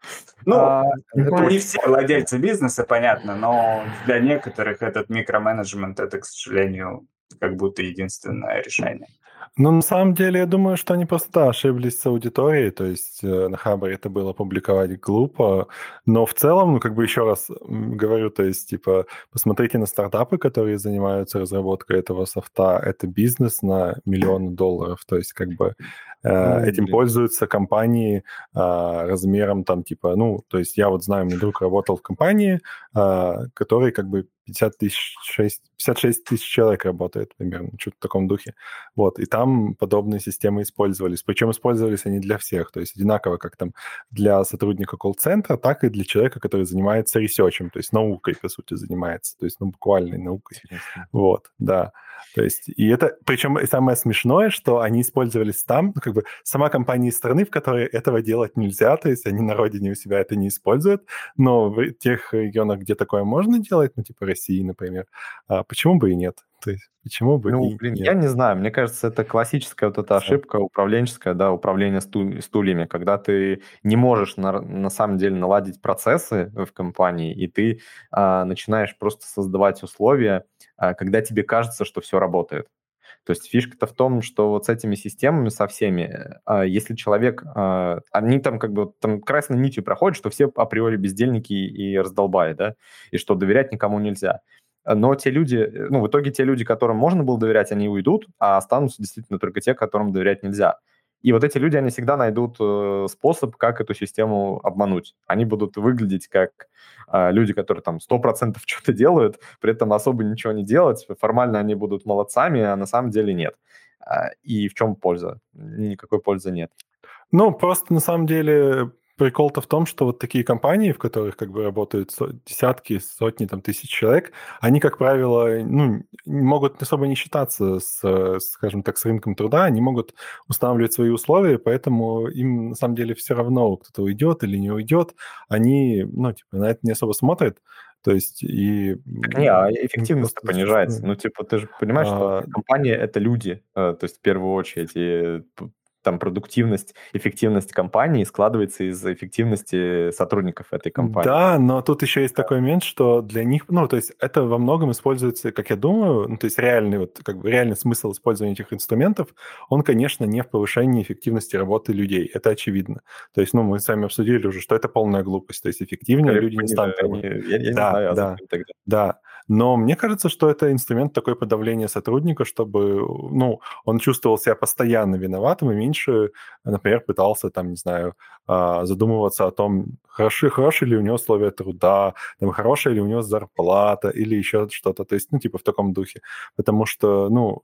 Ну, А, это не очень все сложно. владельцы бизнеса, понятно, но для некоторых этот микроменеджмент, это, к сожалению, как будто единственное решение. Ну, на самом деле, я думаю, что они просто да, ошиблись с аудиторией, то есть э, на Хабре это было публиковать глупо, но в целом, ну, как бы еще раз м, говорю, то есть, типа, посмотрите на стартапы, которые занимаются разработкой этого софта, это бизнес на миллионы долларов, то есть, как бы, э, Ну, этим блин. пользуются компании а, размером там, типа, ну, то есть, я вот знаю, мой друг работал в компании, а, который, как бы, пятьдесят тысяч, пятьдесят шесть тысяч человек работает примерно, что-то в таком духе. Вот, и там подобные системы использовались. Причем использовались они для всех, то есть одинаково как там для сотрудника колл-центра, так и для человека, который занимается ресерчем, то есть наукой, по сути, занимается, то есть, ну, буквальной наукой. Интересно. Вот, да. То есть, и это, причем и самое смешное, что они использовались там, ну, как бы сама компания из страны, в которой этого делать нельзя, то есть они на родине у себя это не используют, но в тех регионах, где такое можно делать, ну, типа России, например, а почему бы и нет? То есть, почему бы Ну, и блин, нет? я не знаю, мне кажется, это классическая вот эта Да. ошибка управленческая, да, управление сту- стульями, когда ты не можешь на, на самом деле наладить процессы в компании, и ты а, начинаешь просто создавать условия, а, когда тебе кажется, что все работает. То есть фишка-то в том, что вот с этими системами, со всеми, э, а, если человек, а, они там как бы вот там красной нитью проходят, что все априори бездельники и раздолбаи, да, и что доверять никому нельзя. Но те люди, э, ну, в итоге те люди, которым можно было доверять, они уйдут, а останутся действительно только те, которым доверять нельзя. И вот эти люди, они всегда найдут э, способ, как эту систему обмануть. Они будут выглядеть как а, люди, которые там сто процентов что-то делают, при этом особо ничего не делать. Формально они будут молодцами, а на самом деле нет. А, и в чем польза? Никакой пользы нет. Ну, просто на самом деле прикол-то в том, что вот такие компании, в которых как бы работают со- десятки, сотни, там, тысяч человек, они, как правило, ну, не могут особо не считаться с, э, скажем так, с рынком труда, они могут устанавливать свои условия, поэтому им на самом деле все равно, кто-то уйдет или не уйдет, они, ну, типа, на это не особо смотрят, то есть и Так не, а м, им эффективность-то просто понижается. зачастую... Ну, типа, ты же понимаешь, что а, компания– это люди, э, то есть в первую очередь, и п- там продуктивность, эффективность компании складывается из эффективности сотрудников этой компании. Да, но тут еще есть такой момент, что для них, ну, то есть это во многом используется, как я думаю, ну, то есть реальный, вот, как бы реальный смысл использования этих инструментов, он, конечно, не в повышении эффективности работы людей, это очевидно. То есть, ну, мы с вами обсудили уже, что это полная глупость, то есть эффективнее Скорее в люди не станут работать. понижении. Я, я не Да, знаю, а да, зачем тогда? да. Но мне кажется, что это инструмент такой подавления сотрудника, чтобы, ну, он чувствовал себя постоянно виноватым и меньше, например, пытался, там, не знаю, а, задумываться о том, хороши, хорошие ли у него условия труда, там, хорошая ли у него зарплата или еще что-то. То есть, ну, типа в таком духе. Потому что, ну,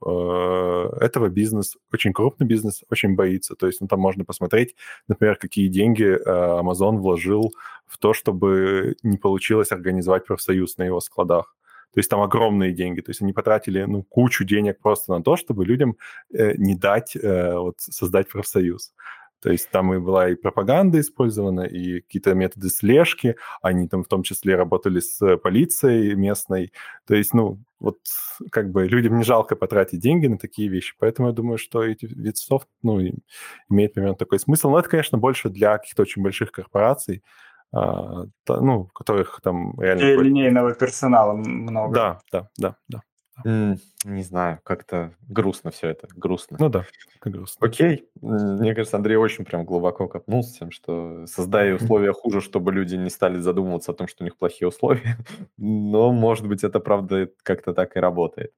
э, этого бизнес, очень крупный бизнес, очень боится. То есть, ну, там можно посмотреть, например, какие деньги э, Amazon вложил в то, чтобы не получилось организовать профсоюз на его складах. То есть там огромные деньги. То есть они потратили, ну, кучу денег просто на то, чтобы людям э, не дать э, вот, создать профсоюз. То есть там и была и пропаганда использована, и какие-то методы слежки. Они там в том числе работали с полицией местной. То есть, ну, вот как бы людям не жалко потратить деньги на такие вещи. Поэтому я думаю, что эти вид софт, ну, и имеет примерно такой смысл. Но это, конечно, больше для каких-то очень больших корпораций, а, та- ну, в которых там реально... И какой-то- линейного персонала много. Да, да, да, да. М, не знаю, как-то грустно все это, грустно. Ну да, это грустно. Окей. М, Мне кажется, Андрей очень прям глубоко копнул с тем, что создая Мгм. условия хуже, чтобы люди не стали задумываться о том, что у них плохие условия. Но, может быть, это правда как-то так и работает.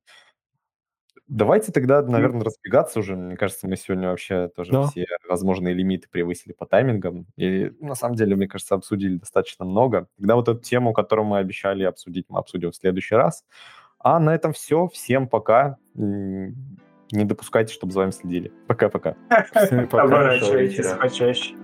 Давайте тогда, Ну, наверное, разбегаться уже. Мне кажется, мы сегодня вообще тоже Да. все возможные лимиты превысили по таймингам. И на самом деле, мне кажется, обсудили достаточно много. Тогда вот эту тему, которую мы обещали обсудить, мы обсудим в следующий раз. А на этом все. Всем пока. М, Не допускайте, чтобы за вами следили. Пока-пока. Всем пока. Оборачивайтесь вечера. почаще.